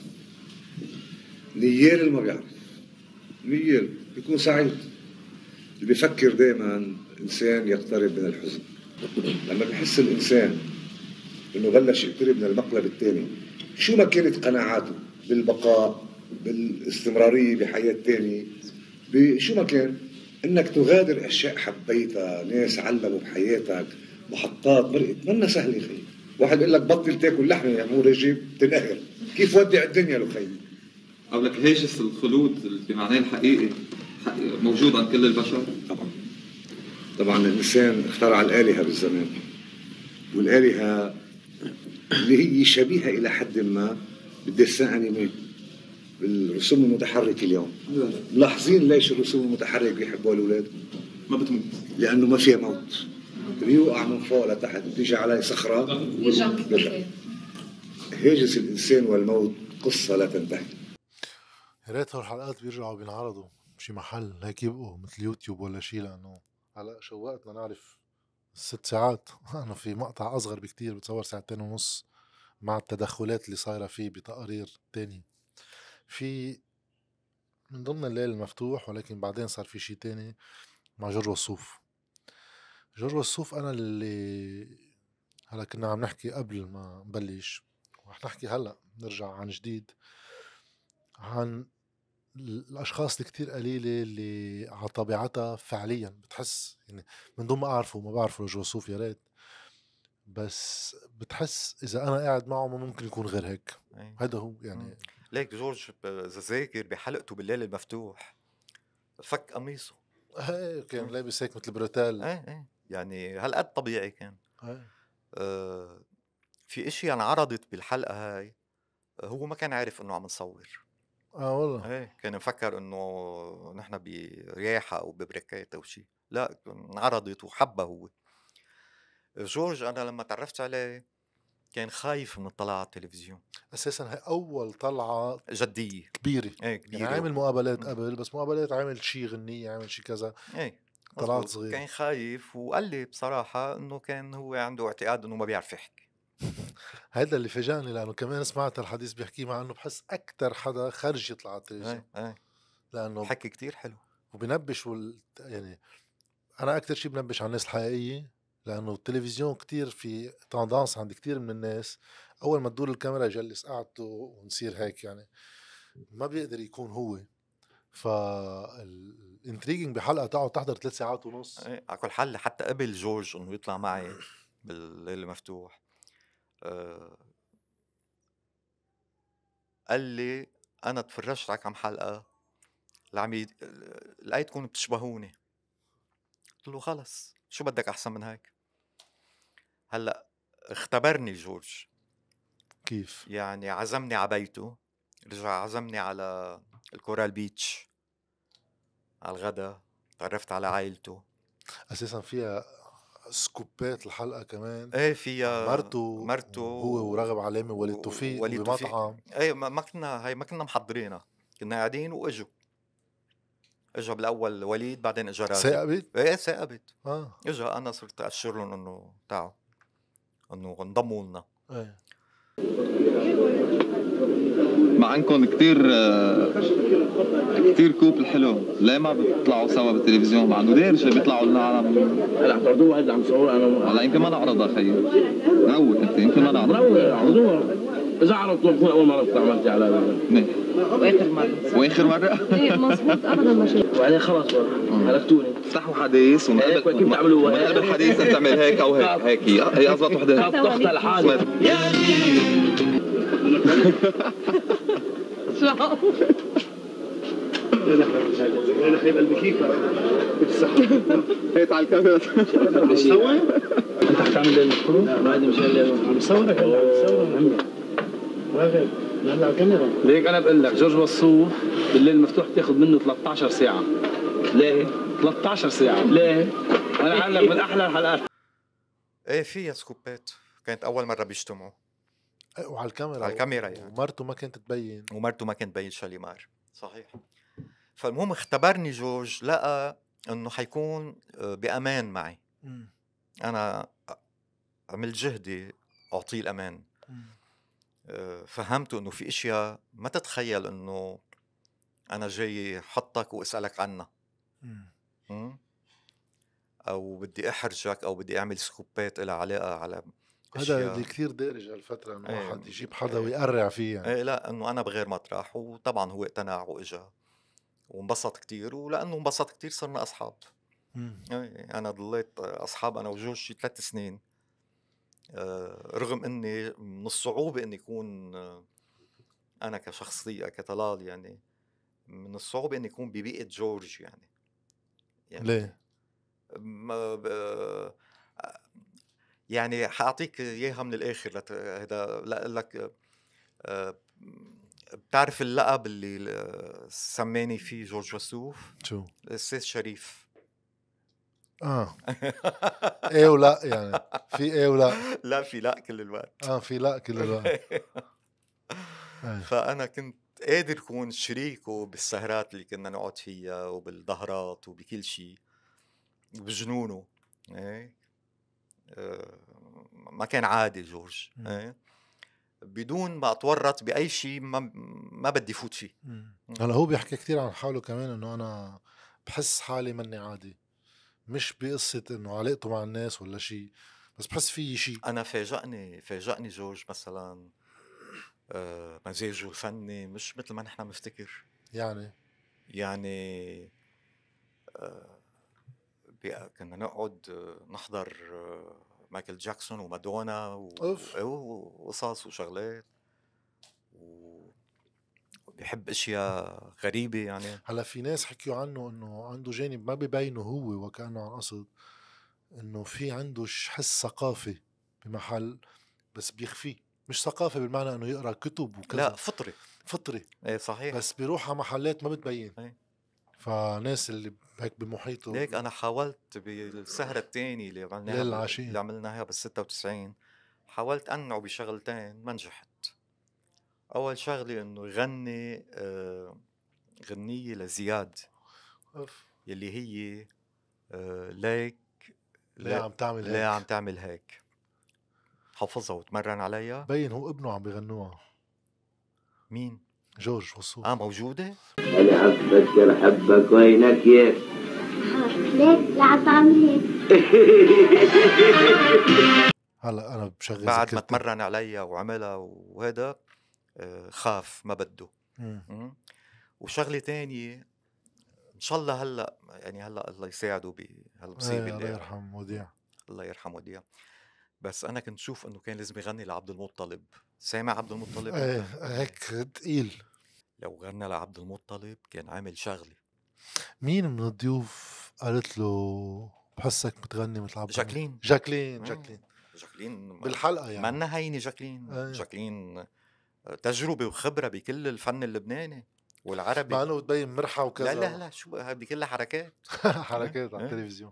Speaker 4: نيال ما بيعرف، نيال بيكون سعيد. اللي بيفكر دائما إنسان يقترب من الحزن. لما بحس الإنسان إنه بلش يقترب من المقلب الثاني، شو ما كانت قناعاته بالبقاء بالاستمرارية بحياة تانية، بشو ما كان، إنك تغادر أشياء حبيتها، ناس علموا بحياتك، محطات مرقت منا سهلة خي. واحد يقول لك بطل تاكل لحمة يا مو رجيب تنقهر، كيف ودع الدنيا له خي؟
Speaker 3: أو لك هاجس الخلود بمعناه الحقيقي موجود عند كل البشر؟
Speaker 4: طبعا الإنسان اخترع الآلهة بالزمان، والآلهة اللي هي شبيهة إلى حد ما بالديسان أنيمي بالرسوم المتحركة اليوم. ملاحظين ليش الرسوم المتحركة بيحبوها الأولاد؟
Speaker 3: ما بتموت،
Speaker 4: لأنه ما فيها موت، بيوقع من فوق لتحت بتيجي عليه صخرة بيرجع. هاجس الإنسان والموت قصة لا تنتهي.
Speaker 1: يا ريت هالحلقات بيرجعوا بينعرضوا بشي محل هيك يبقوا مثل يوتيوب ولا شي، لأنه هلا شوقتنا نعرف 6 ساعات. أنا في مقطع أصغر بكتير بتصور 2.5 مع التدخلات اللي صايرة فيه بتقارير تاني. في من ضمن الليل المفتوح، ولكن بعدين صار في شي تاني مع جورج وسوف. جورج وسوف أنا اللي هلا كنا عم نحكي قبل ما نبلش، ورح نحكي هلا نرجع عن جديد عن الأشخاص الكتير قليلة اللي على طبيعتها فعليا بتحس يعني من دون ما أعرفه وما بعرفه جورج وسوف، يا ريت، بس بتحس إذا أنا قاعد معه ما ممكن يكون غير هيك.
Speaker 2: إيه.
Speaker 1: هذا هو يعني.
Speaker 2: ليك جورج إذا ذاكر بحلقته بالليل المفتوح فك قميصه.
Speaker 1: هي كان لابس هيك مثل بروتال.
Speaker 2: ايه يعني هالقد طبيعي كان.
Speaker 1: هي.
Speaker 2: في اشياء انعرضت بالحلقة هاي هو ما كان عارف انه عم نصور.
Speaker 1: والله.
Speaker 2: ايه كان مفكر انه نحن برياحة او ببريكات او شيء، لا انعرضت وحبها هو. جورج انا لما تعرفت عليه كان خايف من الطلعة على التلفزيون
Speaker 1: أساسا هي أول طلعة
Speaker 2: جدية
Speaker 1: كبيرة.
Speaker 2: ايه
Speaker 1: يعني
Speaker 2: كبيرة
Speaker 1: عامل مقابلات قبل، بس مقابلات عامل شي غنية، عامل شي كذا،
Speaker 2: ايه
Speaker 1: طلعت
Speaker 2: مزبوط.
Speaker 1: صغير.
Speaker 2: كان خايف وقال لي بصراحة انه كان هو عنده اعتقاد انه ما بيعرف يحكي.
Speaker 1: هذا اللي فاجأني، لأنه كمان سمعت الحديث بيحكيه مع أنه بحس أكتر حدا خرج يطلع على التلفزيون،
Speaker 2: ايه
Speaker 1: لأنه
Speaker 2: حكي كتير حلو.
Speaker 1: وبنبش يعني أنا أكتر شي بنبش على الناس الحقيقية، لأنه التلفزيون كتير في تندانس عند كتير من الناس أول ما تدور الكاميرا يجلس قعدته ونصير هيك، يعني ما بيقدر يكون هو. فالانتريجنج بحلقة تقعد تحضر 3 ساعات ونص.
Speaker 2: ايه على كل حال حتى قبل جورج انه يطلع معي بالليل المفتوح قال لي انا تفرجت على كم حلقة لقيتكم بتشبهوني. قلت له خلص شو بدك احسن من هيك. هلا اختبرني جورج،
Speaker 1: كيف؟
Speaker 2: يعني عزمني على بيته، رجع عزمني على الكورال بيتش على الغداء، تعرفت على عائلته.
Speaker 1: أساسا فيها سكوبات الحلقة كمان.
Speaker 2: ايه فيها
Speaker 1: مرته وهو ورغب علامة ووليد توفيق
Speaker 2: ووليد توفيق.
Speaker 1: وبمطعم.
Speaker 2: ايه ما كنا محضرينها، كنا قاعدين واجوا بالاول وليد بعدين اجى راغب.
Speaker 1: ثاقبت؟
Speaker 2: ايه ثاقبت.
Speaker 1: اه.
Speaker 2: اجى انا صرت اشر لهم انه تعالوا انه انضموا لنا.
Speaker 1: ايه.
Speaker 3: مع انكم كتير كوبل حلو، ليه ما بتطلعوا سوا بالتلفزيون؟ مع انه ديرجه بيطلعوا لنا عالم.
Speaker 5: هلا اعترضوها هذا عم صور انا.
Speaker 3: هلا يمكن ما نعرضها خيي، روق انت يمكن ما نعرضها.
Speaker 5: عرضوها اذا عرضتوا بكون اول مره بتعملت على
Speaker 3: واخر مره.
Speaker 6: ايه مظبوط ابدا ما شاء الله.
Speaker 5: وبعدين خلص هلكتوني.
Speaker 3: افتحوا حديث ومن قبل الحديث تعمل هيك او هيك هي اضبط وحده.
Speaker 5: ضغط لحالي انا خايب قلبي كيف
Speaker 3: هيك على الكاميرا.
Speaker 5: انت حتعمل لي المشكله؟ لا ما عندي مشكله، عم بصورك هلا عم بصور راغب هلا على الكاميرا. ليك انا بقول لك جورج وسوف بالليل المفتوح تاخذ منه 13 ساعه. ليه 13 ساعه؟ ليه؟ انا عندك من احلى الحلقات.
Speaker 2: ايه فيها سكوبات، كانت اول مره بيجتمعوا
Speaker 1: وعلى الكاميرا،
Speaker 2: على الكاميرا يعني.
Speaker 1: ومرته ما كانت تبين،
Speaker 2: ومرته ما كانت تبين شاليمار. صحيح. فالمهم اختبرني جورج، لقى انه حيكون بامان معي. انا عملت جهدي اعطيه الامان. فهمته انه في اشياء ما تتخيل انه انا جاي حطك واسالك عنها، او بدي احرجك او بدي اعمل سكوبات لها علاقه على اشياء.
Speaker 1: هذا اللي كثير دارج هالفتره، انه واحد يجيب حدا ويقرع فيه يعني.
Speaker 2: ايه لا انه انا بغير مطرح، وطبعا هو اقتنع واجا وانبسط كتير، ولانه انبسط كتير صرنا اصحاب. انا ضليت اصحاب انا وجورج شي 3 سنين، رغم اني من الصعوبه اني اكون انا كشخصيه كطلال، يعني من الصعوبه اني اكون ببيئه جورج يعني
Speaker 1: ليه؟
Speaker 2: يعني حاعطيك اياها من الاخر هذا لا لك. بتعرف اللقب اللي سماني فيه جورج وسوف؟
Speaker 1: شو؟
Speaker 2: الأستاذ شريف.
Speaker 1: ايه ولا يعني في ايه ولا
Speaker 2: لا في لا كل الوقت.
Speaker 1: في لا كل الوقت. إيه.
Speaker 2: فأنا كنت قادر كون شريكه بالسهرات اللي كنا نقعد فيها وبالظهرات وبكل شيء وبجنونه. إيه. ما كان عادي جورج. إيه. بدون ما اتورط باي شيء ما بدي فوت فيه.
Speaker 1: هلا هو بيحكي كتير عن حاله كمان انه انا بحس حالي مني عادي، مش بقصة انه علاقته مع الناس ولا شيء، بس بحس فيه شيء.
Speaker 2: انا فاجأني جورج مثلا مزاجه الفني مش مثل ما نحن بنفتكر. يعني كنا نقعد نحضر مايكل جاكسون ومادونا وقصص وشغلات، وبيحب اشياء غريبة يعني.
Speaker 1: هلا في ناس حكيوا عنه انه عنده جانب ما ببينه هو وكأنه عن قصد، انه في عنده حس ثقافي بمحل بس بيخفيه، مش ثقافي بالمعنى انه يقرا كتب وكذا،
Speaker 2: لا فطري.
Speaker 1: ايه
Speaker 2: صحيح.
Speaker 1: بس بيروح على محلات ما بتبين.
Speaker 2: ايه.
Speaker 1: فناس اللي هيك بمحيطه.
Speaker 2: ليك انا حاولت بالسهرة الثانية اللي
Speaker 1: ليل العاشقين
Speaker 2: اللي عملناها بال96، حاولت انعه بشغلتين ما نجحت. اول شغلة انه يغني غنية لزياد يلي هي ليك
Speaker 1: ليه عم تعمل هيك،
Speaker 2: ليه عم تعمل هيك، حافظها وتمرن عليها.
Speaker 1: بين هو ابنه عم بيغنوها.
Speaker 2: مين؟
Speaker 1: جورج وصوف.
Speaker 2: موجودة.
Speaker 7: انا حبك وينك يا
Speaker 6: ليك لا عم تعمل هيك.
Speaker 1: هلا انا بشغل
Speaker 2: بعد ما تمرن عليها وعملها وهذا خاف ما بده. وشغلة تانية ان شاء الله هلا الله يساعده بهالمصيبة
Speaker 1: الله يرحم وديع.
Speaker 2: الله يرحم وديع. بس انا كنت شوف انه كان لازم يغني لعبد المطلب. سامع عبد المطلب؟
Speaker 1: ايه هيك تقيل.
Speaker 2: لو غنى لعبد المطلب كان عامل شغلة.
Speaker 1: مين من الضيوف قالت له بحسك بتغني مثل عبد
Speaker 2: جاكلين.
Speaker 1: جاكلين بالحلقة يعني.
Speaker 2: منا هيني جاكلين تجربة وخبرة بكل الفن اللبناني والعربي.
Speaker 1: مع انه بتبين مرحة وكذا.
Speaker 2: لا شو هذه كلها حركات.
Speaker 1: حركات على التلفزيون.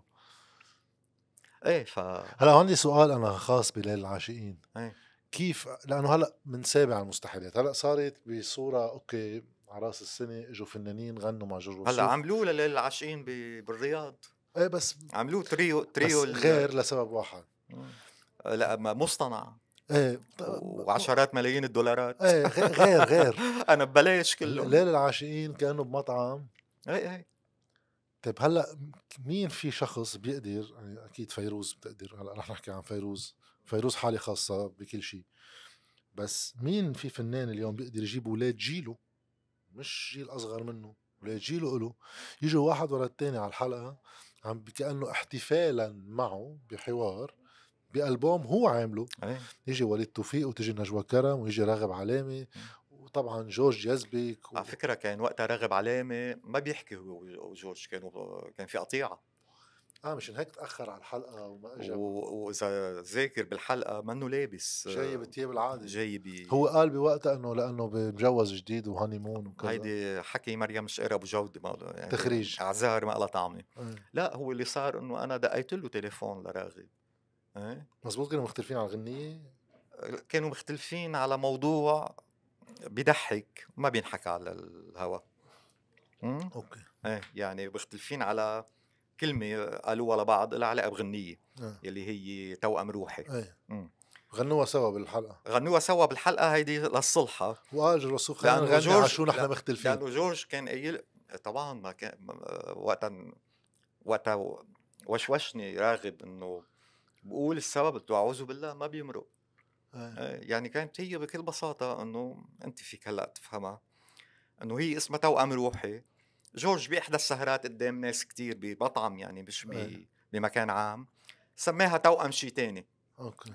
Speaker 2: ايه
Speaker 1: هلا عندي سؤال انا خاص بليل العاشقين.
Speaker 2: ايه.
Speaker 1: كيف؟ لانه هلا من سابع المستحيلات، هلا صارت بصورة اوكي على راس السنة اجوا فنانين غنوا مع جورج وسوف.
Speaker 2: هلا عملوه لليل العاشقين بالرياض.
Speaker 1: ايه بس
Speaker 2: عملوه تريو
Speaker 1: بس غير لسبب واحد.
Speaker 2: لا مصطنع.
Speaker 1: ايه
Speaker 2: وعشرات ملايين الدولارات.
Speaker 1: ايه غير
Speaker 2: انا ببلاش كله.
Speaker 1: ليل العاشقين كانوا بمطعم.
Speaker 2: ايه.
Speaker 1: طيب هلا مين في شخص بيقدر، يعني اكيد فيروز بتقدر، هلا رح نحكي عن فيروز حالة خاصة بكل شيء، بس مين في فنان اليوم بيقدر يجيب اولاد جيله، مش جيل اصغر منه، اولاد جيله له يجوا واحد ورا التاني على الحلقة عم كأنه احتفالا معه بحوار بألبوم هو عامله. يجي وليد توفيق وتجي نجوى كرم ويجي راغب علامة وطبعا جورج يزبك
Speaker 2: على فكرة كان وقتها راغب علامة ما بيحكي هو وجورج، كان في قطيعة.
Speaker 1: مشان هيك تأخر على الحلقة وما اجى.
Speaker 2: وإذا ذاكر بالحلقة منه لابس،
Speaker 1: جاي بالتياب العادي.
Speaker 2: هو
Speaker 1: قال بوقتها انه لانه مجوز جديد وهاني مون وكذا.
Speaker 2: هيدي حكي مريم شقيرة ابو جودة يعني
Speaker 1: تخريج
Speaker 2: اعذار ما لها طعمه. لا هو اللي صار انه انا دقيت له تليفون لراغب.
Speaker 1: مزبوط. كانوا مختلفين على الغنية،
Speaker 2: كانوا مختلفين على موضوع بيضحك ما بينحكى على الهوا.
Speaker 1: اوكي.
Speaker 2: يعني مختلفين على كلمة قالوها لبعض لها علاقة بغنية يلي هي توأم روحي.
Speaker 1: غنوها سوا بالحلقة.
Speaker 2: هيدي للصلحة.
Speaker 1: وقال جورج وسوف خلينا نغني على شو نحن مختلفين.
Speaker 2: لأنه جورج كان قايل طبعا ما كان وقتها وشوشني راغب انه بقول السبب اعوذ بالله ما بيمرق. يعني كانت هي بكل بساطة انه انت فيك هلا تفهمها انه هي اسمها توأم روحي. جورج بإحدى السهرات قدام ناس كتير بمطعم يعني مش بمكان عام سماها توأم شي تاني.
Speaker 1: اوكي.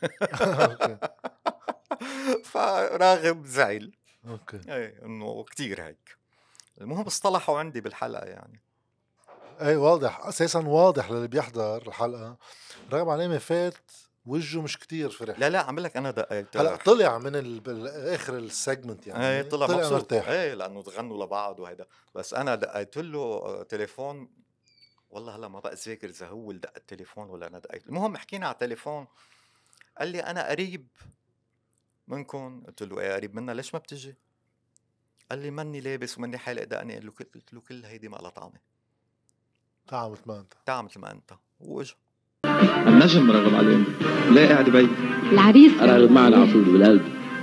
Speaker 2: فراغب زعل.
Speaker 1: اوكي.
Speaker 2: انه كتير هيك. المهم اصطلحوا عندي بالحلقة يعني.
Speaker 1: واضح اساسا، واضح للي بيحضر الحلقة راغب علامة فات وجهه مش كتير فرح.
Speaker 2: لا عم لك انا دقيت.
Speaker 1: هلا طلع من اخر السيجمنت يعني
Speaker 2: طلع
Speaker 1: مرتاح.
Speaker 2: لانه تغنوا لبعض وهذا. بس انا دقيت له تليفون والله هلا ما بقى ذاكر اذا هو اللي دق التليفون ولا انا دقيت. المهم حكينا على التليفون قال لي انا قريب منكم؟ قلت له ايه قريب منا، ليش ما بتجي؟ قال لي ماني لابس وماني حالق دقني. قلت له كل هيدي ما لها طعمه،
Speaker 1: تعال مثل ما انت.
Speaker 2: تعال مثل ما انت. واجا
Speaker 3: النجم راغب علينا. ليه قاعد بي؟
Speaker 6: العريس
Speaker 5: راغب معنا على طول بالقلب.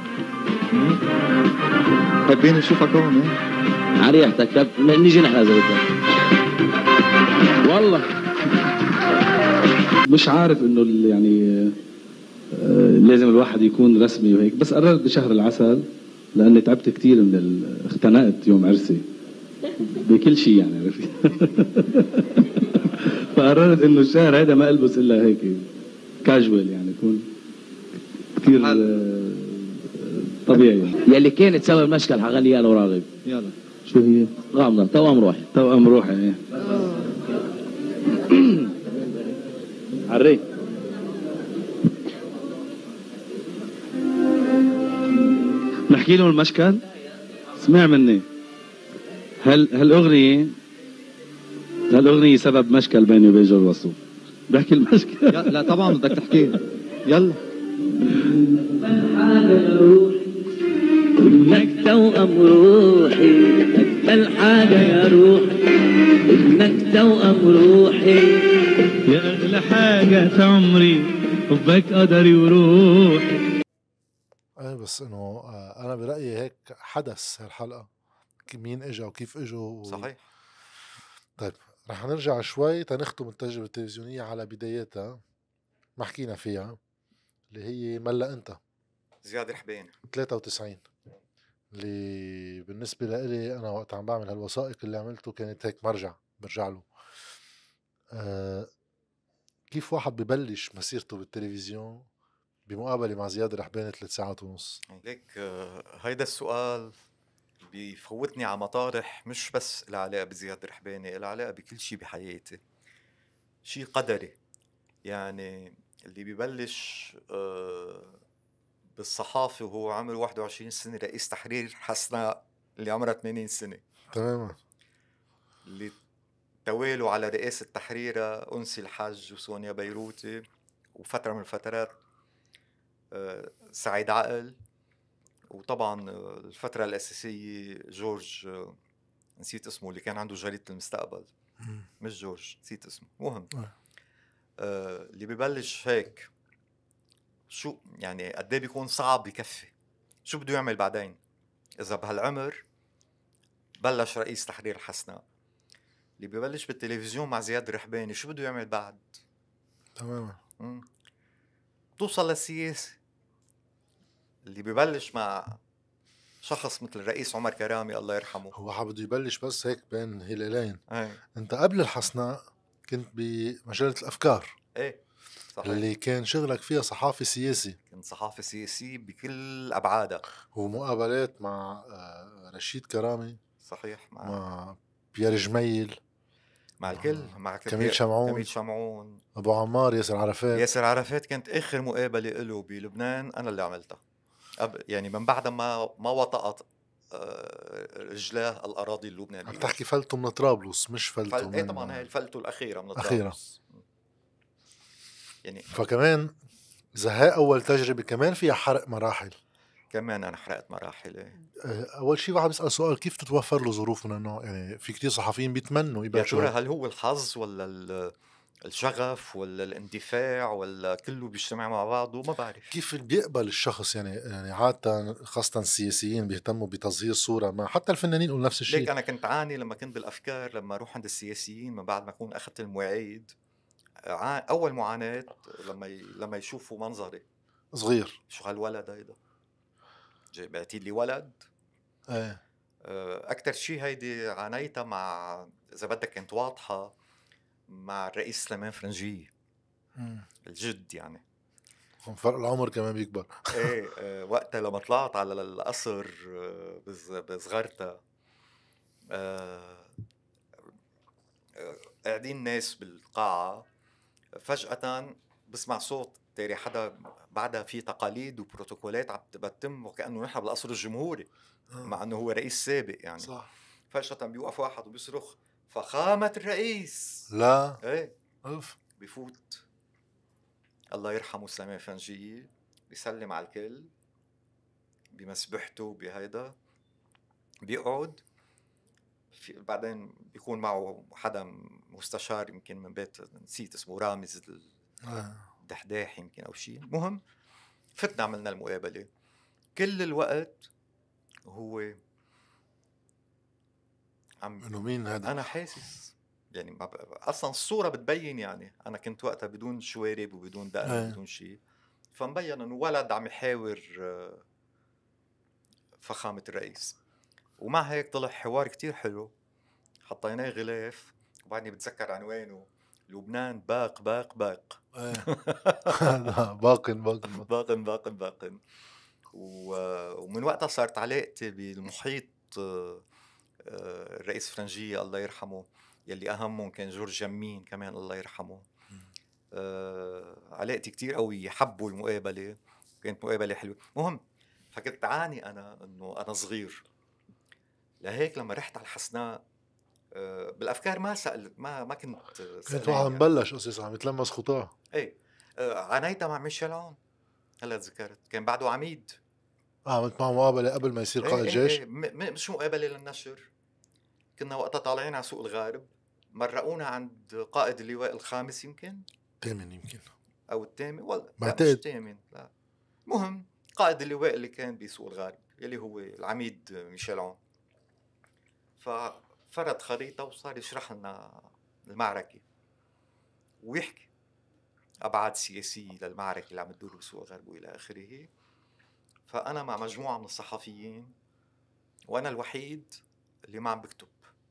Speaker 3: حابين نشوفك هون.
Speaker 5: على ريحتك. طب نيجي نحن اذا بدك. والله مش عارف انه يعني لازم الواحد يكون رسمي وهيك، بس قررت بشهر العسل لاني تعبت كثير اختنقت يوم عرسي بكل شيء يعني، عرفت. فقررت انه الشهر هذا ما البس الا هيك كاجوال، يعني يكون كثير طبيعي يعني. يلي كانت سبب مشكل حغنيها انا وراغب.
Speaker 3: يلا
Speaker 5: شو هي؟ غامضة. توأم روحي. توأم روحي ايه. عري نحكي لهم المشكل. اسمع مني، هالأغنية سبب مشكل بيني وبين جورج وسوف. بحكي المشكل.
Speaker 3: لا طبعا بدك تحكي. يلا.
Speaker 8: انك توأم روحي، اجمل حاجة يا روحي، انك توأم روحي،
Speaker 5: يا اغلى حاجة في عمري، حبك قدري وروحي.
Speaker 1: ايه بس انه انا برأيي هيك حدث هالحلقة، مين اجا وكيف اجوا
Speaker 2: صحيح.
Speaker 1: طيب رح نرجع شوي تنختم التجربة التلفزيونية على بدايتها، ما حكينا فيها، اللي هي ملا انت
Speaker 2: زياد رحباني
Speaker 1: 93، اللي بالنسبة لإلي أنا وقت عم بعمل هالوثائق اللي عملته كانت هيك برجع له. كيف واحد ببلش مسيرته بالتلفزيون بمقابلة مع زياد رحباني 3 ساعات ونص؟
Speaker 2: ليك هيدا السؤال بيفوتني على مطارح مش بس العلاقة بزياد رحباني، العلاقة بكل شيء بحياتي، شيء قدري. يعني اللي بيبلش بالصحافة وهو عمره 21 سنة رئيس تحرير حسناء اللي عمرها 80 سنة،
Speaker 1: تماما.
Speaker 2: اللي توالوا على رئاسة تحريرها أنسي الحج وسونيا بيروتي، وفترة من الفترات سعيد عقل، وطبعا الفترة الأساسية جورج نسيت اسمه اللي كان عنده جريدة المستقبل. مش جورج، نسيت اسمه. مهم اللي ببلش هيك شو يعني قد ايه بيكون صعب يكفي، شو بده يعمل بعدين اذا بهالعمر بلش رئيس تحرير حسناء. اللي ببلش بالتلفزيون مع زياد رحباني شو بده يعمل بعد؟
Speaker 1: تماما.
Speaker 2: توصل للسياسة. اللي ببلش مع شخص مثل الرئيس عمر كرامي الله يرحمه،
Speaker 1: هو بده يبلش بس هيك بين هلالين.
Speaker 2: ايه
Speaker 1: انت قبل الحسناء كنت بمجلة الأفكار،
Speaker 2: ايه صحيح،
Speaker 1: اللي كان شغلك فيها صحافي سياسي،
Speaker 2: كنت صحافي سياسي بكل أبعادها.
Speaker 1: ومقابلات مع رشيد كرامي،
Speaker 2: صحيح،
Speaker 1: مع بيير جميل،
Speaker 2: مع الكل، مع
Speaker 1: كميل شمعون، أبو عمار، ياسر عرفات.
Speaker 2: كانت آخر مقابلة له بلبنان أنا اللي عملتها، يعني من بعد ما وطأت رجلاه الأراضي اللبنانية.
Speaker 1: عم تحكي فلتوا من طرابلس مش فلتوا
Speaker 2: من طبعا هاي الفلتوا الأخيرة من
Speaker 1: طرابلس
Speaker 2: يعني.
Speaker 1: فكمان إذا هاي أول تجربة كمان فيها حرق مراحل.
Speaker 2: كمان أنا حرقت مراحل.
Speaker 1: أول شيء واحد بيسأل سؤال، كيف تتوفر له ظروف من النوع؟ يعني في كتير صحفيين بيتمنوا يبلشوا.
Speaker 2: يا ترى هل هو الحظ ولا الشغف ولا الاندفاع ولا كله بيجتمع مع بعضه؟ ما بعرف
Speaker 1: كيف بيقبل الشخص. يعني عادة خاصة السياسيين بيهتموا بتظهير صورة ما، حتى الفنانين يقول نفس الشيء.
Speaker 2: ليك أنا كنت عاني لما كنت بالأفكار، لما أروح عند السياسيين من بعد ما أكون أخذت المواعيد. أول معاناة لما يشوفوا منظري
Speaker 1: صغير،
Speaker 2: شو هالولد هيدا بعتيد لي ولد.
Speaker 1: ايه
Speaker 2: أكتر شيء هيدي عانيتها مع، إذا بدك كانت واضحة، مع الرئيس سليمان فرنجية الجد. يعني
Speaker 1: فرق العمر كمان بيكبر.
Speaker 2: ايه وقتها لما طلعت على القصر بصغرتها، قاعدين ناس بالقاعة، فجأة بسمع صوت تاري حدا بعدها في تقاليد وبروتوكولات عم بتتم وكأنه نحن بالقصر الجمهوري، مع انه هو رئيس سابق يعني. صح. فجأة بيوقف واحد وبيصرخ فخامة الرئيس.
Speaker 1: لا
Speaker 2: ايه
Speaker 1: أوف.
Speaker 2: بفوت الله يرحمه سليمان فرنجية، بيسلم على الكل، بمسبحته بهيدا بيقعد بعدين بيكون معه حدا مستشار يمكن من بيت نسيت اسمه رامز الدحداح يمكن أو شيء. المهم فتنا عملنا المقابلة كل الوقت هو
Speaker 1: انه مين هذا؟
Speaker 2: انا حاسس يعني اصلا الصوره بتبين يعني انا كنت وقتها بدون شوارب وبدون دقن وبدون شيء، فمبين انه ولد عم يحاور فخامه الرئيس. ومع هيك طلع حوار كتير حلو، حطيناه غلاف وبعدني بتذكر عنوانه لبنان باق باق باق
Speaker 1: باقن باقن
Speaker 2: باقن باقن باقن. ومن وقتها صارت علاقتي بالمحيط الرئيس فرنجية الله يرحمه يلي أهمهم كان جورج جمين كمان الله يرحمه. علاقتي كتير قوية، حبوا المقابلة، كانت مقابلة حلوة. مهم فكنت عاني أنا أنه أنا صغير، لهيك لما رحت على الحسناء بالأفكار ما سألت ما كنت
Speaker 1: كنت واحد مبلش أساس عم يتلمس خطاه.
Speaker 2: ايه عانيتها مع ميشيل عون. هلا تذكرت كان بعده عميد
Speaker 1: عملت معه مقابلة قبل ما يصير قائد جيش.
Speaker 2: مش مقابلة للنشر، كنا وقتها طالعين على سوق الغارب، مرقونا عند قائد اللواء الخامس يمكن
Speaker 1: الثامن يمكن
Speaker 2: او الثامن ولا
Speaker 1: بعتقد
Speaker 2: مش الثامن لا. مهم قائد اللواء اللي كان بسوق الغارب يلي هو العميد ميشيل عون، ففرد خريطة وصار يشرح لنا المعركة ويحكي أبعاد سياسية للمعركة اللي عم تدور بسوق الغرب وإلى آخره. فأنا مع مجموعة من الصحفيين وأنا الوحيد اللي ما عم بكتب.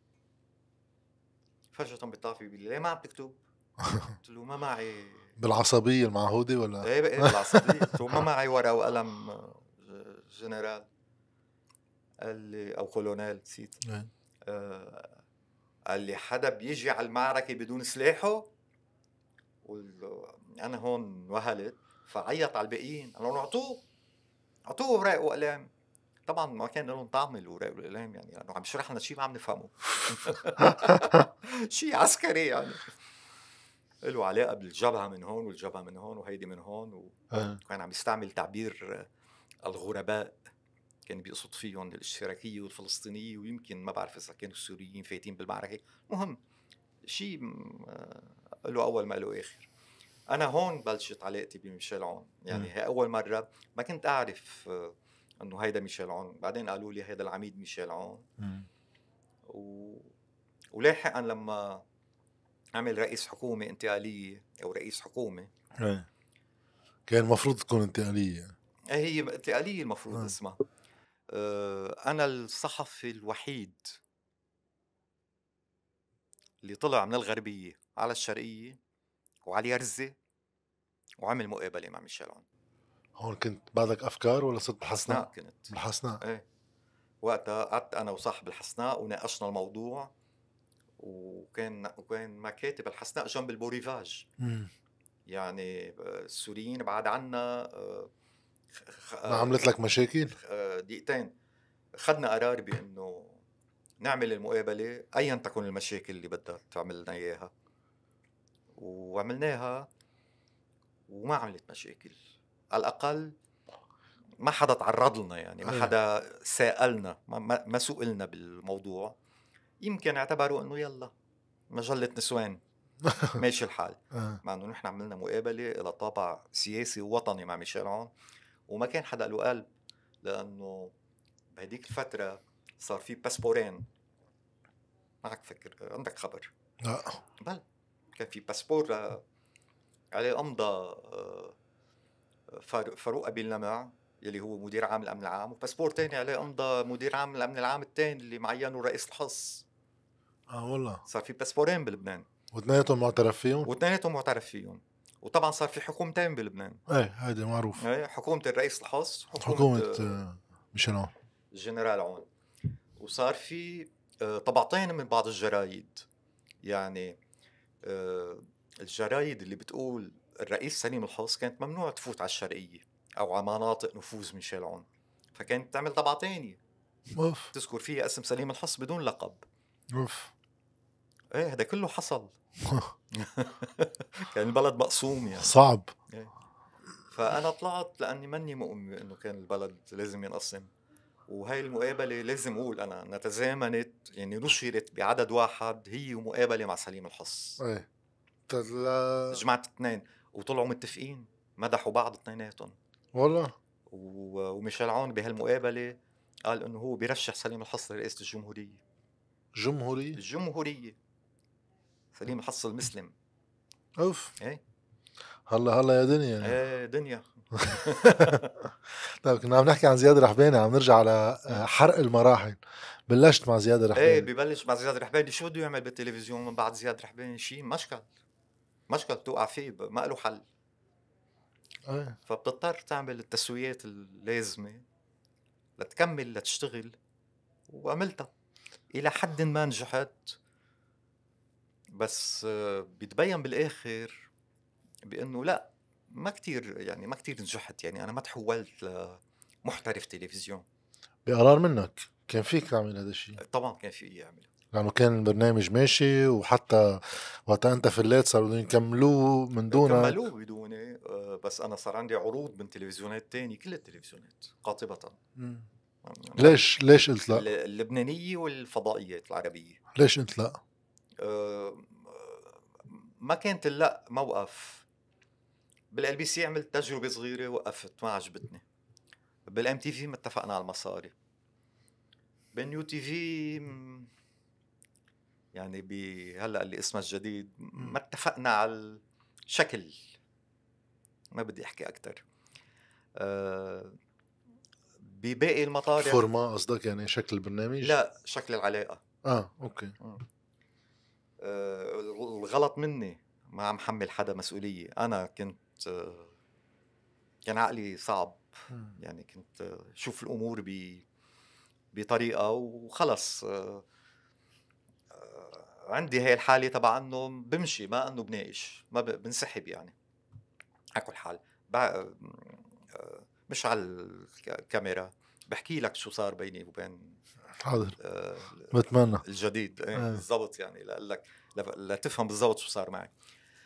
Speaker 2: فجأة بيطافي بيقول لي ليه ما عم تكتب؟ قلت له ما معي.
Speaker 1: بالعصبية المعهودة ولا؟
Speaker 2: ايه بالعصبية. قلت له ما معي ورقة وقلم جنرال. قال لي أو كولونيل نسيت. قال لي حدا بيجي على المعركة بدون سلاحه؟ أنا هون وهلت فعيط على الباقيين، قالوا اعطوه ورق وقلم. طبعا ما كان لهم طعم الورق والقلم يعني لأنه عم يشرح لنا شيء ما عم نفهمه شيء عسكري يعني له علاقة بالجبهة من هون والجبهة من هون وهيدي من هون وكان عم يستعمل تعبير الغرباء، كان بيقصد فيهم الاشتراكية والفلسطينية ويمكن ما بعرف إذا كانوا السوريين فايتين بالمعركة. مهم شيء له أول ما له آخر. أنا هون بلشت علاقتي بميشيل عون، يعني هي أول مرة ما كنت أعرف أنه هيدا ميشيل عون، بعدين قالوا لي هيدا العميد ميشيل عون. ولاحقا لما عمل رئيس حكومة انتقالية أو رئيس حكومة
Speaker 1: كان المفروض تكون انتقالية،
Speaker 2: هي انتقالية المفروض اسمها. أنا الصحفي الوحيد اللي طلع من الغربية على الشرقية وعلى يرزة وعمل مقابلة مع ميشيل عون.
Speaker 1: هون كنت بعدك أفكار ولا صرت بالحسناء؟
Speaker 2: كنت
Speaker 1: بالحسناء.
Speaker 2: ايه وقتها قعدت أنا وصاحب الحسناء وناقشنا الموضوع، وكان مكاتب الحسناء جنب البوريفاج. يعني السوريين بعد عنا
Speaker 1: ما عملت لك مشاكل؟
Speaker 2: دقيقتين خدنا قرار بأنه نعمل المقابلة أيا تكون المشاكل اللي بدها تعمل لنا إياها، وعملناها وما عملت مشاكل. على الأقل ما حدا تعرض لنا، يعني ما حدا سألنا، ما سئلنا بالموضوع. يمكن اعتبروا أنه يلا مجلة نسوان ماشي الحال، مع أنه نحن عملنا مقابلة إلى طابع سياسي ووطني مع ميشيل عون، وما كان حدا له قلب، لأنه بهديك الفترة صار في باسبورين. معك فكر عندك خبر؟
Speaker 1: لا
Speaker 2: بل كان في باسبور عليه أمضى فاروق أبي اللمع يلي هو مدير عام الأمن العام، وباسبور تاني عليه أمضى مدير عام الأمن العام التاني اللي معينه رئيس الحص.
Speaker 1: والله
Speaker 2: صار في باسبورين بلبنان
Speaker 1: واثنيناتهم معترف فيهم.
Speaker 2: وطبعا صار في حكومتين بلبنان.
Speaker 1: هذا معروف.
Speaker 2: حكومة الرئيس الحص،
Speaker 1: حكومة ميشيل عون
Speaker 2: الجنرال عون. وصار في طبعتين من بعض الجرايد، يعني الجرايد اللي بتقول الرئيس سليم الحص كانت ممنوع تفوت على الشرقية أو على مناطق نفوذ ميشيل عون، فكانت تعمل طبعة تانية تذكر فيها اسم سليم الحص بدون لقب. هذا كله حصل كان البلد مقسوم يعني
Speaker 1: صعب.
Speaker 2: فأنا طلعت لأني ماني مؤمن إنه كان البلد لازم ينقسم. وهي المقابلة لازم أقول أنا تزامنت يعني نشرت بعدد واحد هي ومقابلة مع سليم الحص.
Speaker 1: ايه
Speaker 2: جمعت اثنين وطلعوا متفقين، مدحوا بعض اثنيناتهم.
Speaker 1: والله
Speaker 2: وميشيل عون بهالمقابلة قال إنه هو بيرشح سليم الحص لرئاسة الجمهورية. الجمهورية سليم الحص المسلم.
Speaker 1: اوف
Speaker 2: ايه
Speaker 1: هلا يا دنيا.
Speaker 2: ايه دنيا.
Speaker 1: طيب كنا عم نحكي عن زياد الرحباني، عم نرجع على حرق المراحل. بلشت مع زياد الرحباني.
Speaker 2: ايه ببلش مع زياد الرحباني. شو بده يعمل بالتلفزيون من بعد زياد الرحباني؟ شيء مشكل توقع فيه، ما له حل.
Speaker 1: ايه
Speaker 2: فبتضطر تعمل التسويات اللازمة لتكمل لتشتغل، وعملتها إلى حد ما نجحت. بس بيتبين بالآخر بأنه لا، ما كتير نجحت. يعني أنا ما تحولت لمحترف تلفزيون.
Speaker 1: بقرار منك كان فيك تعمل هذا الشيء؟
Speaker 2: طبعا كان في يعمل،
Speaker 1: لأنه كان البرنامج ماشي، وحتى وقت أنت فليت صاروا بدهم يكملوه من دونك.
Speaker 2: كملوه بدوني. بس أنا صار عندي عروض من تلفزيونات تاني، كل التلفزيونات قاطبة.
Speaker 1: ليش قلت لا؟
Speaker 2: اللبنانية والفضائيات العربية.
Speaker 1: ليش قلت لا؟
Speaker 2: ما كانت لا موقف. بالال بي سي عملت تجربة صغيرة، وقفت ما عجبتني. بالام تي في ما اتفقنا على المصاري. بالنيو تي في يعني هلا اللي اسمه الجديد ما اتفقنا على الشكل. ما بدي احكي اكتر. بباقي المطارح
Speaker 1: فورما قصدك، يعني شكل البرنامج؟
Speaker 2: لا، شكل العلاقة.
Speaker 1: اوكي.
Speaker 2: الغلط مني، ما عم حمل حدا مسؤولية. أنا كنت كان عقلي صعب. يعني كنت شوف الأمور بطريقة وخلص. عندي هاي الحالة تبع أنه بمشي، ما أنه بناقش، ما بنسحب يعني. أكو الحال مش على الكاميرا بحكي لك شو صار بيني وبين
Speaker 1: حاضر بتمنى
Speaker 2: الجديد. بالضبط، يعني لك لتفهم بالضبط شو صار معي.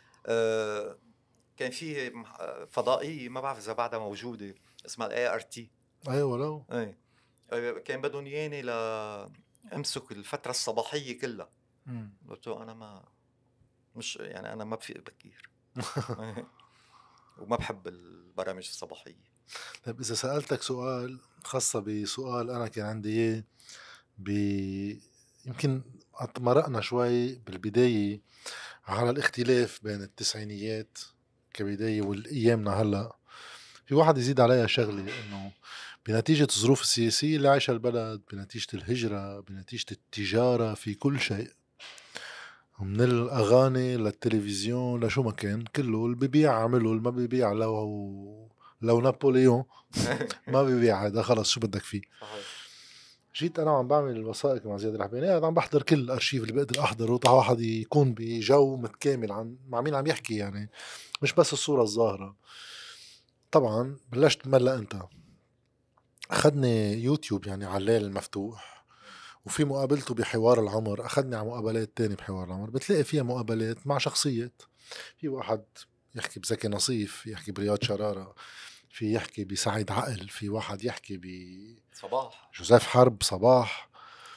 Speaker 2: كان فيه فضائية ما بعرف إذا بعدها موجودة، اسمها ART.
Speaker 1: أيوة ولو
Speaker 2: كان بدهم ياني لأمسك الفترة الصباحية كلها. قلت له أنا ما بفيق بكير. وما بحب البرامج الصباحية.
Speaker 1: طيب إذا سألتك سؤال خاصة بسؤال أنا كان عندي إياه، يمكن مرقنا شوي بالبداية على الاختلاف بين التسعينيات كبداية والأيامنا هلأ. في واحد يزيد عليها شغلة، إنه بنتيجة الظروف السياسية اللي عايشها البلد، بنتيجة الهجرة، بنتيجة التجارة، في كل شيء من الأغاني للتلفزيون لشو ما كان، كله اللي بيبيع عمله، اللي ما بيبيع لو نابليون ما بيبيع هذا، خلص شو بدك فيه. جيت أنا عم بعمل الوثائق مع زياد الرحباني، عم بحضر كل الأرشيف اللي بقدر أحضره، طبعا واحد يكون بجو متكامل مع مين عم يحكي، يعني مش بس الصورة الظاهرة. طبعا بلشت ملا أنت أخذني يوتيوب يعني على الليل المفتوح، وفي مقابلته بحوار العمر، أخذني على مقابلات تاني بحوار العمر، بتلاقي فيها مقابلات مع شخصيات. في واحد يحكي بزكي نصيف، يحكي برياض شرارة، في يحكي بسعيد عقل، في واحد يحكي
Speaker 2: صباح
Speaker 1: جوزيف حرب صباح،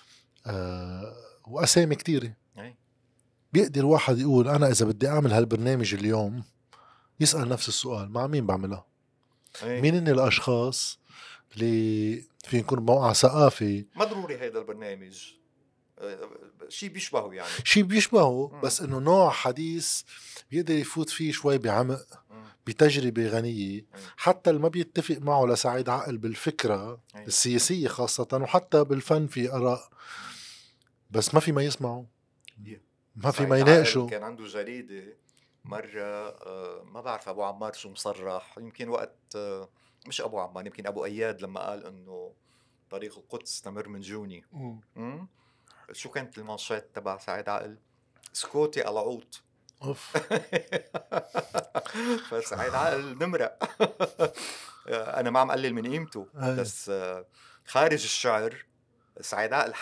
Speaker 1: وأسامي كتيرة. بيقدر واحد يقول أنا إذا بدي أعمل هالبرنامج اليوم، يسأل نفس السؤال، مع مين بعملها؟ مين إن الأشخاص اللي في يكون بموقع ثقافي؟
Speaker 2: ما ضروري هيدا البرنامج شيء بيشبهه، يعني
Speaker 1: شيء بيشبهه، بس إنه نوع حديث بيقدر يفوت فيه شوي بعمق، بتجربة غنية. حتى اللي ما بيتفق معه لسعيد عقل بالفكرة السياسية خاصة، وحتى بالفن في آراء، بس ما في ما يسمعه، ما في ما يناقشه.
Speaker 2: كان عنده جريدة مرة، ما بعرف أبو عمار شو مصرح، يمكن وقت مش أبو عمار، يمكن أبو أياد لما قال إنه طريق القدس تمر من جوني. شو كانت المانشات تبع سعيد عقل؟ سكوتي العوط. فسعيد عقل نمرة. أنا ما عم قلل من قيمته، بس خارج الشعر سعيد عقل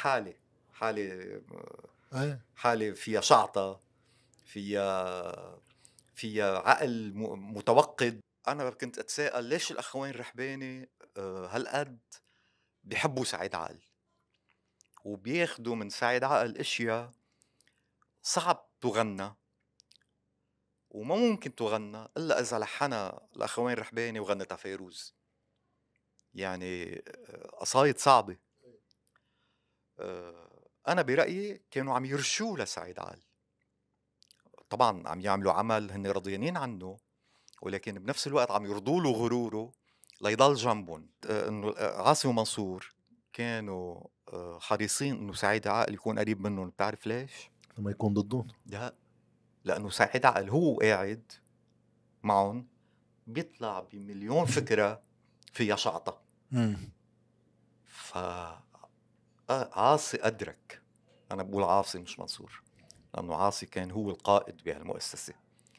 Speaker 2: حالة فيها شعطة، فيها عقل متوقد انا كنت اتساءل ليش الاخوين الرحباني هالقد بيحبوا سعيد عقل وبياخدوا من سعيد عقل اشياء صعب تغنى وما ممكن تغنى الا اذا لحنها الاخوين الرحباني وغنتها فيروز. يعني قصايد صعبه. انا برايي كانوا عم يرشوه لسعيد عقل، طبعا عم يعملوا عمل هن رضيانين عنه، ولكن بنفس الوقت عم يرضوا له غروره ليضل جنبهم. انه عاصي ومنصور كانوا حريصين انه سعيد عقل يكون قريب منهم. بتعرف ليش؟
Speaker 1: لما يكون ضدهم.
Speaker 2: لا، لانه سعيد عقل هو قاعد معهم بيطلع بمليون فكره فيها شعطه. ف عاصي ادرك، انا بقول عاصي مش منصور لانه عاصي كان هو القائد بهالمؤسسه،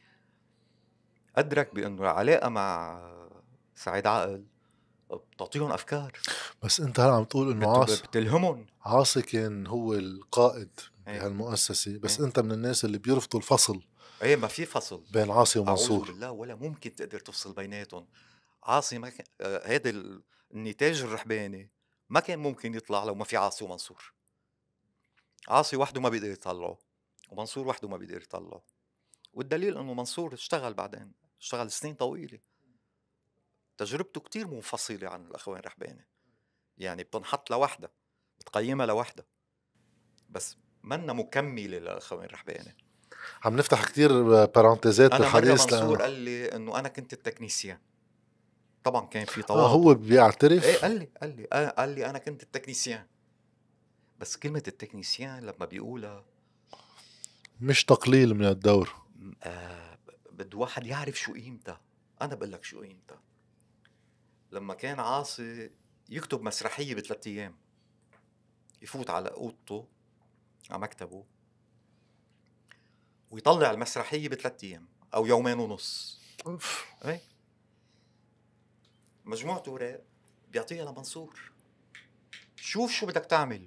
Speaker 2: ادرك بانه العلاقه مع سعيد عقل بتعطيهم افكار.
Speaker 1: بس انت هلا عم تقول انه
Speaker 2: بتلهمهم.
Speaker 1: عاصي كان هو القائد
Speaker 2: ايه.
Speaker 1: بهالمؤسسه، بس
Speaker 2: ايه.
Speaker 1: انت من الناس اللي بيرفضوا الفصل.
Speaker 2: ايه، ما في فصل
Speaker 1: بين عاصي
Speaker 2: اعوذ
Speaker 1: ومنصور.
Speaker 2: بالله، ولا ممكن تقدر تفصل بيناتهم. عاصي ما كان هذا النتاج الرحباني ما كان ممكن يطلع لو ما في عاصي ومنصور. عاصي وحده ما بيقدر يطلعه، ومنصور وحده ما بيقدر يطلعه. والدليل انه منصور اشتغل بعدين، اشتغل سنين طويله، تجربته كتير منفصله عن الاخوين الرحباني. يعني بتنحط لوحدها، بتقيمها لوحدها، بس منا مكمله للاخوين الرحباني.
Speaker 1: عم نفتح كتير بارانتيزات
Speaker 2: انا مره
Speaker 1: بالحديث
Speaker 2: منصور قال لي انه انا كنت التكنيسيان. طبعا كان في تواضع.
Speaker 1: هو بيعترف.
Speaker 2: ايه، قال لي انا كنت التكنيسيان. بس كلمه التكنيسيان لما بيقولها
Speaker 1: مش تقليل من الدور.
Speaker 2: بده واحد يعرف شو قيمتها. انا بقول لك شو قيمتها. لما كان عاصي يكتب مسرحيه ب3 ايام، يفوت على اوضته على مكتبه ويطلع المسرحيه ب3 ايام او 2.5 يوم. ايه، مجموعة اوراق بيعطيها لمنصور، شوف شو بدك تعمل.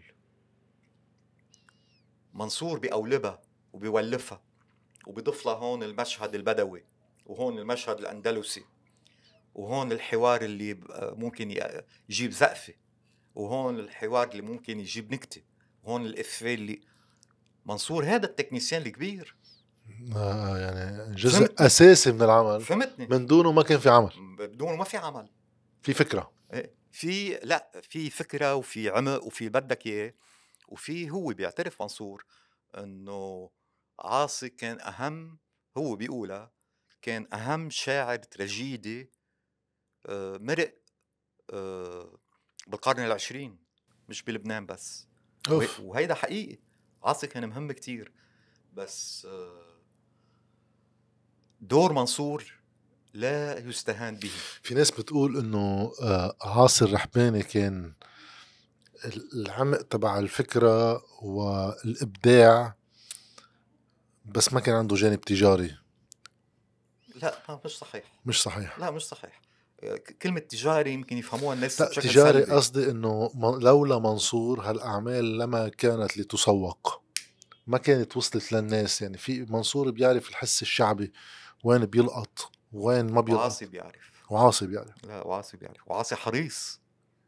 Speaker 2: منصور بيقولبها وبيولفها وبيضيف لها هون المشهد البدوي، وهون المشهد الأندلسي، وهون الحوار اللي ممكن يجيب زقفة، وهون الحوار اللي ممكن يجيب نكتة، وهون الإفيه اللي منصور هذا التكنيسيان الكبير.
Speaker 1: يعني جزء أساسي من العمل.
Speaker 2: فهمتني؟
Speaker 1: من دونه ما كان في عمل.
Speaker 2: بدونه ما في عمل.
Speaker 1: في فكرة،
Speaker 2: في فكرة وفي عمق وفي بدك إياه، وفي هو بيعترف منصور انه عاصي كان اهم، هو بيقولها كان اهم شاعر تراجيدي مرق بالقرن ال20، مش بلبنان بس. وهيدا حقيقي، عاصي كان مهم كتير. بس دور منصور لا يستهان به.
Speaker 1: في ناس بتقول انه عاصي الرحباني كان العمق تبع الفكرة والإبداع، بس ما كان عنده جانب تجاري.
Speaker 2: لا، مش صحيح.
Speaker 1: مش صحيح.
Speaker 2: لا، مش صحيح. كلمة تجاري يمكن يفهموها الناس
Speaker 1: لا،
Speaker 2: بشكل
Speaker 1: تجاري
Speaker 2: سلبي.
Speaker 1: قصدي انه لولا منصور هالأعمال لما كانت لتسوق، ما كانت وصلت للناس. يعني في منصور بيعرف الحس الشعبي، وين بيلقط وين ما بيلقط.
Speaker 2: وعاصي بيعرف.
Speaker 1: لا،
Speaker 2: وعاصي بيعرف، وعاصي حريص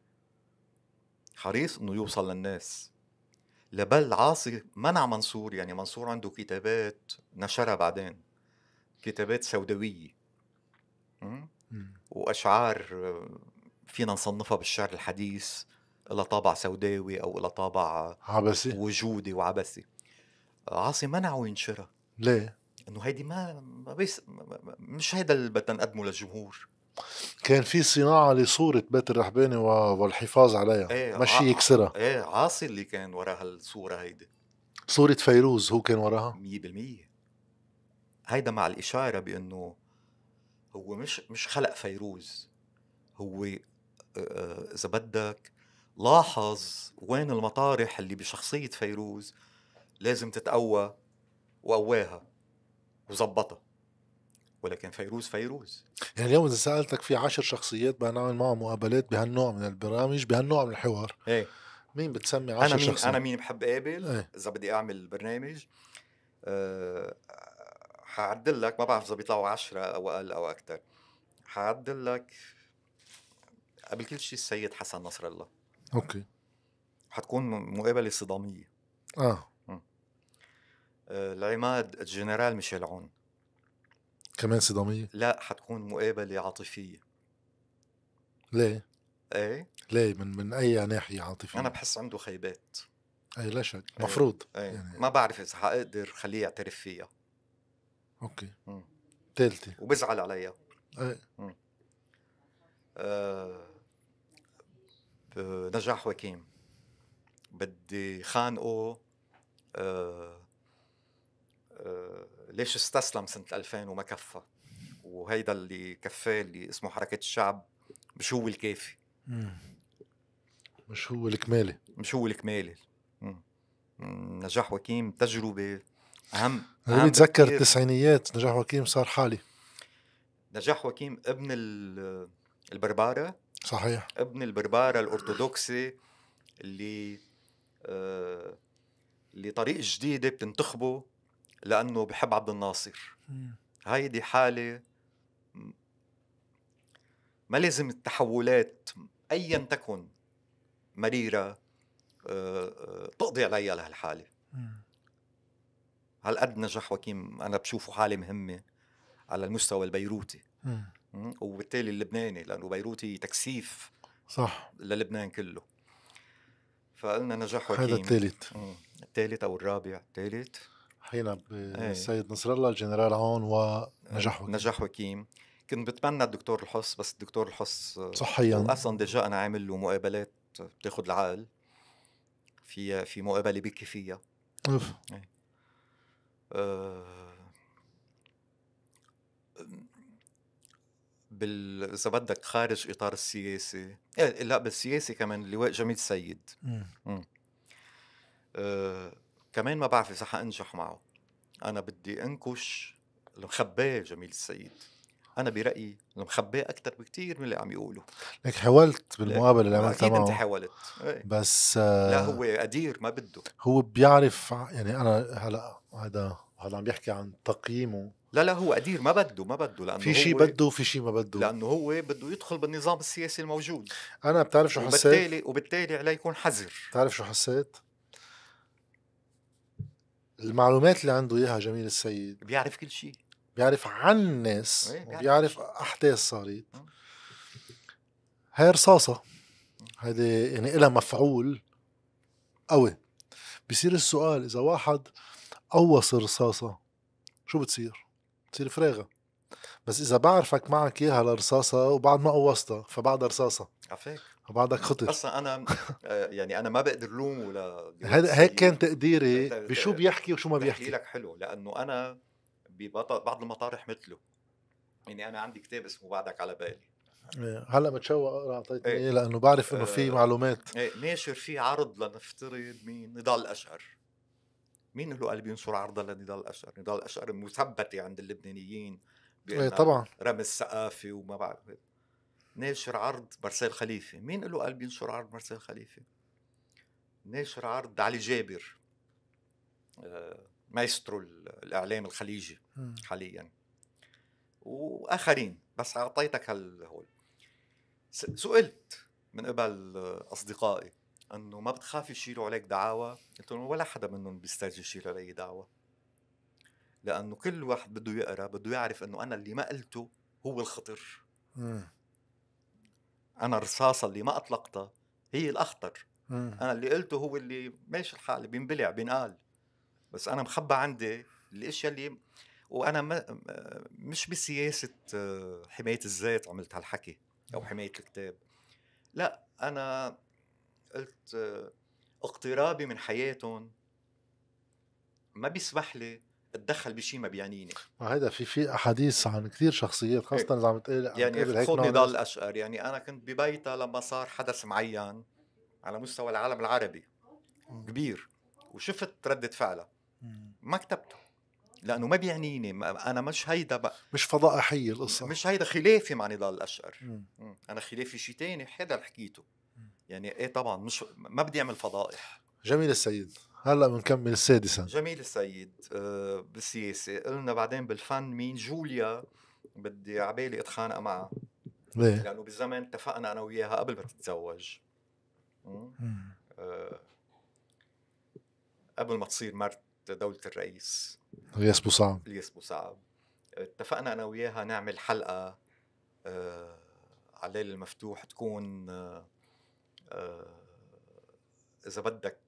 Speaker 2: انه يوصل للناس. لبل عاصي منع منصور. يعني منصور عنده كتابات نشرها بعدين، كتابات سوداوية وأشعار فينا نصنفها بالشعر الحديث إلى طابع سوداوي أو إلى طابع
Speaker 1: عبسي
Speaker 2: وجودي وعبسي. عاصي منعه ينشرها.
Speaker 1: ليه؟
Speaker 2: إنه هيدي مش هيدا اللي بدنا نقدمه للجمهور.
Speaker 1: كان في صناعة لصورة بيت الرحباني والحفاظ عليها.
Speaker 2: ايه،
Speaker 1: ماشي يكسرها.
Speaker 2: ايه، عاصي اللي كان وراها الصورة هيدي.
Speaker 1: صورة فيروز هو كان وراها
Speaker 2: 100%. هيدا مع الإشارة بأنه هو مش خلق فيروز. هو إذا بدك لاحظ وين المطارح اللي بشخصية فيروز لازم تتقوى، وقواها وزبطها. ولكن فيروز
Speaker 1: يعني اليوم إذا سألتك في 10 شخصيات بنعمل معهم مقابلات بهالنوع من البرامج، بهالنوع من الحوار،
Speaker 2: ايه،
Speaker 1: مين بتسمي 10 شخصيات؟
Speaker 2: أنا مين بحب قابل
Speaker 1: ايه؟
Speaker 2: إذا بدي أعمل برنامج هعدل لك، ما بعرف إذا بيطلعوا 10 أو أقل أو أكتر. حعدل لك قبل كل شيء السيد حسن نصر الله.
Speaker 1: اوكي.
Speaker 2: حتكون مقابلة صدامية. العماد الجنرال ميشيل عون.
Speaker 1: كمان صدامية؟
Speaker 2: لا، حتكون مقابلة عاطفية.
Speaker 1: ليه؟
Speaker 2: ايه
Speaker 1: ليه؟ من اي ناحية عاطفية؟
Speaker 2: انا بحس عنده خيبات.
Speaker 1: اي لا شك، مفروض.
Speaker 2: يعني ما بعرف اذا حقدر خليه يعترف فيها.
Speaker 1: اوكي. تالتة
Speaker 2: وبزعل عليها.
Speaker 1: اي.
Speaker 2: نجاح وكيم بدي خانقه. ليش استسلم سنة 2000 وما كفى، وهيدا اللي كفاه اللي اسمه حركة الشعب مش هو الكافي.
Speaker 1: مش هو الكمالي.
Speaker 2: مش هو الكمالي. نجاح وكيم تجربة أهم.
Speaker 1: اللي بيتذكر التسعينيات نجاح وكيم صار حالي.
Speaker 2: نجاح وكيم ابن البربارة.
Speaker 1: صحيح.
Speaker 2: ابن البربارة الأرثوذكسي اللي طريق جديدة بتنتخبه لأنه بحب عبد الناصر. هايدي حالة ما لازم التحولات أيا تكن مريرة تقضي عليها لهالحالة. هالقد نجاح وكيم أنا بشوفه حالة مهمة على المستوى البيروتي وبالتالي اللبناني، لأنه بيروتي تكثيف
Speaker 1: صح
Speaker 2: للبنان كله. فقلنا نجاح وكيم.
Speaker 1: هذا الثالث.
Speaker 2: الثالث أو الرابع. الثالث
Speaker 1: حينا بالسيد نصر الله، الجنرال عون، ونجاح وكيم.
Speaker 2: نجاح وكيم. كنت بتمنى الدكتور الحص، بس الدكتور الحص
Speaker 1: صحيا
Speaker 2: أصلا ديجا أنا عامل له مقابلات بتاخد العقل في مقابلة بكي فيها. إذا بدك خارج إطار السياسي، لا بالسياسي كمان اللواء جميل السيد. كمان ما بعرف إذا حأنجح معه. أنا بدي أنكش المخباه جميل السيد. أنا برأيي المخباه أكتر بكتير من اللي عم يقولوا.
Speaker 1: لك حاولت بالمقابلة اللي عملتها معه.
Speaker 2: أكيد أنت حاولت.
Speaker 1: بس
Speaker 2: لا هو قدير ما بده.
Speaker 1: هو بيعرف، يعني أنا هلا هذا عم بيحكي عن تقييمه.
Speaker 2: لا هو قدير ما بده لأنه
Speaker 1: في شيء بده وفي شيء ما بده،
Speaker 2: لأنه هو بده يدخل بالنظام السياسي الموجود.
Speaker 1: أنا بتعرف شو حسيت؟
Speaker 2: وبالتالي عليه يكون حذر.
Speaker 1: بتعرف شو حسيت؟ المعلومات اللي عنده إياها جميل السيد،
Speaker 2: بيعرف كل شيء، بيعرف
Speaker 1: عن الناس، وبيعرف أحداث صارت. هاي رصاصة، هذه يعني إلها مفعول قوي. بيصير السؤال، إذا واحد قوص الرصاصة شو بتصير فراغة. بس إذا بعرفك معك إياها لرصاصة وبعد ما قوصتها فبعدها رصاصة،
Speaker 2: عفاك
Speaker 1: وبعدك خطر.
Speaker 2: أصلا أنا يعني أنا ما بقدر لوم ولا
Speaker 1: هيك كان تقديري بشو بيحكي وشو ما بيحكي.
Speaker 2: لك حلو، لأنه أنا ببعض المطارح مثله. يعني أنا عندي كتاب اسمه بعدك على بالي،
Speaker 1: هلا متشوق اقرا، اعطيتني ايه لانه بعرف انه في معلومات.
Speaker 2: ناشر فيه عرض لنفترض مين نضال الاشقر. مين له قلب ينشر عرضه لنضال الاشقر؟ نضال الاشقر مثبته عند اللبنانيين
Speaker 1: طبعا
Speaker 2: رمز الثقافي وما بعرف. ناشر عرض مرسال خليفه. مين له قلب ينشر عرض مرسال خليفه؟ ناشر عرض علي جابر، مايسترو الاعلام الخليجي حاليا، واخرين. بس اعطيتك هالهول. سئلت من قبل أصدقائي أنه ما بتخاف يشيلوا عليك دعاوى؟ قلت لهم ولا حدا منهم بيستاهل يشيل علي دعوى، لأنه كل واحد بده يقرأ بده يعرف أنه أنا اللي ما قلته هو الخطر. أنا الرصاصة اللي ما أطلقتها هي الأخطر. أنا اللي قلته هو اللي ماشي الحال بينبلع بينقال، بس أنا مخبى عندي الاشياء اللي. وأنا مش بسياسة حماية الذات عملت هالحكي أو حماية الكتاب. لا، أنا قلت اقترابي من حياتهم ما بيسمح لي اتدخل بشي ما بيعنيني.
Speaker 1: هذا في أحاديث عن كثير شخصيات، خاصة إذا عم تقول
Speaker 2: يعني خذ نضال الأشقر. يعني أنا كنت ببيتها لما صار حدث معين على مستوى العالم العربي كبير، وشفت ردة فعلها، ما كتبته لأنه ما بيعنيني. أنا مش هيدا بقى،
Speaker 1: مش فضائحية القصة،
Speaker 2: مش هيدا خلافي مع نضال الأشقر. أنا خلافي شي تاني هذا اللي حكيته. يعني إيه طبعا مش ما بدي أعمل فضائح.
Speaker 1: جميل السيد. هلأ بنكمل السادسة.
Speaker 2: جميل السيد بالسياسة. قلنا بعدين بالفن مين؟ جوليا بدي عبالي اتخانق معها
Speaker 1: ليه؟
Speaker 2: لانه بالزمن اتفقنا انا وياها قبل ما تتزوج. قبل ما تصير مرت دولة الرئيس
Speaker 1: الياس بوصعب.
Speaker 2: الياس بوصعب، اتفقنا انا وياها نعمل حلقة على الليل المفتوح تكون اذا بدك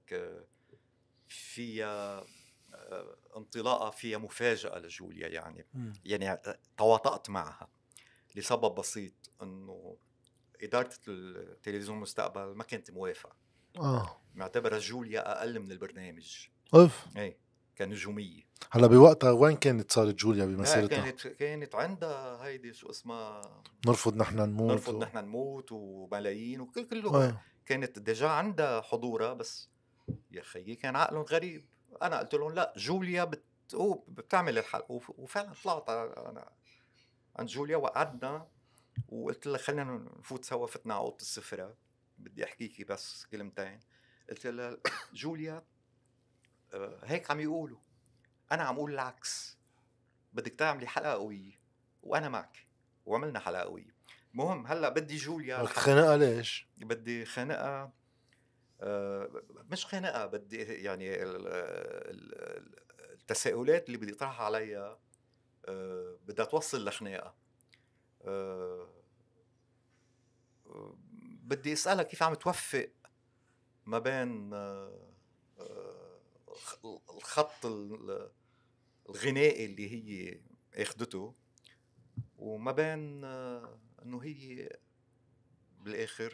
Speaker 2: فيها انطلاقة فيها مفاجأة لجوليا. يعني تواطأت معها لسبب بسيط، انه إدارة التلفزيون المستقبل ما كانت موافقة. معتبرة جوليا أقل من البرنامج.
Speaker 1: اوف.
Speaker 2: ايه كنجومية.
Speaker 1: هلا بوقتها وين كانت صارت جوليا بمسيرتها؟
Speaker 2: كانت عندها هيدي شو اسمها،
Speaker 1: نرفض نحن
Speaker 2: نموت وملايين كله. كانت ديجا عندها حضورها، بس يا خيي كان عقلهم غريب. انا قلت لهم لا، جوليا بتعمل الحلقة، وفعلا طلعت انا عند جوليا وقعدنا وقلت لها خلينا نفوت سوا. فتنا على اوضه السفره، بدي احكيكي بس كلمتين. قلت لها جوليا هيك عم يقولوا، انا عم اقول العكس، بدك تعملي حلقه قويه وانا معك. وعملنا حلقه قويه. المهم هلا بدي جوليا
Speaker 1: خنقها. ليش
Speaker 2: بدي خنقها؟ مش خنقها، بدي يعني التساؤلات اللي بدي اطرحها عليها بدها توصل لخناقه. بدي اسالها كيف عم توفق ما بين الخط الغنائي اللي هي اخدته، وما بين انه هي بالاخر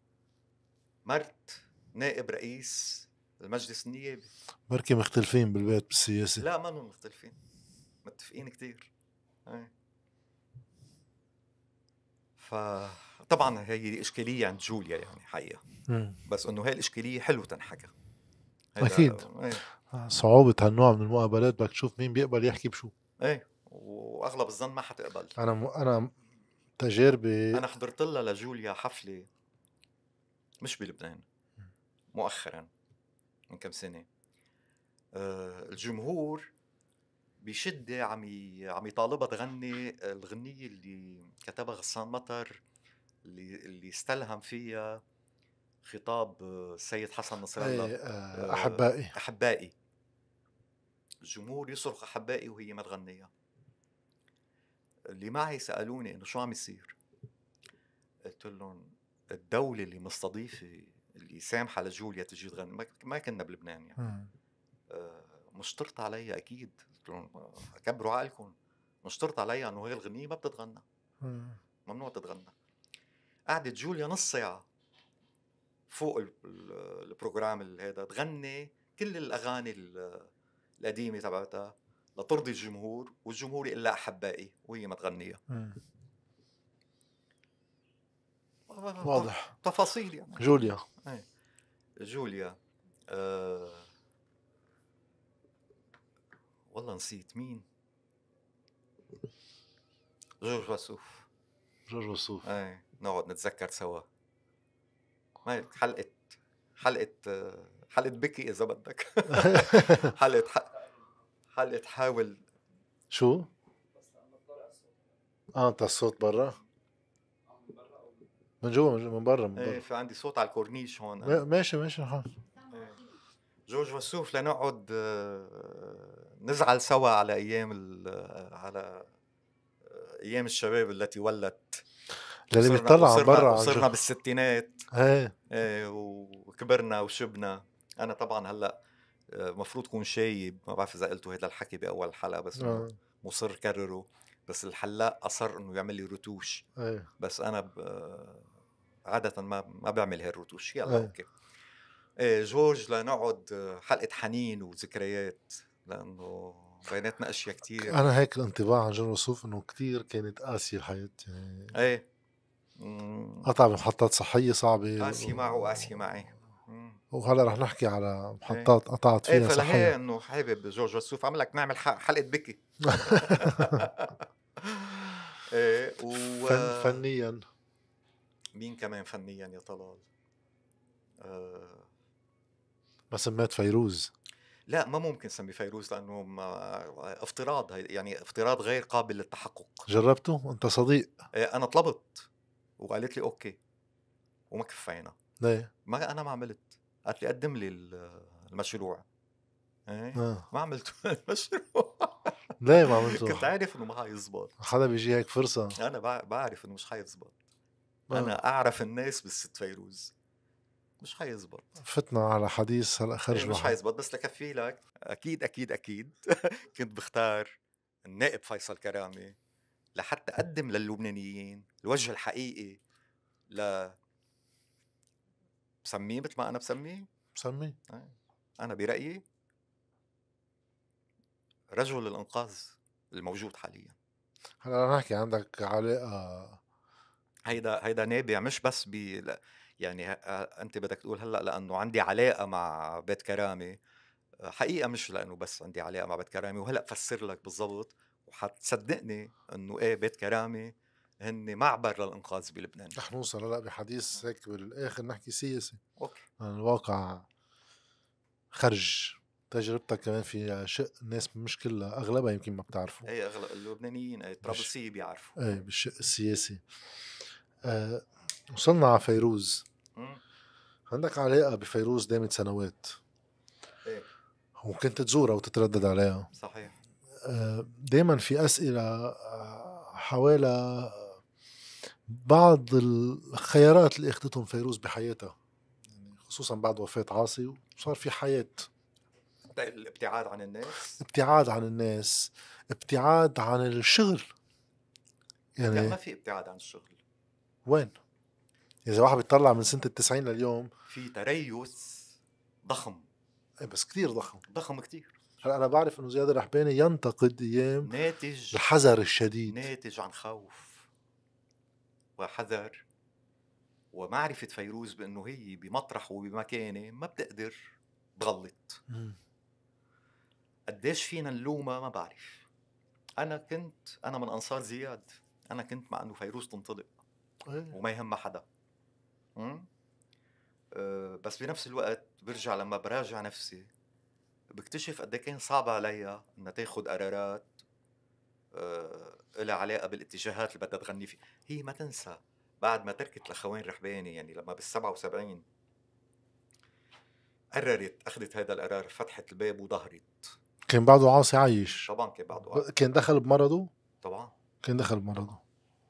Speaker 2: مرت نائب رئيس المجلس النيابي.
Speaker 1: بركي مختلفين بالبيت بالسياسة.
Speaker 2: لا، ما مختلفين، متفقين كتير. فطبعا هي إشكالية عند جوليا يعني حقيقة. بس انه هاي الإشكالية حلو تنحكى.
Speaker 1: اكيد. صعوبة هالنوع من المقابلات بدك تشوف مين بيقبل يحكي بشو.
Speaker 2: ايه، واغلب الظن ما حتقبل.
Speaker 1: انا تجاربي،
Speaker 2: انا حضرت لها لجوليا حفلة مش بلبنان مؤخرا من كم سنة. الجمهور بشدة عم يطالبها تغني الغنية اللي كتبها غسان مطر، اللي استلهم فيها خطاب السيد حسن نصر الله. أحبائي. الجمهور يصرخ أحبائي وهي ما تغنيها. اللي معي سألوني إنه شو عم يصير. قلت لهم الدولة اللي مستضيفة اللي سامحة لجوليا تجي تغني، ما كنا بلبنان يعني. مشترط علي أكيد. قلت لهم أكبروا عقلكم، مشترط علي إنه هي الغنية ما بتتغنى، ممنوع تتغنى. قعدت جوليا نص ساعة فوق البروجرام هذا تغني كل الأغاني القديمة تبعتها لترضي الجمهور، والجمهور يقول لها أحبائي وهي ما تغنيها.
Speaker 1: واضح.
Speaker 2: تفاصيل يعني. جوليا والله نسيت مين. جورج وسوف. نقعد نتذكر سوا. حلقة بكي إذا بدك. حلقة حاول.
Speaker 1: شو؟ انت الصوت برا؟ من جوا من برا.
Speaker 2: في عندي صوت على الكورنيش هون.
Speaker 1: ماشي
Speaker 2: جورج وسوف لنقعد نزعل سوا على أيام الشباب التي ولت،
Speaker 1: اللي بيطلع عن برا.
Speaker 2: وصرنا بالستينات. وكبرنا وشبنا. أنا طبعا هلأ مفروض كون شايب، ما بعرف إذا قلتوا هذا الحكي بأول حلقة، بس مصر كرره. بس الحلاق أصر إنه يعمل لي رتوش. بس أنا عادة ما بعمل هالرتوش. يلا أوكي. جورج لنقعد حلقة حنين وذكريات، لأنه بيناتنا أشياء كتير.
Speaker 1: أنا هيك الانطباع عن جورج وسوف إنه كتير كانت قاسية الحياة يعني. قطع بمحطات صحية صعبة.
Speaker 2: قاسية معه وقاسية معي.
Speaker 1: وهلا رح نحكي على محطات قطعت فيها صحية.
Speaker 2: فلهي إنه حابب جورج وسوف عملك نعمل حلقة بكي.
Speaker 1: فنيا
Speaker 2: مين كمان فنيا يا طلال؟
Speaker 1: ما سميت فيروز.
Speaker 2: لا ما ممكن سمي فيروز لانه افتراض، يعني افتراض غير قابل للتحقق.
Speaker 1: جربته انت صديق؟
Speaker 2: انا طلبت وقالت لي اوكي وما كفينا.
Speaker 1: ليه؟
Speaker 2: ما انا ما عملت، قالت لي قدم لي المشروع.
Speaker 1: آه.
Speaker 2: ما عملت المشروع.
Speaker 1: ليه ما
Speaker 2: كنت
Speaker 1: عملته؟
Speaker 2: عارف انه ما حيزبط.
Speaker 1: حدا بيجي هيك فرصة.
Speaker 2: انا بعرف انه مش حيزبط.
Speaker 1: آه.
Speaker 2: انا اعرف الناس بالست فيروز، مش حيزبط.
Speaker 1: فتنا على حديث هلا خرج
Speaker 2: مش
Speaker 1: واحد.
Speaker 2: حيزبط. بس لكفي لك اكيد اكيد اكيد كنت بختار النائب فيصل كرامي لحتى اقدم للبنانيين الوجه الحقيقي بسميه مثل ما انا بسميه.
Speaker 1: مسمي؟
Speaker 2: انا برايي رجل الانقاذ الموجود حاليا.
Speaker 1: هلا رح نحكي عندك علاقة.
Speaker 2: هيدا نابع مش بس يعني انت بدك تقول هلا لانه عندي علاقه مع بيت كرامي. حقيقه مش لانه بس عندي علاقه مع بيت كرامي، وهلا بفسر لك بالضبط وحتصدقني انه ايه بيت كرامي هن معبر للانقاذ بلبنان.
Speaker 1: رح نوصل هلا بحديث هيك بالاخر نحكي سياسي.
Speaker 2: اوكي.
Speaker 1: عن الواقع خرج تجربتك كمان في شق الناس مش كلها اغلبها يمكن ما بتعرفوا.
Speaker 2: اي اغلب اللبنانيين الطرابلسية بيعرفوا.
Speaker 1: ايه بالشق السياسي. وصلنا على فيروز. عندك علاقة بفيروز دامت سنوات.
Speaker 2: ايه
Speaker 1: وكنت تزورها وتتردد عليها.
Speaker 2: صحيح.
Speaker 1: دايما في أسئلة حوالي بعض الخيارات اللي اخذتهم فيروز بحياتها، يعني خصوصا بعد وفاة عاصي وصار في حياة.
Speaker 2: الابتعاد عن الناس.
Speaker 1: ابتعاد عن الناس، ابتعاد عن الشغل. يعني
Speaker 2: لا ما في ابتعاد عن الشغل.
Speaker 1: وين؟ إذا واحد بيطلع من سنة 90 لليوم
Speaker 2: في تريث ضخم.
Speaker 1: بس كتير
Speaker 2: ضخم كتير.
Speaker 1: هلا أنا بعرف إنه زياد الرحباني ينتقد أيام
Speaker 2: ناتج
Speaker 1: الحذر الشديد،
Speaker 2: ناتج عن خوف وحذر ومعرفة فيروز بأنه هي بمطرح وبمكانه ما بتقدر تغلط. قديش فينا نلومها ما بعرف. أنا من أنصار زياد. أنا كنت مع أنه فيروز تنطلق وما يهم حدا. بس بنفس الوقت برجع لما براجع نفسي بكتشف قد كان صعب عليها انها تاخد قرارات لها علاقه بالاتجاهات اللي بدها تغني فيه. هي ما تنسى بعد ما تركت الاخوين رحباني، يعني لما بال77 قررت اخذت هذا القرار، فتحت الباب وظهرت.
Speaker 1: كان بعده عاصي عايش.
Speaker 2: طبعا كان بعده عاصي.
Speaker 1: كان دخل بمرضه.
Speaker 2: طبعا
Speaker 1: كان دخل بمرضه
Speaker 2: طبعا.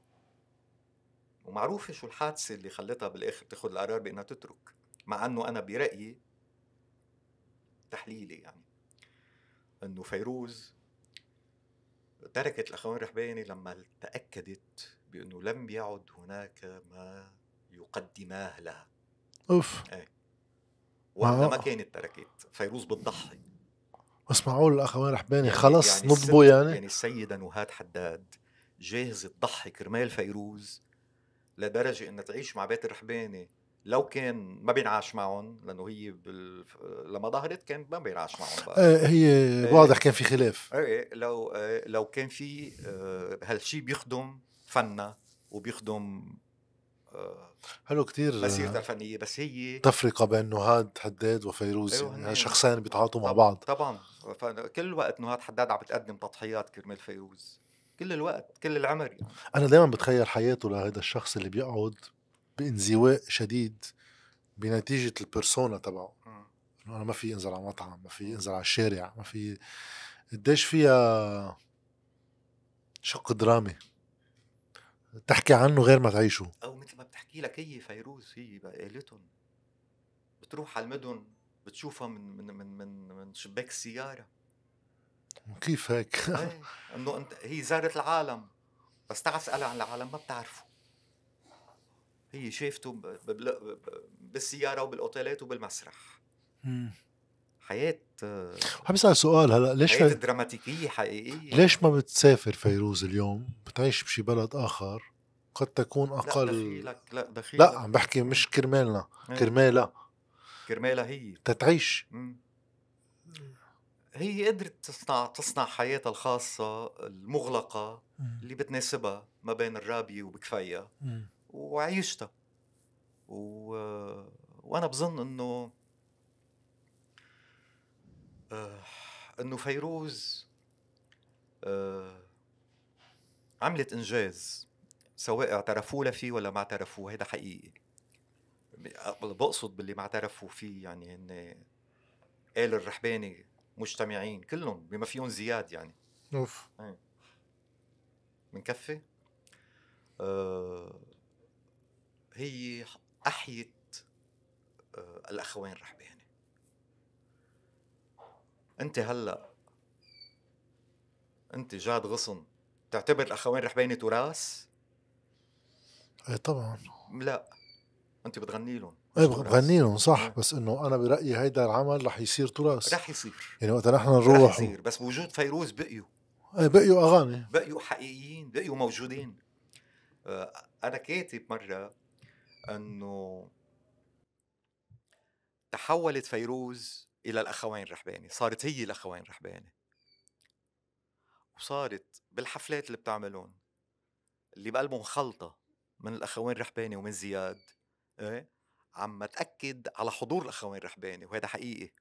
Speaker 2: ومعروفة شو الحادثة اللي خلتها بالاخر تاخذ القرار بانها تترك، مع انه انا برأيي تحليلي يعني انه فيروز تركت الاخوين رحباني لما تأكدت بانه لم يعد هناك ما يقدماه لها.
Speaker 1: اوف.
Speaker 2: ايه ولا ما كانت تركت. فيروز بتضحي.
Speaker 1: بس معقول الاخوين رحباني
Speaker 2: يعني
Speaker 1: خلص
Speaker 2: يعني
Speaker 1: نضبوا
Speaker 2: يعني السيدة نهاد حداد جاهزة تضحي كرمال فيروز لدرجة انها تعيش مع بيت الرحباني لو كان ما بينعاش معهم، لانه هي لما ظهرت كان ما بينعاش معهم بقى.
Speaker 1: هي واضح كان في خلاف.
Speaker 2: لو كان في هالشي بيخدم فنها وبيخدم
Speaker 1: حلو كتير
Speaker 2: مسيرتها الفنية. بس هي
Speaker 1: تفرقة بين نهاد حداد وفيروز. يعني شخصين بيتعاطوا مع بعض.
Speaker 2: طبعا كل وقت نهاد حداد عم بتقدم تضحيات كرمال فيروز، كل الوقت كل العمر يعني.
Speaker 1: أنا دايما بتخيل حياته لهذا الشخص اللي بيقعد بانزواء شديد بنتيجة البرسونا تبعه. أنا ما في انزل على مطعم، ما في انزل على الشارع، ما في. قديش فيها شق درامي تحكي عنه غير ما تعيشه.
Speaker 2: أو مثل ما بتحكي لك هي فيروز، هي بقالتهم بتروح على المدن بتشوفها من شباك السيارة.
Speaker 1: كيف هيك؟
Speaker 2: انه انت هي زارت العالم، بس تعال اسألها عن العالم ما بتعرفه. هي شافته بالسيارة وبالأوتيلات وبالمسرح. حياة.
Speaker 1: حابب اسأل سؤال هلا، ليش
Speaker 2: حياة دراماتيكية حقيقية.
Speaker 1: ليش ما بتسافر فيروز اليوم بتعيش بشي بلد آخر قد تكون أقل؟
Speaker 2: لا دخيلك.
Speaker 1: لا عم بحكي مش كرمالنا، كرمالها
Speaker 2: هي
Speaker 1: تتعيش.
Speaker 2: هي قدرت تصنع حياتها الخاصة المغلقة اللي بتناسبها ما بين الرابية وبكفاية وعيشتها. وأنا بظن أنه انه فيروز عملت انجاز، سواء اعترفوا لها فيه ولا ما اعترفوا، هذا حقيقي. بقصد باللي ما اعترفوا فيه يعني هن آل الرحباني مجتمعين كلهم بما فيهم زياد يعني.
Speaker 1: اوف.
Speaker 2: منكفي. هي أحيت الأخوين الرحباني. أنت هلأ أنت جاد غصن تعتبر الأخوين الرحباني تراث؟
Speaker 1: ايه طبعا.
Speaker 2: لا، أنت بتغني لهم.
Speaker 1: ايه بغني لهم صح،
Speaker 2: إيه.
Speaker 1: بس انه انا برأيي هيدا العمل رح يصير تراث.
Speaker 2: رح يصير
Speaker 1: يعني وقت نحن
Speaker 2: رح
Speaker 1: نروح
Speaker 2: يصير، بس بوجود فيروز بقيوا
Speaker 1: ايه بقيوا اغاني.
Speaker 2: بقيوا حقيقيين، بقيوا موجودين. أنا كاتب مرة أنه تحولت فيروز إلى الأخوين الرحباني، صارت هي الأخوين الرحباني، وصارت بالحفلات اللي بتعملون اللي بقلبهم خلطة من الأخوين الرحباني ومن زياد، إيه؟ عم تأكد على حضور الأخوين الرحباني، وهذا حقيقي.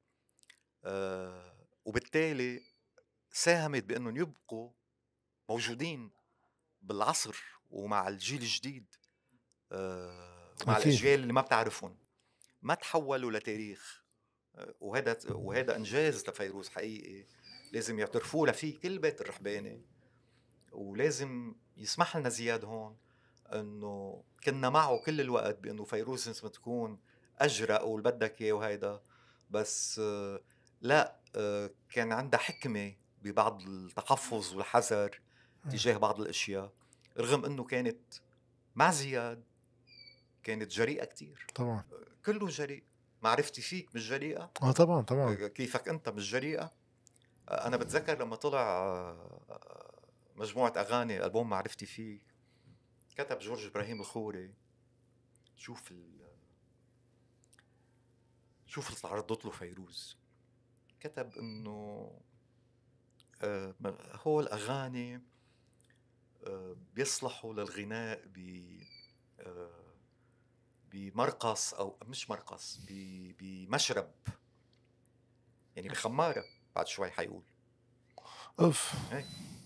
Speaker 2: وبالتالي ساهمت بأنهم يبقوا موجودين بالعصر ومع الجيل الجديد، ومع
Speaker 1: أكيد.
Speaker 2: الأجيال اللي ما بتعرفهم، ما تحولوا لتاريخ. وهذا إنجاز لفيروز حقيقي، لازم يعترفوا له فيه كل بيت الرحباني، ولازم يسمح لنا زياد هون انه كنا معه كل الوقت بانه فيروز لازم تكون اجرأ واللي بدك اياه وهيدا، بس لا، كان عندها حكمة ببعض التحفظ والحذر تجاه بعض الاشياء، رغم انه كانت مع زياد كانت جريئة كتير.
Speaker 1: طبعا
Speaker 2: كله جريء. معرفتي فيك مش جريئة؟
Speaker 1: طبعا طبعا.
Speaker 2: كيفك انت مش جريئة؟ انا بتذكر لما طلع مجموعة اغاني البوم معرفتي فيك، كتب جورج ابراهيم الخوري، شوف اللي تعرضت له فيروز، كتب انه هو الاغاني بيصلحوا للغناء بمرقص او مش مرقص، بمشرب، يعني بخمارة. بعد شوي حيقول
Speaker 1: اوف.
Speaker 2: ايه.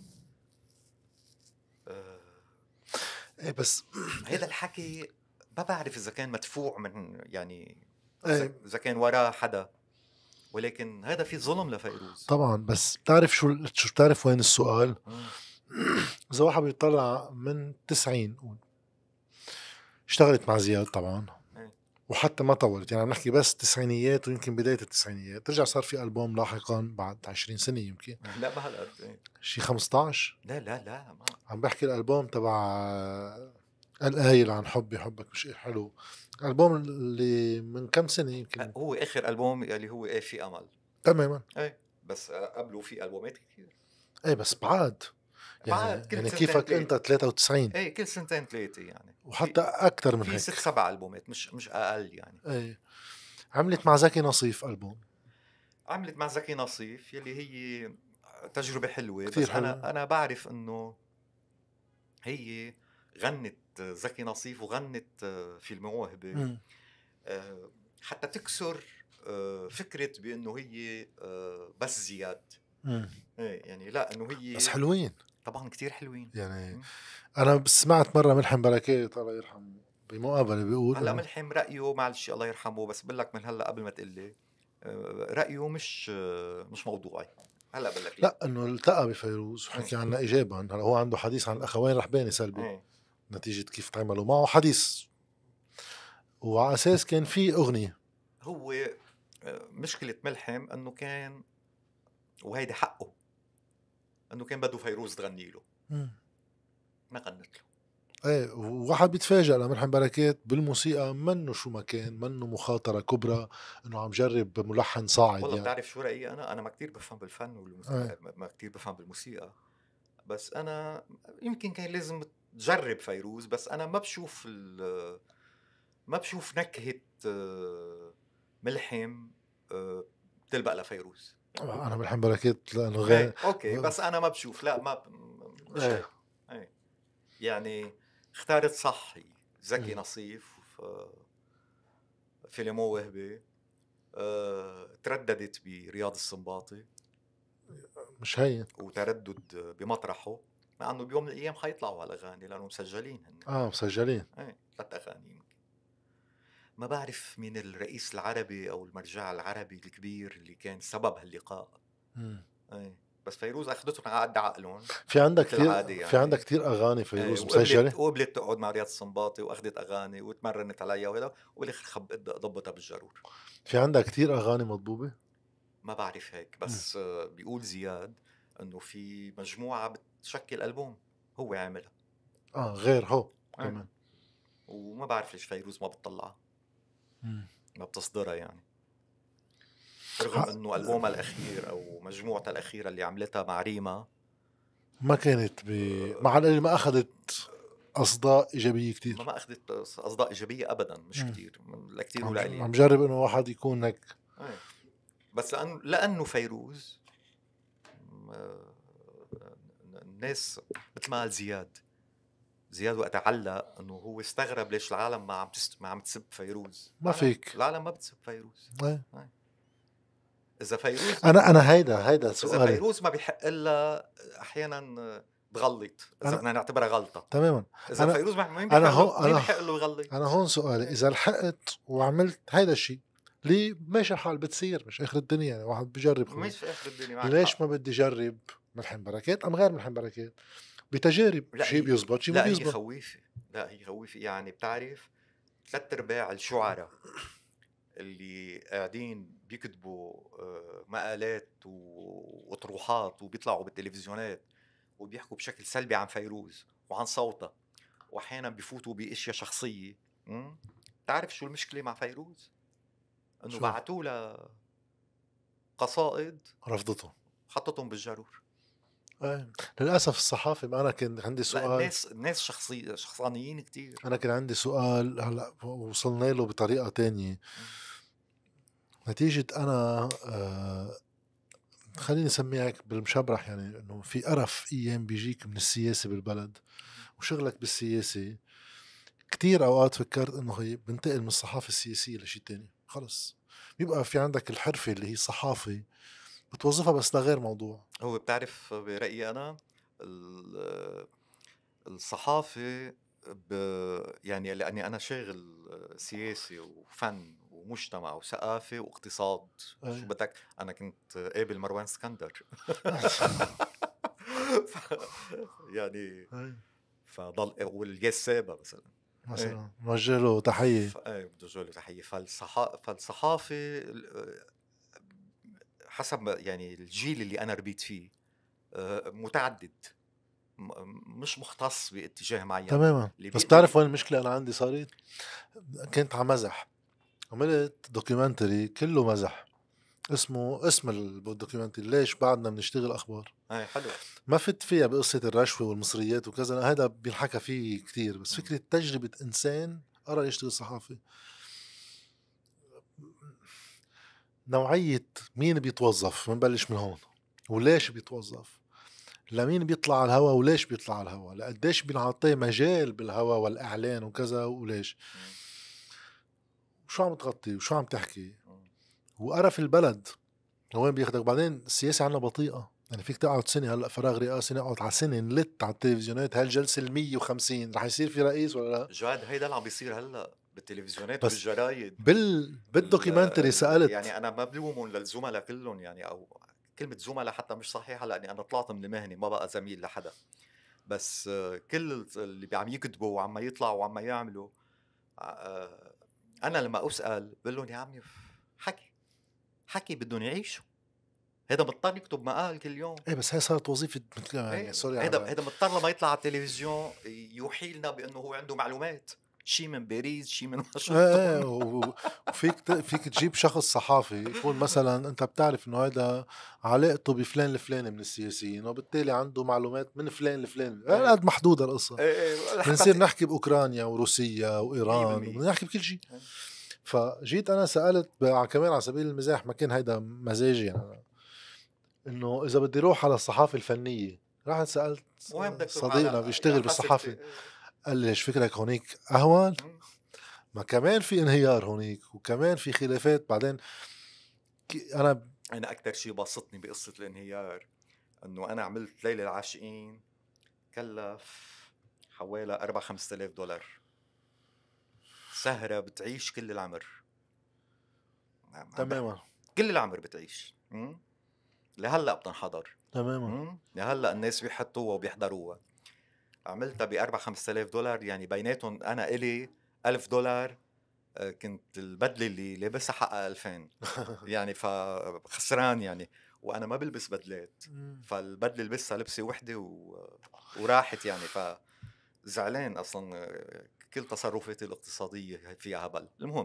Speaker 1: ايه بس
Speaker 2: هذا الحكي ما بعرف اذا كان مدفوع من يعني
Speaker 1: إيه.
Speaker 2: اذا كان وراه حدا، ولكن هذا في ظلم لفيروز.
Speaker 1: طبعا، بس بتعرف شو بتعرف وين السؤال؟ اذا واحد بيطلع من 90 اشتغلت مع زياد طبعا، وحتى ما طولت، يعني عم نحكي بس تسعينيات ويمكن بداية التسعينيات، رجع صار في ألبوم لاحقا بعد 20 سنة يمكن،
Speaker 2: لا ما هالقد،
Speaker 1: شي 15.
Speaker 2: لا ما.
Speaker 1: عم بحكي الألبوم تبع القايل عن حبي حبك مش حلو، الألبوم اللي من كم سنة يمكن.
Speaker 2: هو آخر ألبوم اللي هو إيه في أمل.
Speaker 1: تماما.
Speaker 2: ايه بس قبله في ألبومات كتير.
Speaker 1: ايه بس بعد يعني كيفك انت 93.
Speaker 2: ايه كل سنتين ثلاثة يعني،
Speaker 1: وحتى أكتر من
Speaker 2: في
Speaker 1: هيك،
Speaker 2: 6-7 ألبومات مش أقل يعني.
Speaker 1: ايه. عملت مع زكي نصيف ألبوم،
Speaker 2: عملت مع زكي نصيف يلي هي تجربة حلوة،
Speaker 1: كتير
Speaker 2: بس
Speaker 1: حلوة.
Speaker 2: أنا بعرف إنه هي غنت زكي نصيف وغنت في المواهبة حتى تكسر فكرة بأنه هي بس زياد. ايه يعني لا، انه هي
Speaker 1: بس حلوين
Speaker 2: طبعا كتير حلوين
Speaker 1: يعني. انا سمعت مره ملحم بركات الله يرحمه بمقابله بيقول
Speaker 2: هلا ملحم رأيه معلش الله يرحمه، بس بقول لك من هلا قبل ما تقول لي رأيه مش موضوعي. هلا بقول لك
Speaker 1: لا، انه التقى بفيروز وحكي عنها ايجابا. هلا هو عنده حديث عن الاخوين رحباني سلبي نتيجه كيف تعملوا معه حديث، وعلى اساس كان في اغنيه.
Speaker 2: هو مشكله ملحم انه كان، وهيدي حقه، انه كان بده فيروز تغني له، ما غنت له.
Speaker 1: ايه، وواحد بيتفاجئ لملحم بركات بالموسيقى منه شو ما كان، منه مخاطره كبرى انه عم جرب ملحن صاعد.
Speaker 2: والله
Speaker 1: يعني
Speaker 2: بتعرف شو رأيي انا ما كتير بفهم بالفن والموسيقى، ما كتير بفهم بالموسيقى، بس انا يمكن كان لازم تجرب فيروز، بس انا ما بشوف نكهة ملحم تلبق لفيروز.
Speaker 1: انا ملحم بركات لانه غير
Speaker 2: اوكي، بس انا ما بشوف، لا ما مش هيك. يعني اختارت صح هي زكي نصيف في المواهبة، ترددت برياض السنباطي
Speaker 1: مش هين.
Speaker 2: وتردد بمطرحه، مع انه بيوم من الايام حيطلعوا هالاغاني لانه مسجلين هن.
Speaker 1: مسجلين.
Speaker 2: ايه 3 اغاني يمكن. ما بعرف مين الرئيس العربي او المرجع العربي الكبير اللي كان سبب هاللقاء. ايه بس فيروز اخذتهم على قد عقلهم.
Speaker 1: في عندك
Speaker 2: مثل
Speaker 1: كثير
Speaker 2: العادة يعني.
Speaker 1: في عندك كثير اغاني فيروز
Speaker 2: ايه
Speaker 1: مسجله.
Speaker 2: وقبلت تقعد مع رياض السنباطي واخذت اغاني وتمرنت عليها وهذا، وبالاخر ضبطها بالجرور.
Speaker 1: في عندك كثير اغاني مضبوبه.
Speaker 2: ما بعرف هيك بس بيقول زياد انه في مجموعه بتشكل البوم هو عاملها.
Speaker 1: غير هو كمان.
Speaker 2: وما بعرف ليش فيروز ما بتطلعها، ما بتصدرها يعني، رغم انه البومها الاخير او مجموعتها الاخيره اللي عملتها مع ريما
Speaker 1: ما كانت مع القليل ما اخذت اصداء ايجابيه كتير.
Speaker 2: ما اخذت اصداء ايجابيه ابدا، مش كتير، لا كتير ولا قليل.
Speaker 1: عم جرب انه واحد يكون هيك.
Speaker 2: بس لانه فيروز الناس مثل ما قال زياد وقت علق انه هو استغرب ليش العالم ما عم تسب فيروز.
Speaker 1: ما فيك،
Speaker 2: العالم ما بتسب فيروز. اذا فيروز
Speaker 1: انا هيدا سؤالي.
Speaker 2: اذا فيروز ما بيحق لها احيانا تغلط، اذا بدنا نعتبرها غلطه
Speaker 1: تماما.
Speaker 2: اذا فيروز ما بيحق له يغلط.
Speaker 1: انا هون سؤالي، اذا لحقت وعملت هيدا الشيء ليه ماشي الحال بتصير، مش اخر الدنيا يعني، واحد بجرب
Speaker 2: مش اخر الدنيا.
Speaker 1: ليش ما بدي جرب ملحم بركات ام غير ملحم بركات بتجارب؟ شيء بيزبط شيء ما بيزبط.
Speaker 2: هي خويفه يعني. بتعرف 3/4 الشعراء اللي قاعدين بيكتبوا مقالات وطروحات وبيطلعوا بالتلفزيونات وبيحكوا بشكل سلبي عن فيروز وعن صوتها، واحيانا بيفوتوا باشياء شخصيه. تعرف شو المشكله مع فيروز؟ انه بعتوا لها قصائد
Speaker 1: رفضته،
Speaker 2: حطتهم بالجرور.
Speaker 1: للاسف الصحافه. ما انا كان عندي سؤال.
Speaker 2: الناس شخصانيين كتير.
Speaker 1: انا كان عندي سؤال هلا وصلنا له بطريقه تانية. نتيجه انا خليني اسميك بالمشبرح يعني، انه في قرف ايام بيجيك من السياسه بالبلد وشغلك بالسياسه. كتير اوقات فكرت انه هي بنتقل من الصحافه السياسيه لشيء تاني خلص. بيبقى في عندك الحرفه اللي هي صحافه بتوظفها بس لغير موضوع.
Speaker 2: هو بتعرف برأيي أنا الصحافة يعني لأني أنا شاغل سياسي وفن ومجتمع وثقافة واقتصاد. شو بدك، أنا كنت قابل مروان اسكندر يعني فضل والجسابة مثلا
Speaker 1: نوجه له تحية.
Speaker 2: بوجه له تحية. فالصحافة حسب يعني الجيل اللي أنا ربيت فيه متعدد، مش مختص باتجاه معين
Speaker 1: تماما. بس بتعرف وين المشكلة أنا عندي صارت؟ كنت على مزح، عملت دوكيومنتري كله مزح، اسم الدوكيومنتري ليش بعدنا بنشتغل أخبار.
Speaker 2: حلو.
Speaker 1: ما فت فيها بقصة الرشوة والمصريات وكذا، هذا بينحكى فيه كتير، بس فكرة تجربة إنسان قرر يشتغل صحافي، نوعية مين بيتوظف، منبلش من هون، وليش بيتوظف، لمين بيطلع على الهوا وليش بيطلع على الهوا، لقديش بينعطيه مجال بالهوا والإعلان وكذا وليش، وشو عم تغطي وشو عم تحكي، وقرف البلد وين بياخدك. بعدين السياسة عنا بطيئة يعني، فيك تقعد سنة هلأ فراغ رئاسي، نقعد على سنة نلت على التلفزيونات هالجلسة 150 رح يصير في رئيس ولا لا؟
Speaker 2: جاد هيدا اللي عم بيصير هلأ بالتلفزيونات وبالجرايد.
Speaker 1: بالدوكيومنتري سألت
Speaker 2: يعني أنا ما بلومهم للزملاء كلهم يعني، أو كلمة زملاء حتى مش صحيحة لأني أنا طلعت من المهنة ما بقى زميل لحدا، بس كل اللي عم يكتبوا وعم يطلعوا وعم يعملوا، أنا لما أسأل بقول لهم يا عمي حكي بدهم يعيشوا، هذا مضطر يكتب مقال كل يوم.
Speaker 1: بس هي صارت وظيفة مثل يعني سوري،
Speaker 2: هذا مضطر لما يطلع على التلفزيون يوحي لنا بأنه هو عنده معلومات، شيء من باريس شيء من واشنطن.
Speaker 1: وفيك تجيب شخص صحافي يكون مثلا انت بتعرف انه هذا علاقته بفلان الفلاني من السياسيين وبالتالي عنده معلومات من فلان الفلاني، قد محدودة القصة. بنصير نحكي بأوكرانيا وروسيا وإيران ونحكي بكل شيء. فجيت أنا سألت كمان على سبيل المزاح، ما كان هيدا مزاجي يعني، إنه إذا بدي روح على الصحافة الفنية، راح سألت صديقنا بيشتغل بالصحافة، قال لي ايش فكرك هونيك أهون؟ ما كمان في انهيار هونيك وكمان في خلافات. بعدين انا
Speaker 2: انا اكثر شيء بسطني بقصه الانهيار انه انا عملت ليله العاشقين، كلف حوالي 4-5 آلاف دولار، سهره بتعيش كل العمر.
Speaker 1: تماما
Speaker 2: كل العمر بتعيش. لهلا بتنحضر.
Speaker 1: تماما
Speaker 2: لهلا الناس بيحطوها وبيحضروها. عملتها ب4-5 آلاف دولار، يعني بيناتهم انا الي $1000. كنت البدله اللي لابسها حقها 2000 يعني فخسران يعني، وانا ما بلبس بدلات، فالبدله لبسها لبسه وحده وراحت يعني، فزعلان اصلا. كل تصرفاتي الاقتصاديه فيها هبل. المهم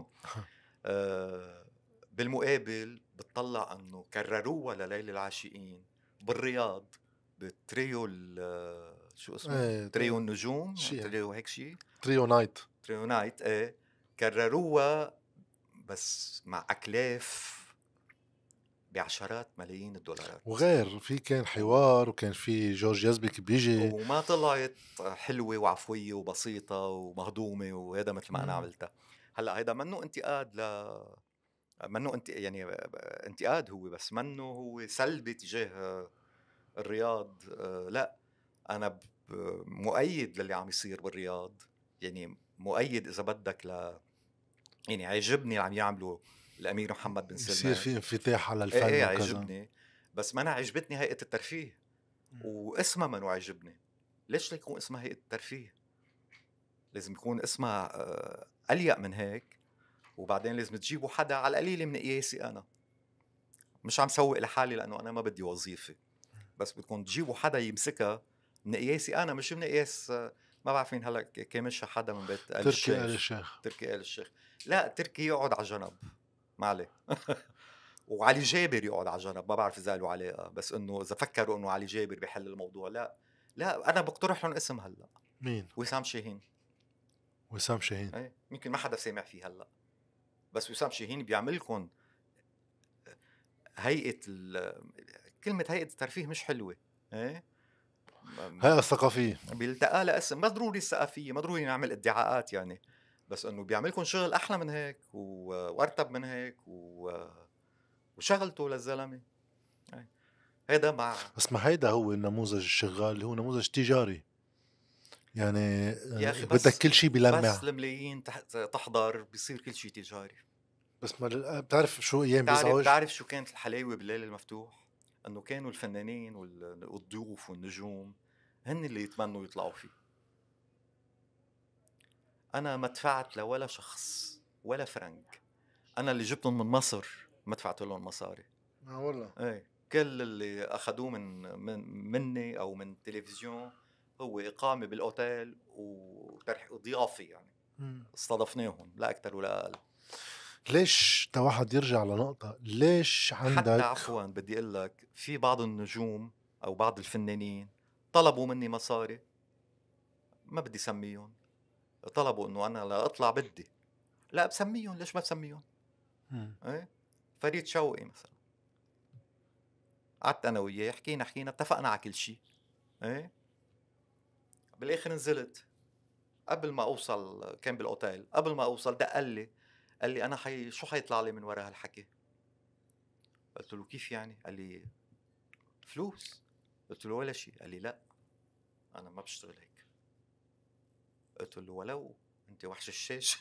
Speaker 2: بالمقابل بتطلع انه كرروها لليل العاشقين بالرياض بتريو شو اسمه تريو النجوم، تريو هيك شيء،
Speaker 1: تريو نايت.
Speaker 2: ايه كرروها بس مع اكلاف بعشرات ملايين الدولارات،
Speaker 1: وغير في كان حوار وكان في جورج يزبك بيجي
Speaker 2: وما طلعت حلوه وعفويه وبسيطه ومهضومه، وهذا مثل ما انا عملتها. هلا هيدا منه انتقاد منه انت يعني انتقاد هو، بس منه هو سلبي تجاه الرياض. لا، انا مؤيد للي عم يصير بالرياض، يعني مؤيد اذا بدك يعني عجبني اللي عم يعملوا الامير محمد بن سلمان،
Speaker 1: يصير في انفتاح على الفن
Speaker 2: ايه
Speaker 1: وكذا.
Speaker 2: عجبني، بس ما انا عجبتني هيئه الترفيه واسمها منو عجبني. ليش يكون اسمها هيئه الترفيه؟ لازم يكون اسمها اليق من هيك. وبعدين لازم تجيبوا حدا على القليله من قياسي انا، مش عم سوق لحالي لانه انا ما بدي وظيفه، بس بدكم تجيبوا حدا يمسكها من قياسي انا، مش من قياس ما بعرف مين هلا كامشها حدا من بيت آل الشيخ. تركي آل الشيخ. لا، تركي يقعد على جنب ما عليه وعلي جابر يقعد على جنب، ما بعرف اذا له علاقه، بس انه اذا فكروا انه علي جابر بيحل الموضوع، لا انا بقترح لهم اسم هلا.
Speaker 1: مين؟
Speaker 2: وسام شاهين. ايه يمكن ما حدا سامع فيه هلا، بس وسام شاهين بيعمل لكم هيئه كلمه هيئه الترفيه مش حلوه. ايه
Speaker 1: هيئه الثقافيه
Speaker 2: بيلتقى لها اسم، ما ضروري الثقافيه، ما ضروري نعمل ادعاءات يعني، بس انه بيعمل لكم شغل احلى من هيك وارتب من هيك وشغلته للزلمه. هيدا مع
Speaker 1: بس ما هيدا هو النموذج الشغال اللي هو نموذج تجاري يعني.
Speaker 2: يا أخي
Speaker 1: بدك كل شيء بلمع،
Speaker 2: بس الملايين تحضر بيصير كل شيء تجاري.
Speaker 1: بس ما بتعرف شو ايام بيزعج.
Speaker 2: بتعرف شو كانت الحلاوه بالليل المفتوح؟ انه كانوا الفنانين والضيوف والنجوم هن اللي يتمنوا يطلعوا فيه. انا ما دفعت لولا شخص ولا فرنك، انا اللي جبتهم من مصر ما دفعت لهم مصاري.
Speaker 1: والله
Speaker 2: ايه كل اللي اخذوه مني او من التلفزيون هو اقامه بالاوتيل وضيافه يعني. استضفناهم لا اكثر ولا اقل.
Speaker 1: ليش واحد يرجع لنقطة، ليش عندك
Speaker 2: حتى عفوا بدي اقول لك في بعض النجوم او بعض الفنانين طلبوا مني مصاري، ما بدي سميهم، طلبوا انه انا لا اطلع بدي، لا بسميهم، ليش ما بسميهم؟ ايه فريد شوقي مثلا، قعدت انا وياه حكينا اتفقنا على كل شيء. ايه بالاخر نزلت قبل ما اوصل، كان بالاوتيل، قبل ما اوصل دق قال لي انا شو حيطلع لي من وراء هالحكي؟ قلت له كيف يعني؟ قال لي فلوس. قلت له ولا شيء. قال لي لا انا ما بشتغل هيك. قلت له ولو انت وحش الشاشه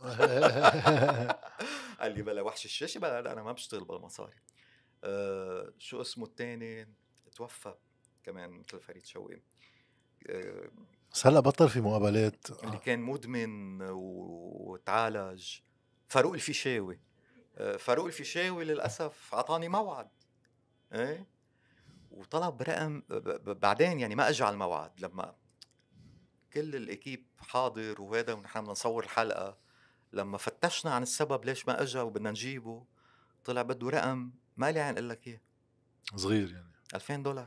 Speaker 2: قال لي بلا وحش الشاشه، بلا انا ما بشتغل بالمصاري. شو اسمه الثاني توفى كمان مثل فريد شوقي.
Speaker 1: بس هلا بطل في مقابلات.
Speaker 2: اللي كان مدمن وتعالج، فاروق الفيشاوي. فاروق الفيشاوي للاسف اعطاني موعد، ايه وطلب رقم بعدين، يعني ما اجى على الموعد لما كل الاكيب حاضر وهذا ونحن بدنا نصور الحلقه. لما فتشنا عن السبب ليش ما اجى وبدنا نجيبه، طلع بده رقم ما لي عن اقول لك اياه،
Speaker 1: صغير يعني
Speaker 2: $2000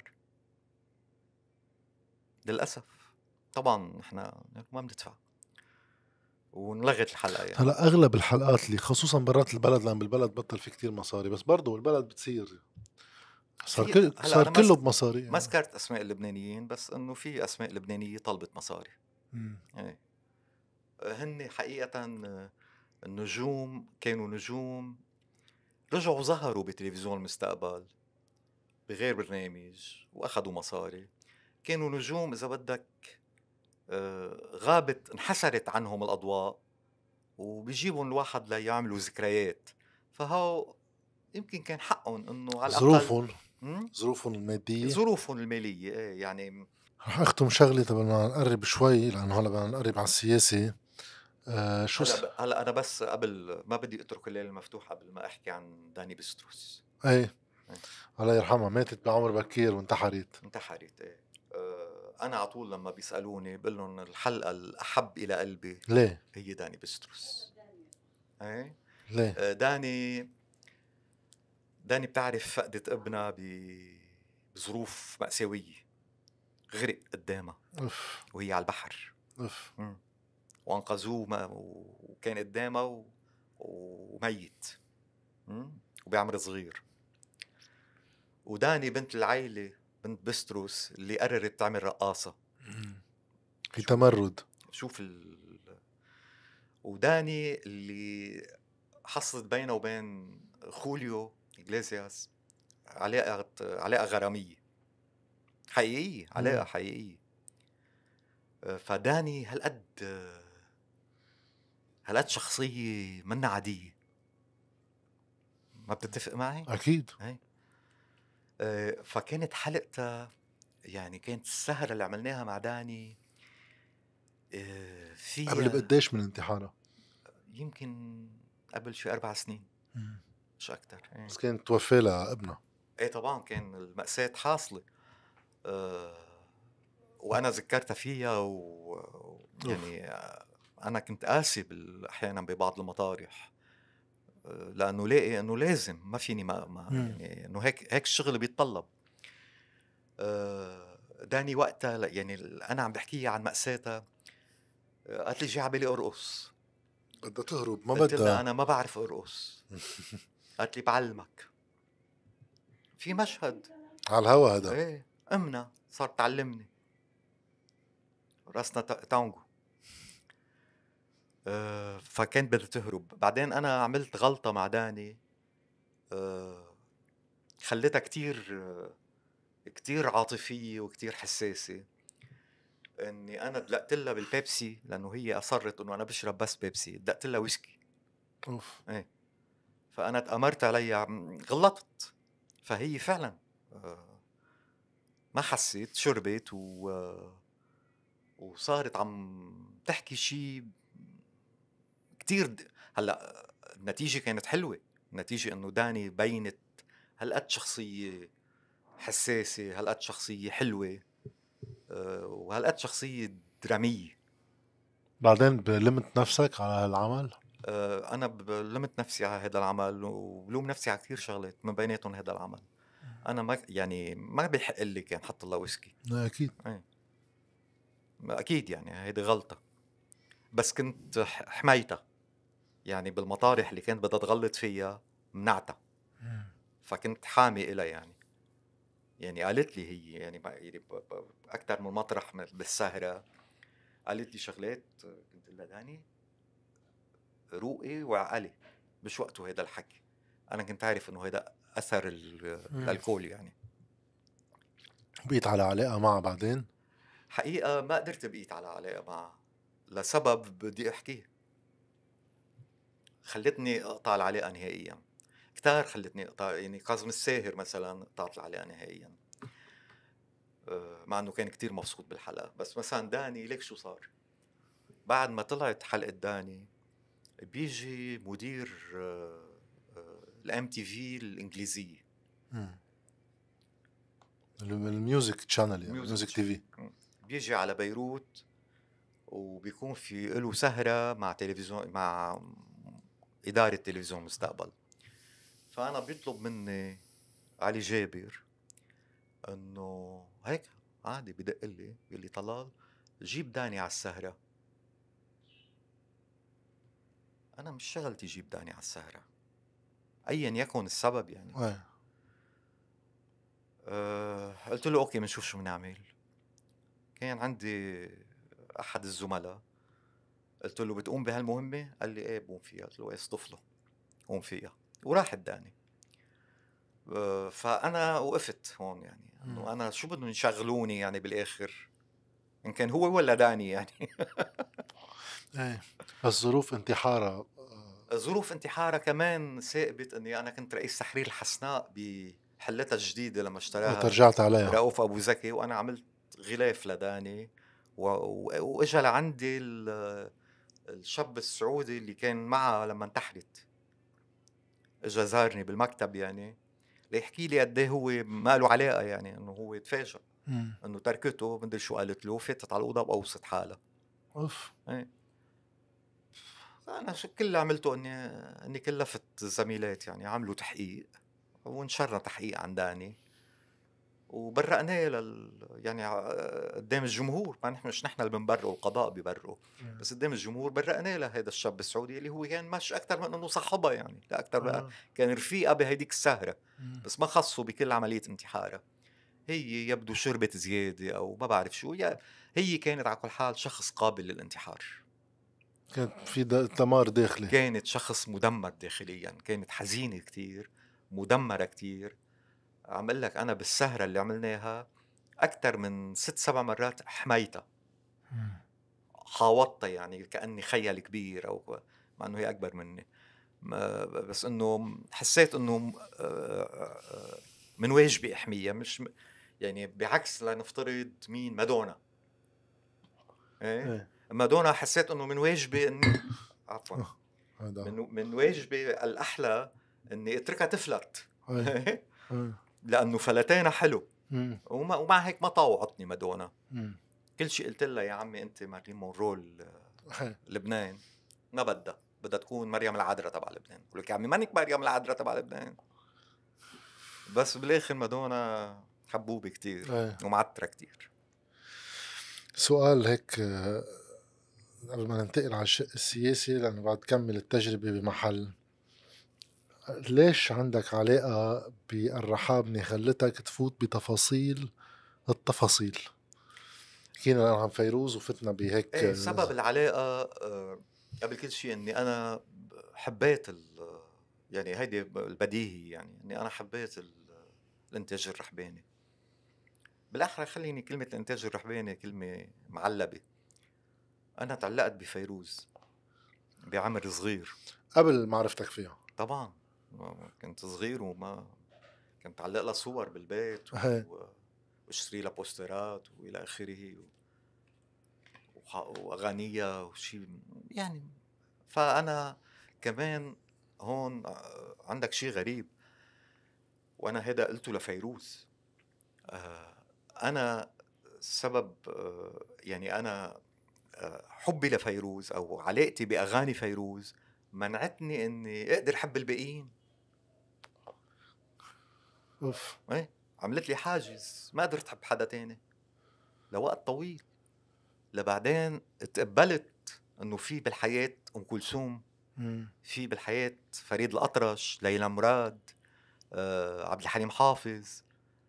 Speaker 2: للاسف. طبعا نحن ما بندفع ونلغت الحلقه يعني.
Speaker 1: هلا اغلب الحلقات اللي خصوصا برات البلد، لان بالبلد بطل في كتير مصاري، بس برضه البلد بتصير صار كله بمصاري
Speaker 2: ما ذكرت اسماء اللبنانيين، بس انه في اسماء لبنانيه طلبت مصاري. ايه هن حقيقه النجوم كانوا نجوم رجعوا ظهروا بتلفزيون المستقبل بغير برنامج واخذوا مصاري. كانوا نجوم اذا بدك، غابت انحسرت عنهم الاضواء وبيجيبهم الواحد ليعملوا ذكريات. فهو يمكن كان حقهم انه على الاقل
Speaker 1: ظروفهم المادية،
Speaker 2: ظروفهم المالية. يعني
Speaker 1: رح اختم شغلي قبل ما نقرب شوي، لانه هلا بدنا نقرب على السياسة. شو
Speaker 2: هلا انا بس قبل ما بدي اترك الليل المفتوح قبل ما احكي عن داني بستروس.
Speaker 1: ايه الله يرحمها، ماتت بعمر بكير وانتحرت.
Speaker 2: ايه. انا على طول لما بيسالوني بقول لهم الحلقه الاحب الى قلبي
Speaker 1: ليه
Speaker 2: هي داني بستروس. ايه
Speaker 1: ليه؟
Speaker 2: داني بتعرف فقدت ابنها بظروف مأساوية، غرق قدامها وهي على البحر. وانقذوه وكان قدامها وميت وبعمر صغير. وداني بنت العيلة، بنت بستروس اللي قررت تعمل رقاصة
Speaker 1: في تمرد.
Speaker 2: شوف وداني اللي حصلت بينه وبين خوليو إغليسياس علاقة غرامية حقيقية، علاقة حقيقية. فداني هالقد شخصية منا عادية. ما بتتفق معي؟
Speaker 1: أكيد.
Speaker 2: فكانت حلقتها، يعني كانت السهرة اللي عملناها مع داني فيها
Speaker 1: قبل بقديش من انتحارها؟
Speaker 2: يمكن قبل شي 4 سنين مش أكتر.
Speaker 1: بس كانت توفى لها ابنها.
Speaker 2: ايه طبعا كان المأساة حاصلة. وأنا ذكرتها فيها يعني أنا كنت قاسي أحيانا ببعض المطارح، لأنه لاقي أنه لازم ما فيني ما يعني أنه هيك الشغل بيتطلب. داني وقتها يعني أنا عم بحكيها عن مأساتها، قالت لي جي عبالي أرقص،
Speaker 1: بدها تهرب ما
Speaker 2: قلت لها
Speaker 1: بدها.
Speaker 2: أنا ما بعرف أرقص. قالت لي بعلمك. في مشهد
Speaker 1: على الهوا هذا.
Speaker 2: ايه امنا صارت تعلمني راسنا تانجو. فكانت بدها تهرب. بعدين انا عملت غلطة مع داني، خليتها كتير عاطفية وكتير حساسة. اني انا دلقت لها بالبيبسي، لانه هي اصرت انه انا بشرب بس بيبسي، دلقت لها ويسكي. ايه فانا تأمرت عليها، غلطت. فهي فعلا ما حسيت، شربت وصارت عم تحكي شيء كتير هلا النتيجة كانت حلوة. النتيجة انه داني بينت هالقد شخصية حساسة، هالقد شخصية حلوة، وهالقد شخصية درامية.
Speaker 1: بعدين بلمت نفسك على هالعمل؟
Speaker 2: انا بلمت نفسي على هذا العمل وبلوم نفسي على كثير شغلات، من بيناتهم هذا العمل. انا ما بيحق لي كان حط الله ويسكي.
Speaker 1: اكيد.
Speaker 2: اكيد يعني هيدي غلطة، بس كنت حمايتها. يعني بالمطارح اللي كانت بدها تغلط فيها منعتها، فكنت حامي إلها. يعني قالت لي هي يعني أكتر من مطرح بالسهرة قالت لي شغلات كنت لها داني روقي وعقلي مش وقته هيدا الحكي. أنا كنت عارف إنه هيدا أثر الألكول. يعني
Speaker 1: بقيت على علاقة معها بعدين؟
Speaker 2: حقيقة ما قدرت بقيت على علاقة معها لسبب بدي أحكيه. خلتني أقطع العلاقة نهائياً. كتار خلتني أقطع. يعني كاظم الساهر مثلاً قطعت العلاقة نهائياً، مع أنه كان كتير مبسوط بالحلقة. بس مثلاً داني ليك شو صار بعد ما طلعت حلقة داني، بيجي مدير الام تي في الإنجليزية،
Speaker 1: الميوزك تشانل، يعني ميوزك تي في،
Speaker 2: بيجي على بيروت وبيكون في له سهرة مع تلفزيون، مع إدارة تلفزيون مستقبل. فأنا بيطلب مني علي جابر إنه هيك عادي بدق لي بيقول لي طلال جيب داني على السهرة. أنا مش شغلتي جيب داني على السهرة أيا يكن السبب. يعني قلت له أوكي بنشوف شو بنعمل. كان عندي أحد الزملاء، قلت له بتقوم بهالمهمة؟ قال لي إيه بقوم فيها. قلت له إيه اصطف له قوم فيها. وراح داني فأنا وقفت هون يعني إنه أنا شو بدهم يشغلوني يعني بالآخر إن كان هو ولا داني يعني.
Speaker 1: ايه بس ظروف انتحارها
Speaker 2: ظروف انتحارها كمان ثاقبت إني أنا كنت رئيس تحرير الحسناء بحلتها الجديدة لما اشتراها
Speaker 1: ترجعت عليها.
Speaker 2: رؤوف أبو زكي، وأنا عملت غلاف لداني وإجا لعندي الشاب السعودي اللي كان معها لما انتحرت، إجا زارني بالمكتب يعني ليحكي لي قد ايه هو ما له علاقة، يعني إنه هو تفاجأ إنه تركته مدري شو قالت له، فاتت على الأوضة وقوصت حالها.
Speaker 1: اوف.
Speaker 2: ايه أنا شو كل اللي عملته إني كلفت زميلات يعني عملوا تحقيق ونشرنا تحقيق عن داني وبرقناه يعني قدام الجمهور، ما مش نحن اللي بنبرئه، القضاء بيبرئه، بس قدام الجمهور برقناه لهذا الشاب السعودي اللي هو كان مش أكتر من إنه صاحبها يعني، لا أكتر لا كان رفيقة بهيديك السهرة، بس ما خصوا بكل عملية انتحارها. هي يبدو شربت زيادة أو ما بعرف شو، هي كانت على كل حال شخص قابل للانتحار،
Speaker 1: كانت في دمار داخلي،
Speaker 2: كانت شخص مدمر داخليا، كانت حزينة كتير، مدمرة كتير. عم اقول لك انا بالسهرة اللي عملناها اكتر من 6-7 مرات حميتها، حاوطتها يعني كأني خيال كبير، او مع انه هي اكبر مني، بس انه حسيت انه من واجبي احميها، مش يعني بعكس لنفترض مين مادونا. ايه مادونا حسيت انه من واجبي اني عفوا من واجبي الاحلى اني اتركها تفلت لانه فلتانها حلو، ومع هيك ما طاوعتني مادونا. كل شيء قلت لها يا عمي انت مارلين مونرو لبنان، ما بدها تكون مريم العذراء تبع لبنان. بقول لك يا عمي مانك مريم العذراء تبع لبنان، بس بالاخر مادونا حبوبه كتير ومعتره كتير.
Speaker 1: سؤال هيك قبل ما ننتقل على الشق السياسي، لأنه بعد كمل التجربة بمحل، ليش عندك علاقة بالرحابنة خلتك تفوت بتفاصيل التفاصيل؟ حكينا عن فيروز وفتنا بهيك.
Speaker 2: ايه سبب العلاقة قبل كل شيء اني انا حبيت يعني هيدي البديهي، يعني اني انا حبيت الانتاج الرحباني. بالاحرى خليني كلمة الانتاج الرحباني كلمة معلبة. انا تعلقت بفيروز بعمر صغير قبل
Speaker 1: معرفتك فيها
Speaker 2: طبعا، كنت صغير وما كنت علق لها صور بالبيت واشتري لها بوسترات والى اخره واغانيها وشي يعني. فانا كمان هون عندك شيء غريب، وانا هذا قلته لفيروز. انا سبب يعني انا حبي لفيروز او علاقتي باغاني فيروز منعتني اني اقدر احب الباقيين.
Speaker 1: اوف.
Speaker 2: ايه عملت لي حاجز، ما قدرت احب حدا تاني لوقت طويل، لبعدين تقبلت انه في بالحياة ام كلثوم، في بالحياة فريد الأطرش، ليلى مراد، عبد الحليم حافظ.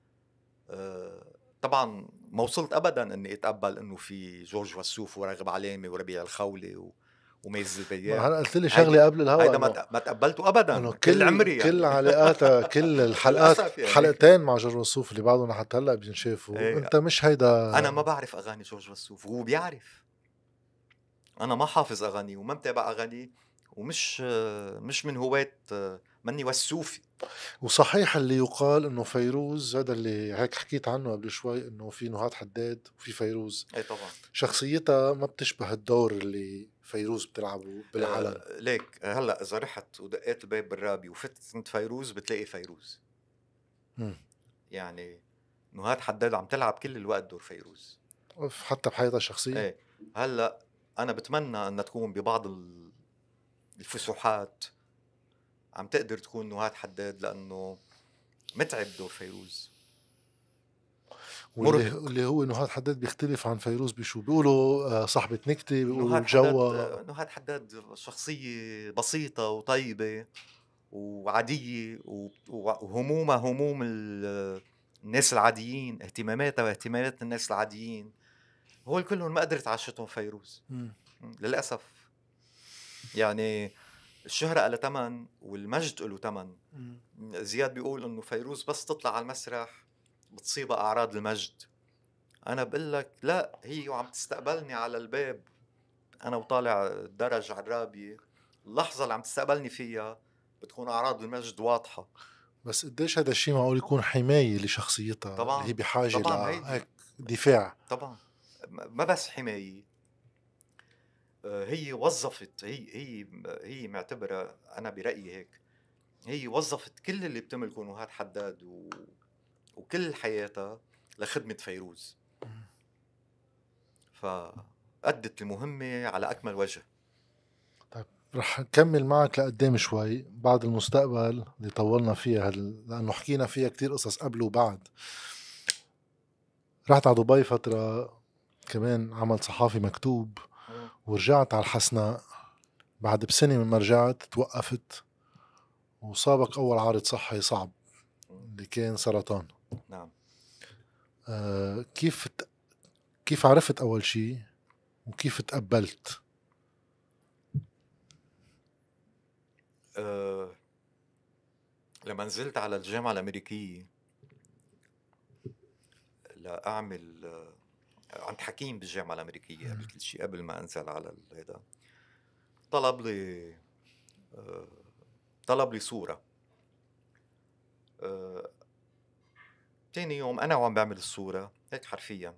Speaker 2: طبعا ما وصلت ابدا اني اتقبل انه في جورج وسوف وراغب علامة وربيع الخولي وميز البياع.
Speaker 1: هلا قلت لي شغله قبل الهوا،
Speaker 2: هيدا ما تقبلته ابدا كل عمري يعني.
Speaker 1: كل علاقاتها كل الحلقات يعني. حلقتين مع جورج وسوف اللي بعضهم حتى هلا بينشافوا. انت مش هيدا.
Speaker 2: انا ما بعرف اغاني جورج وسوف وهو بيعرف. انا ما حافظ اغاني وما متابع اغاني ومش من هواة، مني وسوفي.
Speaker 1: وصحيح اللي يقال انه فيروز، هذا اللي هيك حكيت عنه قبل شوي، انه في نهاد حداد وفي فيروز.
Speaker 2: اي طبعا
Speaker 1: شخصيتها ما بتشبه الدور اللي فيروز بتلعبه بالعلن.
Speaker 2: ليك هلا اذا رحت ودقيت الباب بالرابي وفتت عند فيروز بتلاقي فيروز. يعني نهاد حداد عم تلعب كل الوقت دور فيروز
Speaker 1: حتى بحياتها الشخصية.
Speaker 2: ايه هلا انا بتمنى ان تكون ببعض الفسحات عم تقدر تكون نهاد حداد، لانه متعب دور فيروز.
Speaker 1: واللي هو نهاد حداد بيختلف عن فيروز بشو؟ بيقولوا صاحبة نكتة، بيقولوا جوا.
Speaker 2: نهاد حداد شخصية بسيطة وطيبة وعادية، وهمومها هموم الناس العاديين، اهتماماتها واهتمامات الناس العاديين. هول كلهم ما قدرت عاشتهم فيروز للأسف. يعني الشهرة لها تمن والمجد له تمن. زياد بيقول انه فيروز بس تطلع على المسرح بتصيبها اعراض المجد. انا بقول لك لا، هي وعم تستقبلني على الباب انا وطالع الدرج على الرابية، اللحظة اللي عم تستقبلني فيها بتكون اعراض المجد واضحة.
Speaker 1: بس قديش هذا الشيء معقول يكون حماية لشخصيتها
Speaker 2: طبعاً،
Speaker 1: اللي هي بحاجة
Speaker 2: طبعاً هيدي.
Speaker 1: لهيك دفاع؟
Speaker 2: طبعا ما بس حماية، هي وظفت، هي معتبرة، انا برأيي هيك، هي وظفت كل اللي بتملكه نهاد حداد وكل حياتها لخدمة فيروز، فأدت المهمة على أكمل وجه.
Speaker 1: رح نكمل معك لقدام شوي بعد المستقبل اللي طولنا فيها لأنه حكينا فيها كتير قصص قبل وبعد. رحت على دبي فترة كمان عمل صحافي مكتوب، ورجعت على الحسناء بعد بسنة من ما رجعت توقفت وصابك أول عارض صحي صعب اللي كان سرطان.
Speaker 2: نعم.
Speaker 1: كيف عرفت أول شي وكيف تقبلت؟
Speaker 2: لما نزلت على الجامعة الأمريكية لأعمل عند حكيم بالجامعة الأمريكية قبل كل شيء، قبل ما أنزل على هذا، طلب لي صورة. تاني يوم أنا وعم بعمل الصورة هيك حرفيا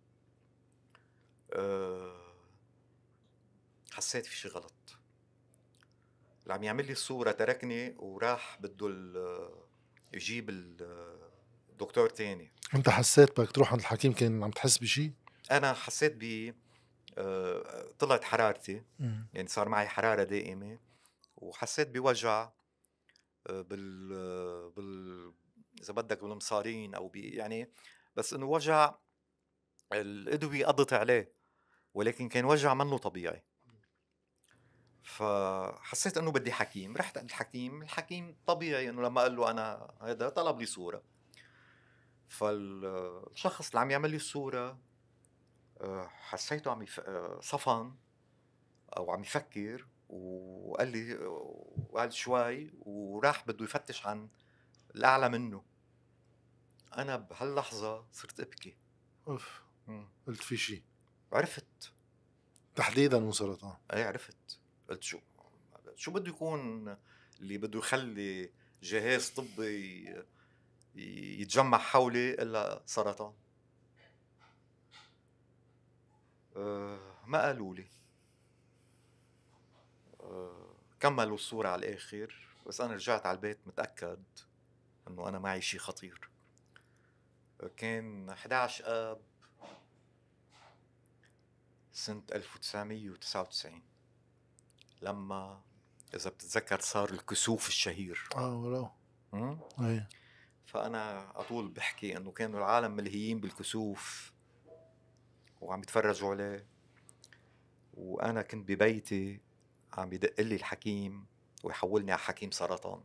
Speaker 2: حسيت في شي غلط. اللي عم يعمل لي الصورة تركني وراح بده يجيب الدكتور تاني.
Speaker 1: انت حسيت بدك تروح عند الحكيم كان عم تحس بشي؟
Speaker 2: أنا حسيت طلعت حرارتي، يعني صار معي حرارة دائمة، وحسيت بوجع إذا بدك بالمصارين أو يعني، بس إنه وجع الأدوية قضت عليه، ولكن كان وجع منه طبيعي. فحسيت انه بدي حكيم، رحت عند الحكيم طبيعي انه لما قال له انا هذا طلب لي صورة. فالشخص اللي عم يعمل لي الصورة حسيته عم صفن او عم يفكر، وقال شوي وراح بده يفتش عن الاعلى منه. انا بهاللحظة صرت ابكي.
Speaker 1: اوف. قلت في شي،
Speaker 2: عرفت
Speaker 1: تحديدا مو سرطان.
Speaker 2: اي عرفت، قلت شو بده يكون اللي بده يخلي جهاز طبي يتجمع حولي إلا سرطان. ما قالوا لي، كملوا الصورة على الآخر، بس أنا رجعت على البيت متأكد أنه أنا معي شي خطير. كان 11 آب سنة 1999 لما إذا بتتذكر صار الكسوف الشهير.
Speaker 1: ولو ايه.
Speaker 2: فأنا على طول بحكي إنه كانوا العالم ملهيين بالكسوف وعم يتفرجوا عليه، وأنا كنت ببيتي عم يدق لي الحكيم ويحولني على حكيم سرطان.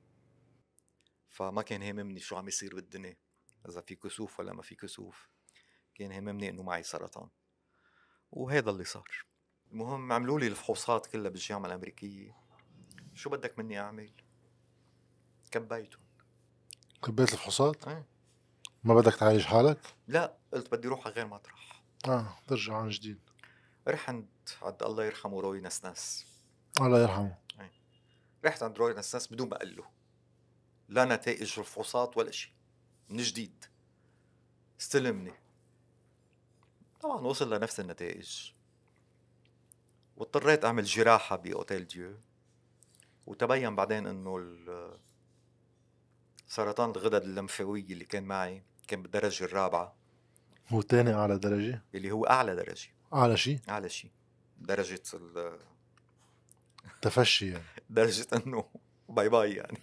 Speaker 2: فما كان هاممني شو عم يصير بالدنيا، إذا في كسوف ولا ما في كسوف، كان هاممني إنه معي سرطان، وهذا اللي صار. المهم عملوا لي الفحوصات كلها بالجامعة الأمريكية. شو بدك مني أعمل؟ كبيت
Speaker 1: الفحوصات؟
Speaker 2: أه؟
Speaker 1: ما بدك تعالج حالك؟
Speaker 2: لا، قلت بدي روح على غير مطرح.
Speaker 1: ترجع عن جديد.
Speaker 2: رح عند الله يرحمه روي نسناس.
Speaker 1: الله يرحمه.
Speaker 2: رحت عند روي نسناس بدون ما أقول له، لا نتائج الفحوصات ولا شيء، من جديد استلمني. طبعا وصل لنفس النتائج، واضطريت أعمل جراحة بأوتيل ديو، وتبين بعدين إنه سرطان الغدد اللمفاوية اللي كان معي كان بالدرجة الرابعة.
Speaker 1: هو تاني أعلى درجة؟
Speaker 2: اللي هو أعلى درجة.
Speaker 1: أعلى شيء
Speaker 2: درجة
Speaker 1: تفشي يعني.
Speaker 2: درجة إنه باي باي يعني.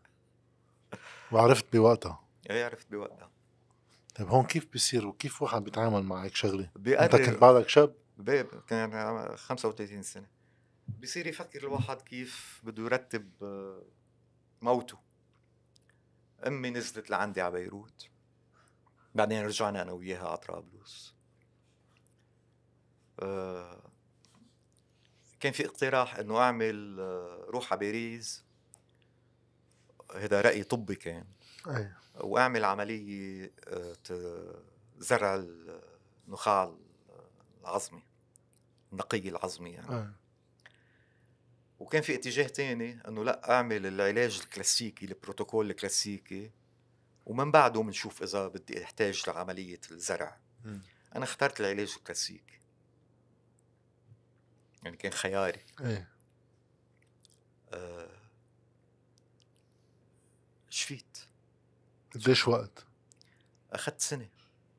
Speaker 1: وعرفت بوقتها.
Speaker 2: عرفت بوقتها.
Speaker 1: طيب هون كيف بيصير وكيف واحد بيتعامل مع هيك شغلة؟
Speaker 2: أنت
Speaker 1: كنت بعدك شاب؟
Speaker 2: كان 35 سنة. بيصير يفكر الواحد كيف بده يرتب موته. أمي نزلت لعندي على بيروت، بعدين رجعنا أنا وياها على طرابلس. كان في اقتراح انه اعمل روح على باريس، هذا رأي طبي كان،
Speaker 1: اي
Speaker 2: واعمل عملية زرع النخاع العظمي، النقي العظمي يعني.
Speaker 1: اي
Speaker 2: وكان في اتجاه تاني انه لا، اعمل العلاج الكلاسيكي، البروتوكول الكلاسيكي، ومن بعده بنشوف اذا بدي احتاج لعملية الزرع.
Speaker 1: مم.
Speaker 2: انا اخترت العلاج الكلاسيكي، يعني كان خياري.
Speaker 1: اي
Speaker 2: شفيت.
Speaker 1: قديش وقت؟
Speaker 2: اخذت سنة.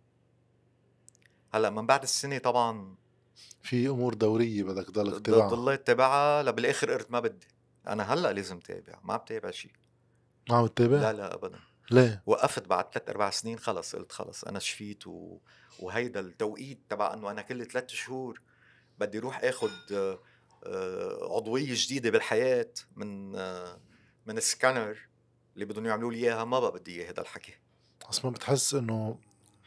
Speaker 2: هلا من بعد السنة طبعا
Speaker 1: في امور دوريه بدك تضلك تتابعها.
Speaker 2: ضليت تابعها بالاخر قلت ما بدي. انا هلا لازم تابع، ما عم تابع شيء.
Speaker 1: ما عم تتابع؟
Speaker 2: لا لا ابدا.
Speaker 1: ليه؟
Speaker 2: وقفت بعد 3-4 سنين، خلص قلت خلص انا شفيت وهيدا التوقيت تبع انه انا كل 3 شهور بدي اروح اخذ عضوية جديدة بالحياة من السكانر اللي بدهم يعملوا لي اياها. ما بقى بدي اياه هذا الحكي.
Speaker 1: بس ما بتحس انه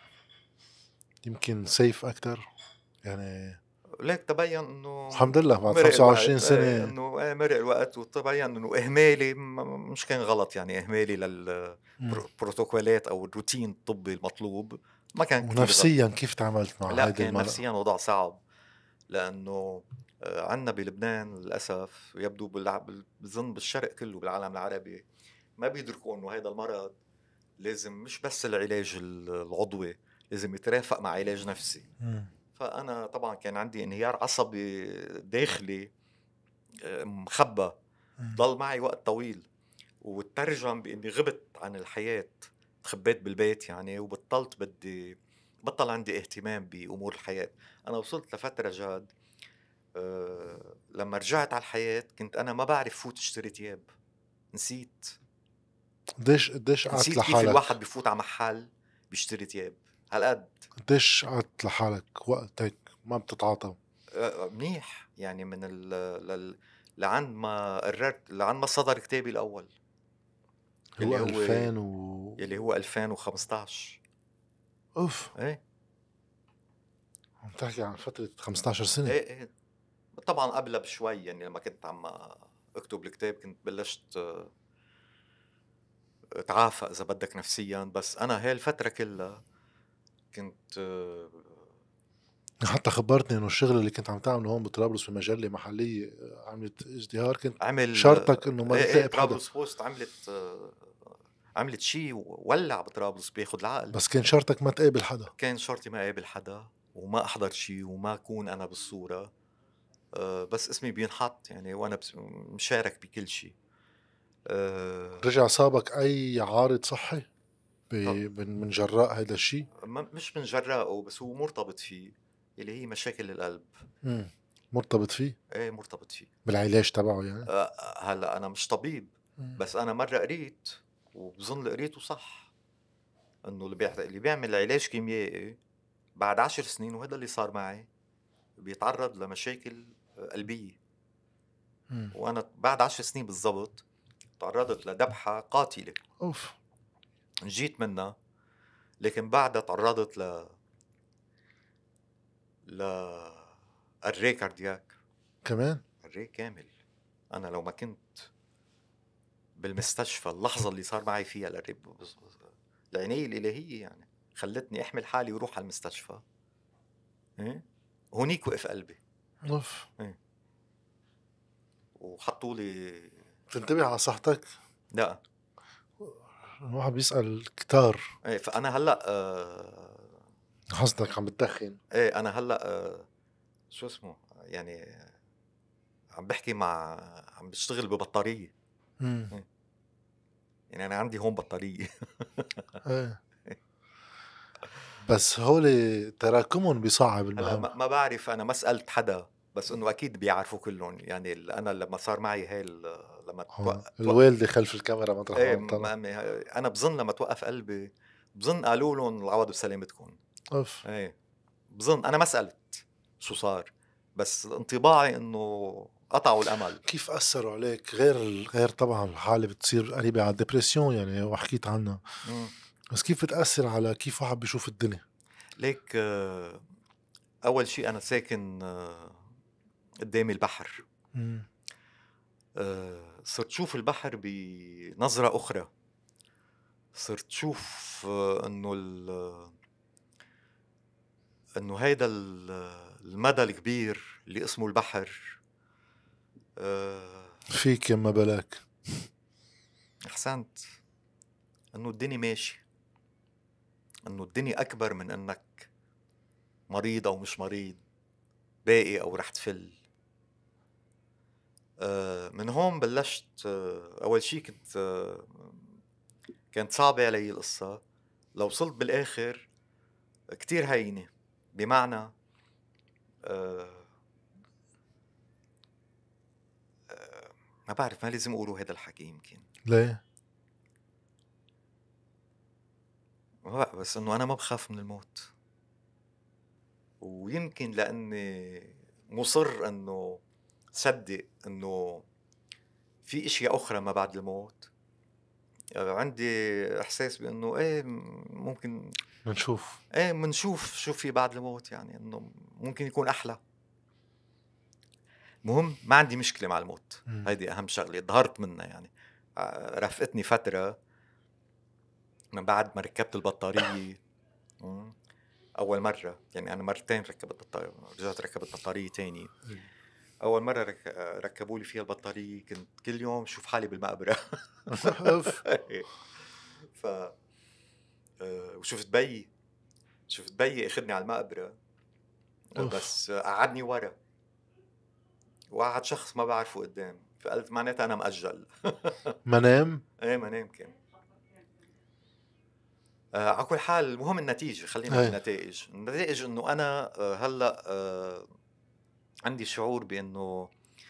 Speaker 1: يمكن سيف اكتر يعني؟
Speaker 2: ليك تبين انه
Speaker 1: الحمد لله بعد
Speaker 2: مرق
Speaker 1: 25
Speaker 2: الوقت.
Speaker 1: سنه
Speaker 2: انه مرق الوقت، وتبين انه اهمالي مش كان غلط، يعني اهمالي للبروتوكولات او الروتين الطبي المطلوب ما كان كتير
Speaker 1: ونفسيا كيف تعاملت مع
Speaker 2: لا،
Speaker 1: هيدي
Speaker 2: كان
Speaker 1: المرأة؟
Speaker 2: نفسيا وضع صعب، لانه عندنا بلبنان للاسف يبدو بظن بالشرق كله بالعالم العربي ما بيدركوا انه هذا المرض لازم مش بس العلاج العضوي، لازم يترافق مع علاج نفسي. فأنا طبعا كان عندي انهيار عصبي داخلي مخبى ضل معي وقت طويل، وترجم بإني غبت عن الحياة، تخبيت بالبيت يعني، وبطلت بطل عندي اهتمام بأمور الحياة. أنا وصلت لفترة جاد لما رجعت على الحياة كنت أنا ما بعرف فوت اشتري تياب. نسيت
Speaker 1: قديش قعدت
Speaker 2: نسيت كيف
Speaker 1: لحالك؟
Speaker 2: الواحد بيفوت على محل بيشتري تياب هالقد.
Speaker 1: قديش قعدت لحالك وقت هيك ما بتتعاطى؟
Speaker 2: منيح يعني، من لعند ما قررت، لعند ما صدر كتابي الأول
Speaker 1: هو
Speaker 2: اللي
Speaker 1: 2000
Speaker 2: يلي هو 2015.
Speaker 1: اوف،
Speaker 2: ايه
Speaker 1: عم تحكي عن فترة 15 سنة.
Speaker 2: ايه طبعا قبلها بشوي، يعني لما كنت عم اكتب الكتاب كنت بلشت اتعافى اذا بدك نفسيا، بس انا هاي الفترة كلها كنت
Speaker 1: حتى خبرتني انه الشغل اللي كنت عم تعمله هون بطرابلس بمجلة محلية عملت ازدهار، كنت
Speaker 2: عمل
Speaker 1: شرطك انه ما تلاقي بحدا.
Speaker 2: طرابلس بوست عملت شيء ولع بطرابلس بياخد العقل.
Speaker 1: بس كان شرطك ما تقابل حدا.
Speaker 2: كان شرطي ما قابل حدا وما احضر شيء وما اكون انا بالصورة، بس اسمي بينحط يعني، وانا مشارك بكل شيء.
Speaker 1: رجع صابك اي عارض صحي من جراء هيدا الشيء؟
Speaker 2: مش من جراءه، بس هو مرتبط فيه، اللي هي مشاكل القلب.
Speaker 1: مرتبط فيه؟
Speaker 2: ايه مرتبط فيه
Speaker 1: بالعلاج تبعه يعني.
Speaker 2: هلا انا مش طبيب، بس انا مرة قريت وبظن اللي قريته صح، انه اللي بيعمل علاج كيميائي بعد 10 سنين، وهذا اللي صار معي، بيتعرض لمشاكل قلبية. وانا بعد 10 سنين بالضبط تعرضت لذبحة قاتلة.
Speaker 1: اوف.
Speaker 2: جيت منها، لكن بعدها تعرضت الري كاردياك
Speaker 1: كمان.
Speaker 2: الري كامل. انا لو ما كنت بالمستشفى اللحظة اللي صار معي فيها الري، العناية الإلهية يعني خلتني احمل حالي وروح على المستشفى. ايه هونيك وقف قلبي.
Speaker 1: اوف.
Speaker 2: ايه وحطوا لي.
Speaker 1: تنتبه على صحتك.
Speaker 2: لا
Speaker 1: الواحد بيسأل كتار.
Speaker 2: ايه فانا هلا
Speaker 1: حصدك عم بتدخن.
Speaker 2: ايه انا هلا شو اسمه يعني، عم بحكي عم بشتغل ببطارية. يعني انا عندي هون بطارية.
Speaker 1: ايه بس هول تراكمهم بيصعب المهام.
Speaker 2: ما بعرف، انا ما سألت حدا، بس انه اكيد بيعرفوا كلهم. يعني انا لما صار معي هاي لما
Speaker 1: الوالدة خلف الكاميرا مطرح
Speaker 2: ايه انا بظن لما توقف قلبي، بظن قالوا لهم العوض بسلامتكم.
Speaker 1: اوف.
Speaker 2: ايه بظن، انا ما سألت شو صار، بس انطباعي انه قطعوا الامل.
Speaker 1: كيف اثروا عليك غير طبعا الحاله بتصير قريبه على الدبرسيون يعني وحكيت عنها، بس كيف بتاثر على كيف واحد بيشوف الدنيا؟
Speaker 2: ليك اول شيء انا ساكن قدامي البحر. صرت شوف البحر بنظرة أخرى. صرت شوف إنه هيدا المدى الكبير اللي اسمه البحر
Speaker 1: فيك يما بلاك.
Speaker 2: أحسنت. إنه الدنيا ماشي، إنه الدنيا أكبر من إنك مريض أو مش مريض، باقي أو رح تفل. من هون بلشت. أول شي كانت صعبة علي القصة. لو وصلت بالآخر كتير هينة، بمعنى ما بعرف، ما لازم أقولوا هذا الحكي يمكن.
Speaker 1: ليه؟
Speaker 2: بس إنه أنا ما بخاف من الموت، ويمكن لأني مصر إنه صدق إنه في إشياء أخرى ما بعد الموت. عندي إحساس بأنه إيه ممكن
Speaker 1: منشوف
Speaker 2: منشوف شو في بعد الموت، يعني إنه ممكن يكون أحلى. مهم ما عندي مشكلة مع الموت. هيدي أهم شغلة ظهرت منها. يعني رافقتني فترة من بعد ما ركبت البطارية. أول مرة، يعني أنا مرتين ركبت البطارية، رجعت ركبت بطارية تاني. أول مرة ركبوا لي فيها البطارية كنت كل يوم شوف حالي بالمقبرة. وشفت بيي أخذني على المقبرة، بس قعدني ورا وقعد شخص ما بعرفه قدام، فقلت معناتها أنا مأجل.
Speaker 1: منام؟
Speaker 2: إيه منام كان. على كل حال المهم النتيجة. خلينا بالنتائج. النتائج إنه أنا هلأ عندي شعور بأنه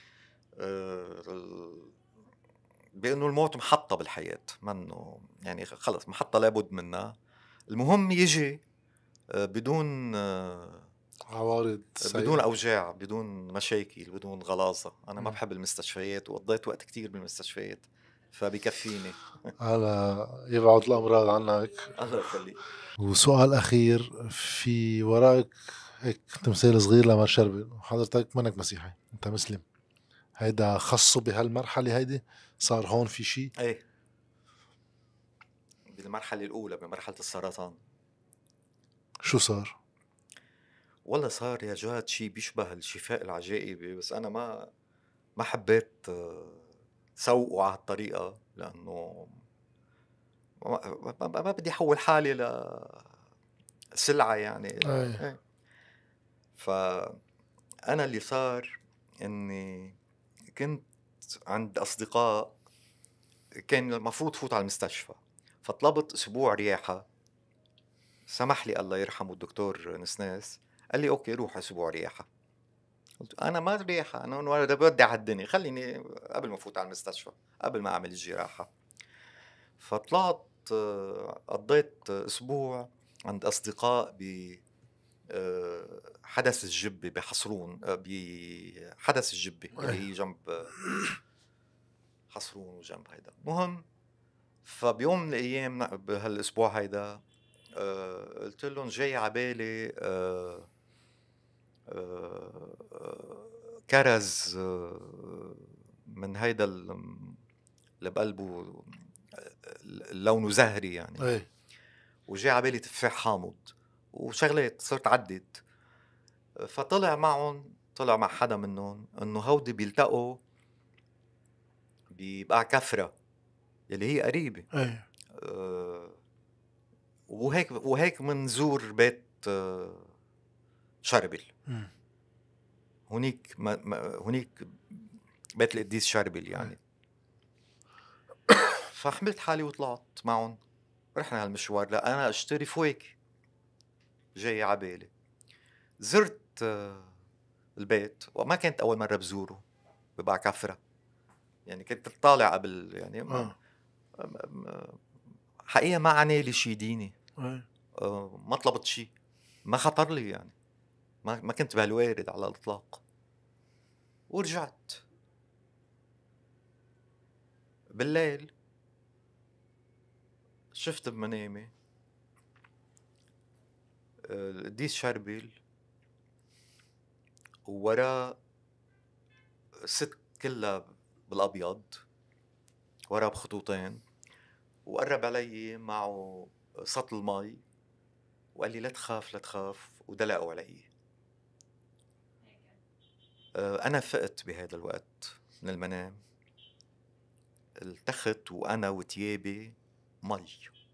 Speaker 2: الموت محطة بالحياة، منه يعني خلص محطة لابد منها. المهم يجي بدون
Speaker 1: عوارض سيئة،
Speaker 2: بدون أوجاع، بدون مشاكل، بدون غلاظة. أنا ما بحب المستشفيات، وقضيت وقت كتير بالمستشفيات، فبكفيني.
Speaker 1: على يبعد الأمراض عنك.
Speaker 2: الله يخليك.
Speaker 1: وسؤال أخير، في وراك هيك تمثال صغير لمار شربل، وحضرتك منك مسيحي، أنت مسلم. هيدا خصه بهالمرحلة هيدي؟ صار هون في شيء؟
Speaker 2: ايه بالمرحلة الأولى، بمرحلة السرطان.
Speaker 1: شو صار؟
Speaker 2: والله صار يا جاد شيء بيشبه الشفاء العجائبي، بس أنا ما حبيت سوقه على الطريقة، لأنه ما بدي أحول حالي لسلعة يعني.
Speaker 1: أي.
Speaker 2: فأنا اللي صار إني كنت عند أصدقاء، كان المفروض فوت على المستشفى، فطلبت أسبوع رياحة. سمح لي الله يرحمه الدكتور نسناس، قال لي أوكي روح أسبوع رياحة. قلت أنا ما رياحة، أنا بدي على الدنيا، خليني قبل ما فوت على المستشفى، قبل ما أعمل الجراحة. فطلعت قضيت أسبوع عند أصدقاء حدث الجبة بحصرون، بحدث الجبة اللي هي جنب حصرون وجنب هيدا. مهم فبيوم من الأيام بهالأسبوع هيدا قلت لهم جاي عبالي كرز من هيدا اللي بقلبه لونه زهري يعني.
Speaker 1: أي.
Speaker 2: وجاي عبالي تفاح حامض وشغلات. صرت عدد، فطلع مع حدا منهم انه هودي بيلتقوا ببقع كفرة يلي هي قريبة.
Speaker 1: أي.
Speaker 2: وهيك منزور بيت شربل. هونيك هونيك بيت القديس شربل يعني. فحملت حالي وطلعت معهم، رحنا هالمشوار. لا انا اشتري فواكه جاي عبالي. زرت البيت، وما كانت اول مرة بزوره ببقع كفرة، يعني كنت طالع قبل يعني. حقيقة ما عني لي شي ديني. ما طلبت شي، ما خطر لي يعني، ما كنت بهالوارد على الإطلاق. ورجعت بالليل، شفت بمنامي القديس شربل ووراه ست كلها بالأبيض ورا بخطوطين، وقرب علي معه سطل مي وقال لي لا تخاف لا تخاف، ودلقوا علي. أنا فقت بهذا الوقت من المنام، التخت وأنا وتيابي مي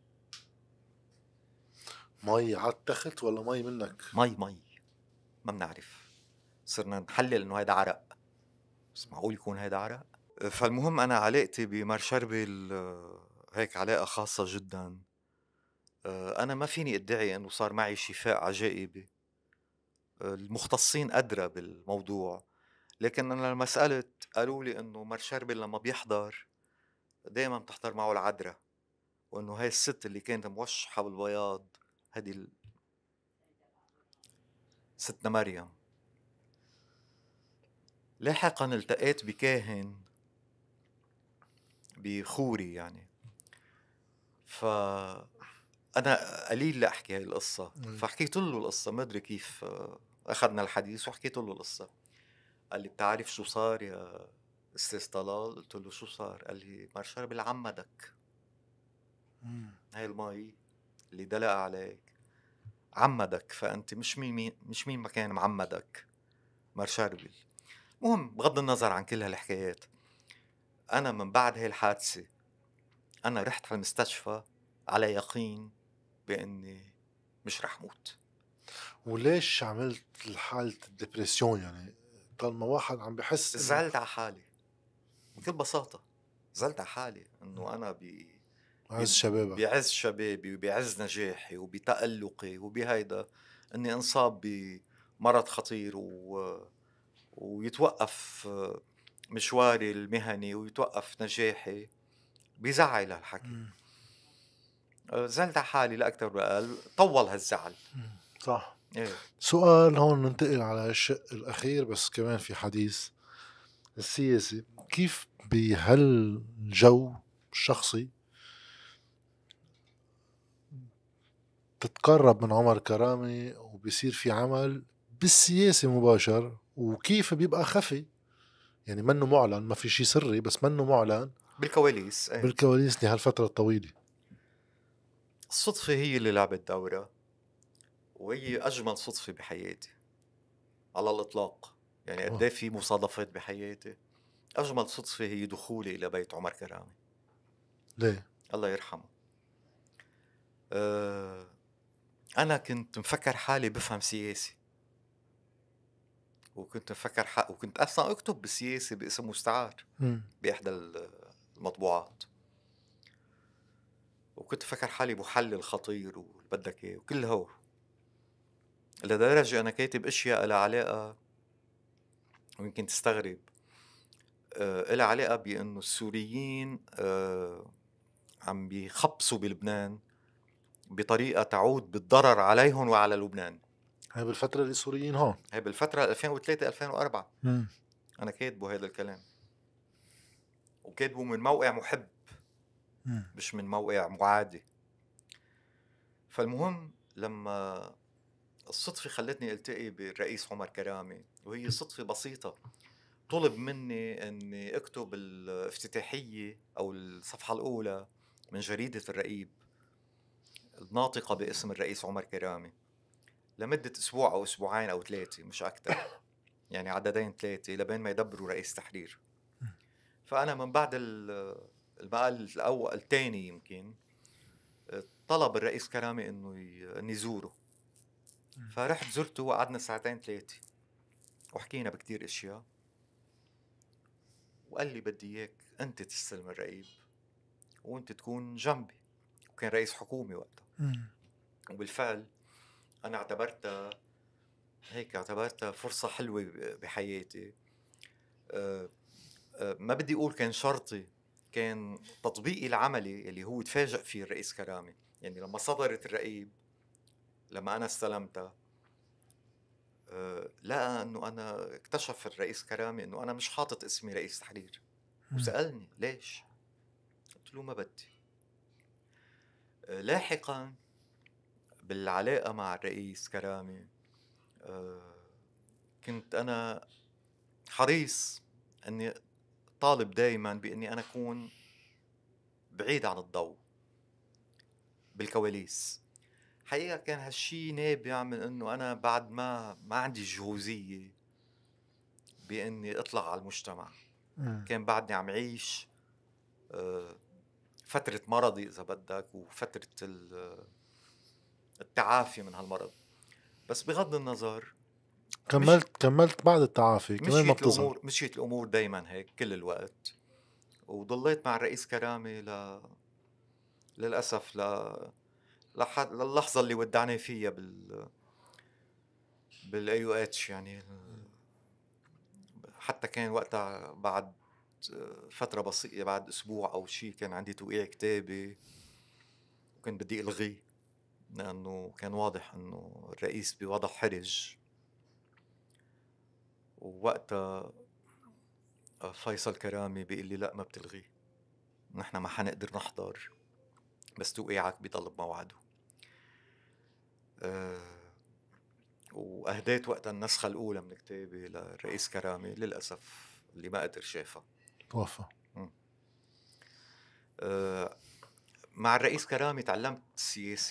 Speaker 1: مي على التخت ولا مي منك؟
Speaker 2: مي ما بنعرف، صرنا نحلل إنه هيدا عرق، بس معقول يكون هيدا عرق؟ فالمهم أنا علاقتي بمار شربل هيك علاقة خاصة جدا. أنا ما فيني أدعي إنه صار معي شفاء عجائبي، المختصين أدرى بالموضوع، لكن أنا لما سألت قالوا لي إنه مار شربل لما بيحضر دايما بتحضر معه العذراء، وإنه هاي الست اللي كانت موشحة بالبياض هذه ستنا مريم. لاحقا التقيت بكاهن بخوري يعني، فأنا قليل لأحكي هاي القصة، فحكيت له القصة، ما أدري كيف أخذنا الحديث وحكيت له القصة. قال لي بتعرف شو صار يا أستاذ طلال؟ قلت له شو صار؟ قال لي مار شربل عمدك، هاي المي اللي دلق عليك عمدك، فأنت مش مين ما كان معمدك، مار شربل. مهم بغض النظر عن كل هالحكايات، أنا من بعد هاي الحادثة أنا رحت على المستشفى على يقين بأني مش رح موت.
Speaker 1: وليش عملت حالة الدبرسيون؟ يعني طالما واحد عم بحس
Speaker 2: زعلت على حالي بكل بساطة، زعلت على حالي إنه أنا
Speaker 1: عز شبابك
Speaker 2: بعز شبابي وبعز نجاحي وبتألقي وبهيدا إني انصاب بمرض خطير ويتوقف مشواري المهني ويتوقف نجاحي. بيزعل هالحكي. زعلت على حالي لا أكتر ولا أقل، طول هالزعل.
Speaker 1: صح.
Speaker 2: إيه.
Speaker 1: سؤال هون ننتقل على الشق الأخير، بس كمان في حديث السياسي. كيف بهالجو الشخصي تتقرب من عمر كرامي وبيصير في عمل بالسياسة مباشر، وكيف بيبقى خفي يعني منه معلن، ما في شي سري بس منه معلن
Speaker 2: بالكواليس. ايه.
Speaker 1: بالكواليس لهالفترة الطويلة؟
Speaker 2: الصدفة هي اللي لعبت دورة، وهي أجمل صدفة بحياتي على الإطلاق. يعني قد في مصادفات بحياتي، أجمل صدفة هي دخولي إلى بيت عمر كرامي.
Speaker 1: ليه؟
Speaker 2: الله يرحمه. أنا كنت مفكر حالي بفهم سياسي، وكنت مفكر وكنت أصلا أكتب بالسياسة باسم مستعار بإحدى المطبوعات، وكنت فكر حالي محلل خطير وبدك ايه وكل هو، لدرجة أنا كاتب أشياء لها علاقة ويمكن تستغرب، لها علاقة بأنه السوريين عم بيخبصوا بلبنان بطريقة تعود بالضرر عليهم وعلى لبنان.
Speaker 1: هاي بالفترة اللي السوريين هون،
Speaker 2: هاي بالفترة 2003-2004. أنا كاتبه هذا الكلام، وكاتبه من موقع محب مش من موقع معادي. فالمهم لما الصدفة خلتني التقي بالرئيس عمر كرامي، وهي صدفة بسيطة، طلب مني اني اكتب الافتتاحية او الصفحة الاولى من جريدة الرئيب الناطقة باسم الرئيس عمر كرامي لمدة اسبوع او اسبوعين او 3 مش اكتر، يعني عددين 3 لبين ما يدبروا رئيس تحرير. فانا من بعد المقال الاول الثاني يمكن طلب الرئيس كرامي اني زوره، فرحت زرته وقعدنا 2-3 ساعات وحكينا بكتير اشياء، وقال لي بدي اياك انت تستلم الرئيب وانت تكون جنبي، وكان رئيس حكومي وقتها. وبالفعل انا اعتبرتها فرصة حلوة بحياتي. ما بدي اقول كان شرطي، كان تطبيقي العملي اللي هو تفاجأ فيه الرئيس كرامي. يعني لما صدرت الرئيب، لما انا استلمتها، لقى انه انا اكتشف الرئيس كرامي انه انا مش حاطط اسمي رئيس تحرير، وسألني ليش؟ قلت له ما بدي. لاحقا بالعلاقة مع الرئيس كرامي كنت انا حريص أني طالب دايما بأني أنا أكون بعيد عن الضوء بالكواليس. حقيقة كان هالشي نابع من أنه أنا بعد ما عندي جهوزية بأني أطلع على المجتمع. كان بعدني عم عيش فترة مرضي إذا بدك، وفترة التعافي من هالمرض. بس بغض النظر
Speaker 1: كملت بعد التعافي كمان ما بتظهر.
Speaker 2: مشيت الأمور دايما هيك كل الوقت، وضليت مع الرئيس كرامي للأسف للحظة اللي ودعني فيها بالAUH يعني. حتى كان وقتها بعد فترة بسيطة، بعد أسبوع أو شيء، كان عندي توقيع كتابي وكان بدي ألغيه، لأنه كان واضح أنه الرئيس بوضع حرج. ووقتها فيصل كرامي بيقول لي لا، ما بتلغي، نحن ما حنقدر نحضر، بس توقيعك بيضل بموعده. وأهديت وقتها النسخة الأولى من كتابي للرئيس كرامي، للأسف اللي ما قدر شافها،
Speaker 1: توفى.
Speaker 2: مع الرئيس كرامي تعلمت السياسة،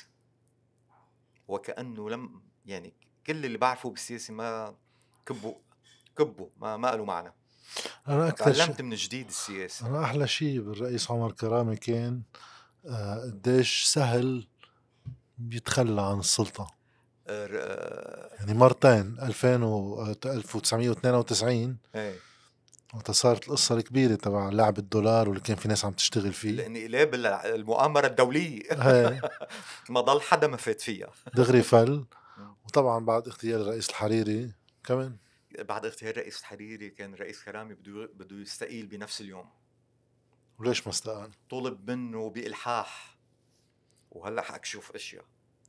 Speaker 2: وكأنه لم يعني كل اللي بعرفه بالسياسة ما كبوا ما قالوا معنا.
Speaker 1: أنا أكثر
Speaker 2: تعلمت من جديد السياسة.
Speaker 1: أنا أحلى شيء بالرئيس عمر كرامي كان قديش سهل بيتخلى عن السلطة. يعني مرتين 2000 و 1992 وقت صارت القصة الكبيرة تبع لعب الدولار واللي كان في ناس عم تشتغل فيه،
Speaker 2: الانقلاب المؤامرة الدولية ما ضل حدا ما فات فيها،
Speaker 1: دغري فل. وطبعا بعد اغتيال الرئيس الحريري كمان، بعد
Speaker 2: اغتيال الرئيس الحريري كان الرئيس كرامي بده يستقيل بنفس اليوم.
Speaker 1: وليش ما استقال؟
Speaker 2: طلب منه بإلحاح، وهلأ حأكشف أشياء.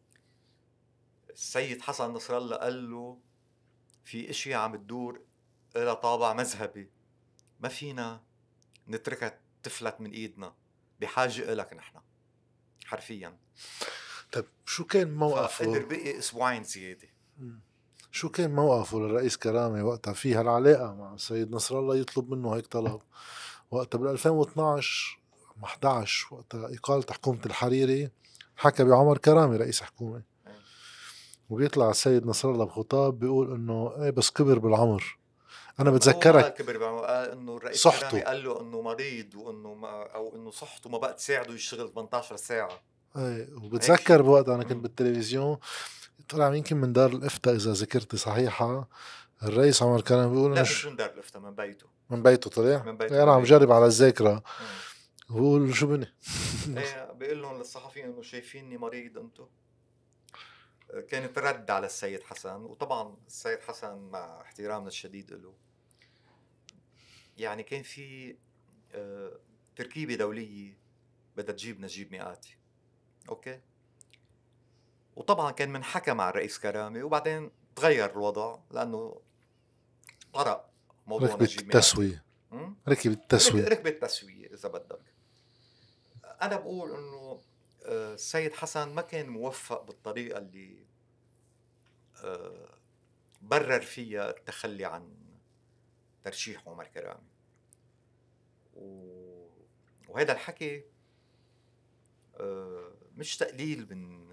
Speaker 2: السيد حسن نصر الله قال له في أشياء عم تدور إلى طابع مذهبي، ما فينا نتركها تفلت من إيدنا، بحاجة إلك نحن، حرفيا.
Speaker 1: طب شو كان موقفه؟
Speaker 2: قدر بقي أسبوعين زيادة.
Speaker 1: شو كان موقفه للرئيس كرامي وقتها في هالعلاقة مع السيد نصر الله يطلب منه هيك طلب؟ وقتها بال 2012 11 وقتها إقالة حكومة الحريري حكى بعمر كرامي رئيس حكومة، وبيطلع السيد نصر الله بخطاب بيقول انه ايه بس كبر بالعمر. انا بتذكرك
Speaker 2: كبر بالعمر، انه الرئيس
Speaker 1: صحته
Speaker 2: كرامي قال له انه مريض، وانه او انه صحته ما بقى تساعده يشتغل 18 ساعة.
Speaker 1: ايه. وبتذكر بوقتها انا كنت بالتلفزيون، طلع يمكن من دار الافتاء اذا ذكرتي صحيحة، الرئيس عمر كرامي بيقول
Speaker 2: لا مش من دار الافتاء، من بيته
Speaker 1: طلع.
Speaker 2: من بيته.
Speaker 1: انا عم جرب على الذاكرة. بقول شو بني
Speaker 2: ايه بيقول لهم للصحفيين انه شايفيني مريض انتو. كانت رد على السيد حسن، وطبعا السيد حسن مع احترامنا الشديد له يعني كان في تركيبة دولية بدها تجيب نجيب مئاتي، اوكي. وطبعا كان من حكى مع الرئيس كرامي، وبعدين تغير الوضع لانه طرق موضوع نجيب
Speaker 1: التسوية. ركب
Speaker 2: التسوية اذا بدك. انا بقول انه السيد حسن ما كان موفق بالطريقة اللي برر فيها التخلي عن ترشيح عمر كرامي، وهذا الحكي مش تقليل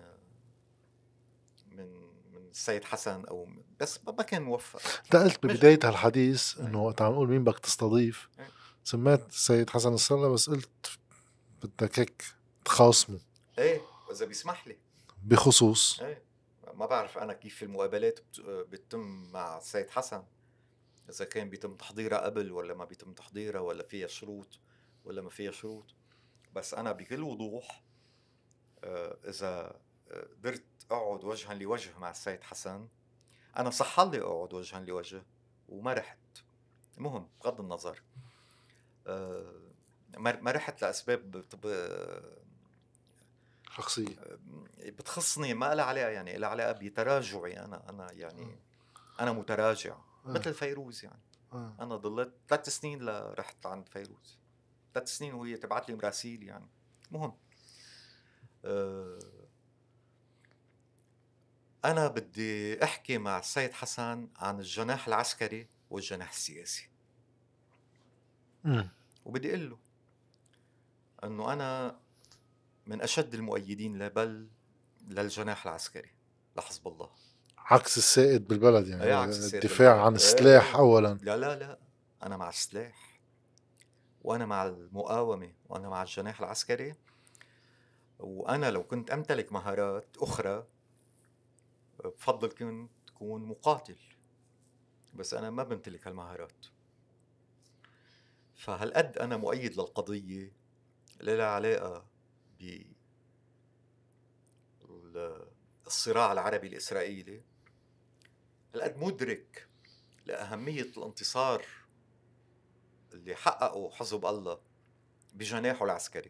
Speaker 2: من السيد حسن او بس ما كان موفق.
Speaker 1: انت قلت ببداية هالحديث انه وقت عم نقول مين بدك تستضيف سميت السيد حسن نصر الله، بس قلت بدك هيك تخاصمه.
Speaker 2: ايه واذا بيسمح لي
Speaker 1: بخصوص
Speaker 2: ايه ما بعرف انا كيف المقابلات بتتم مع السيد حسن، اذا كان بيتم تحضيرها قبل ولا ما بيتم تحضيرها، ولا فيها شروط ولا ما فيها شروط. بس انا بكل وضوح اذا قدرت اقعد وجها لوجه مع السيد حسن، انا صح لي اقعد وجها لوجه وما رحت. المهم بغض النظر ما رحت لاسباب
Speaker 1: شخصية
Speaker 2: بتخصني، ما لها علاقة يعني، لها علاقة بتراجعي أنا يعني أنا متراجع مثل فيروز يعني. أنا ضلت 3 سنين رحت عند فيروز، 3 سنين وهي تبعت لي مراسيل يعني. مهم أنا بدي أحكي مع السيد حسن عن الجناح العسكري والجناح السياسي. وبدي اقول له انه انا من اشد المؤيدين بل للجناح العسكري لحزب الله.
Speaker 1: عكس السائد بالبلد يعني،
Speaker 2: ايه عكس السيد
Speaker 1: الدفاع
Speaker 2: بالبلد.
Speaker 1: عن السلاح اولا.
Speaker 2: لا انا مع السلاح، وانا مع المقاومة، وانا مع الجناح العسكري. وانا لو كنت امتلك مهارات اخرى بفضل كنت تكون مقاتل، بس انا ما بمتلك هالمهارات. فهالقد انا مؤيد للقضية اللي لها علاقة بالصراع العربي الإسرائيلي، هالقد مدرك لأهمية الانتصار اللي حققه حزب الله بجناحه العسكري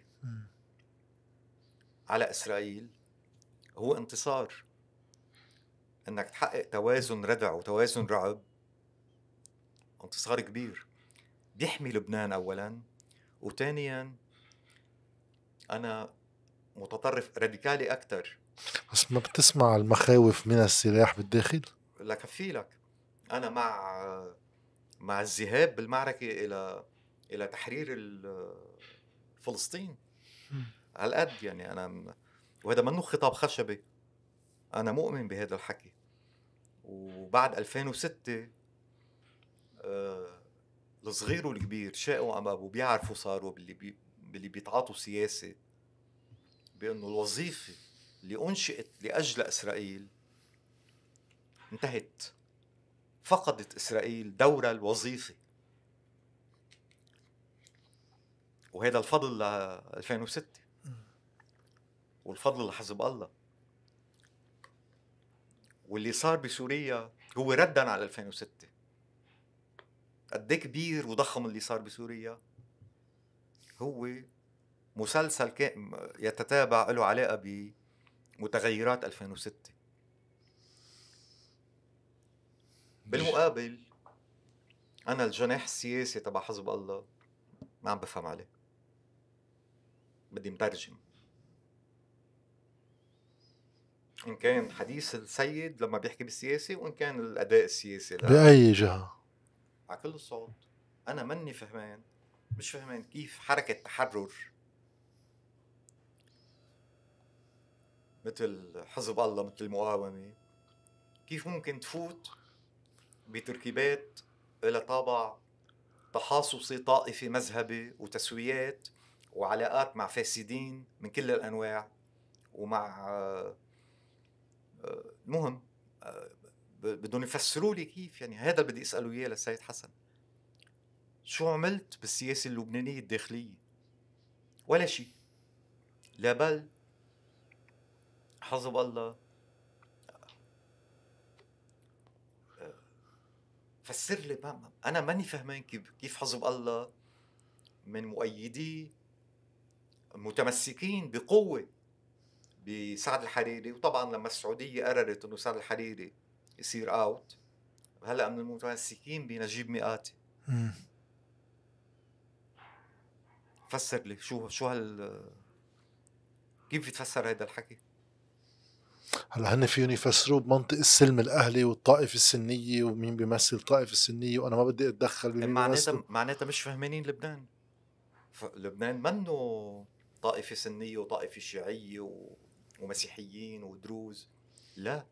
Speaker 2: على إسرائيل. هو انتصار، انك تحقق توازن ردع وتوازن رعب، انتصار كبير بيحمي لبنان اولا، وثانيا انا متطرف راديكالي اكثر.
Speaker 1: بس ما بتسمع المخاوف من السلاح بالداخل؟
Speaker 2: لكفي لك انا مع الذهاب بالمعركه الى تحرير فلسطين. هالقد يعني انا، وهذا منه خطاب خشبي، انا مؤمن بهذا الحكي. وبعد 2006 الصغير والكبير شاءوا ام ابوا بيعرفوا صاروا باللي بيتعاطوا سياسه بانه الوظيفه اللي انشئت لاجل اسرائيل انتهت. فقدت اسرائيل دورها الوظيفي، وهذا الفضل ل 2006 والفضل لحزب الله. واللي صار بسوريا هو ردا على 2006. قد ايه كبير وضخم اللي صار بسوريا، هو مسلسل يتتابع له علاقه بمتغيرات 2006. بالمقابل انا الجناح السياسي تبع حزب الله ما عم بفهم عليه، بدي مترجم. إن كان حديث السيد لما بيحكي بالسياسة، وإن كان الأداء السياسي
Speaker 1: بأي جهة
Speaker 2: على كل الصعود. أنا مني فهمان، مش فهمان كيف حركة تحرر مثل حزب الله، مثل المقاومة، كيف ممكن تفوت بتركيبات إلى طابع تحاصصي طائفي مذهبي وتسويات وعلاقات مع فاسدين من كل الأنواع، ومع المهم بدهم يفسروا لي كيف. يعني هذا اللي بدي اساله اياه للسيد حسن، شو عملت بالسياسه اللبنانيه الداخليه؟ ولا شيء. لا بل حزب الله فسر لي. انا ماني فهمان كيف حزب الله من مؤيدي متمسكين بقوه بسعد الحريري، وطبعا لما السعوديه قررت انه سعد الحريري يصير اوت، هلا من المتمسكين بنجيب مئاتي. فسر لي شو كيف يتفسر هذا الحكي؟
Speaker 1: هلا هن فيهم يفسروه بمنطق السلم الاهلي والطائفه السنيه ومين بيمثل الطائفه السنيه، وانا ما بدي اتدخل بمين بيمثل.
Speaker 2: معناتها مش فاهمين لبنان. لبنان منه طائفه سنيه وطائفه شيعيه ومسيحيين ودروز. لا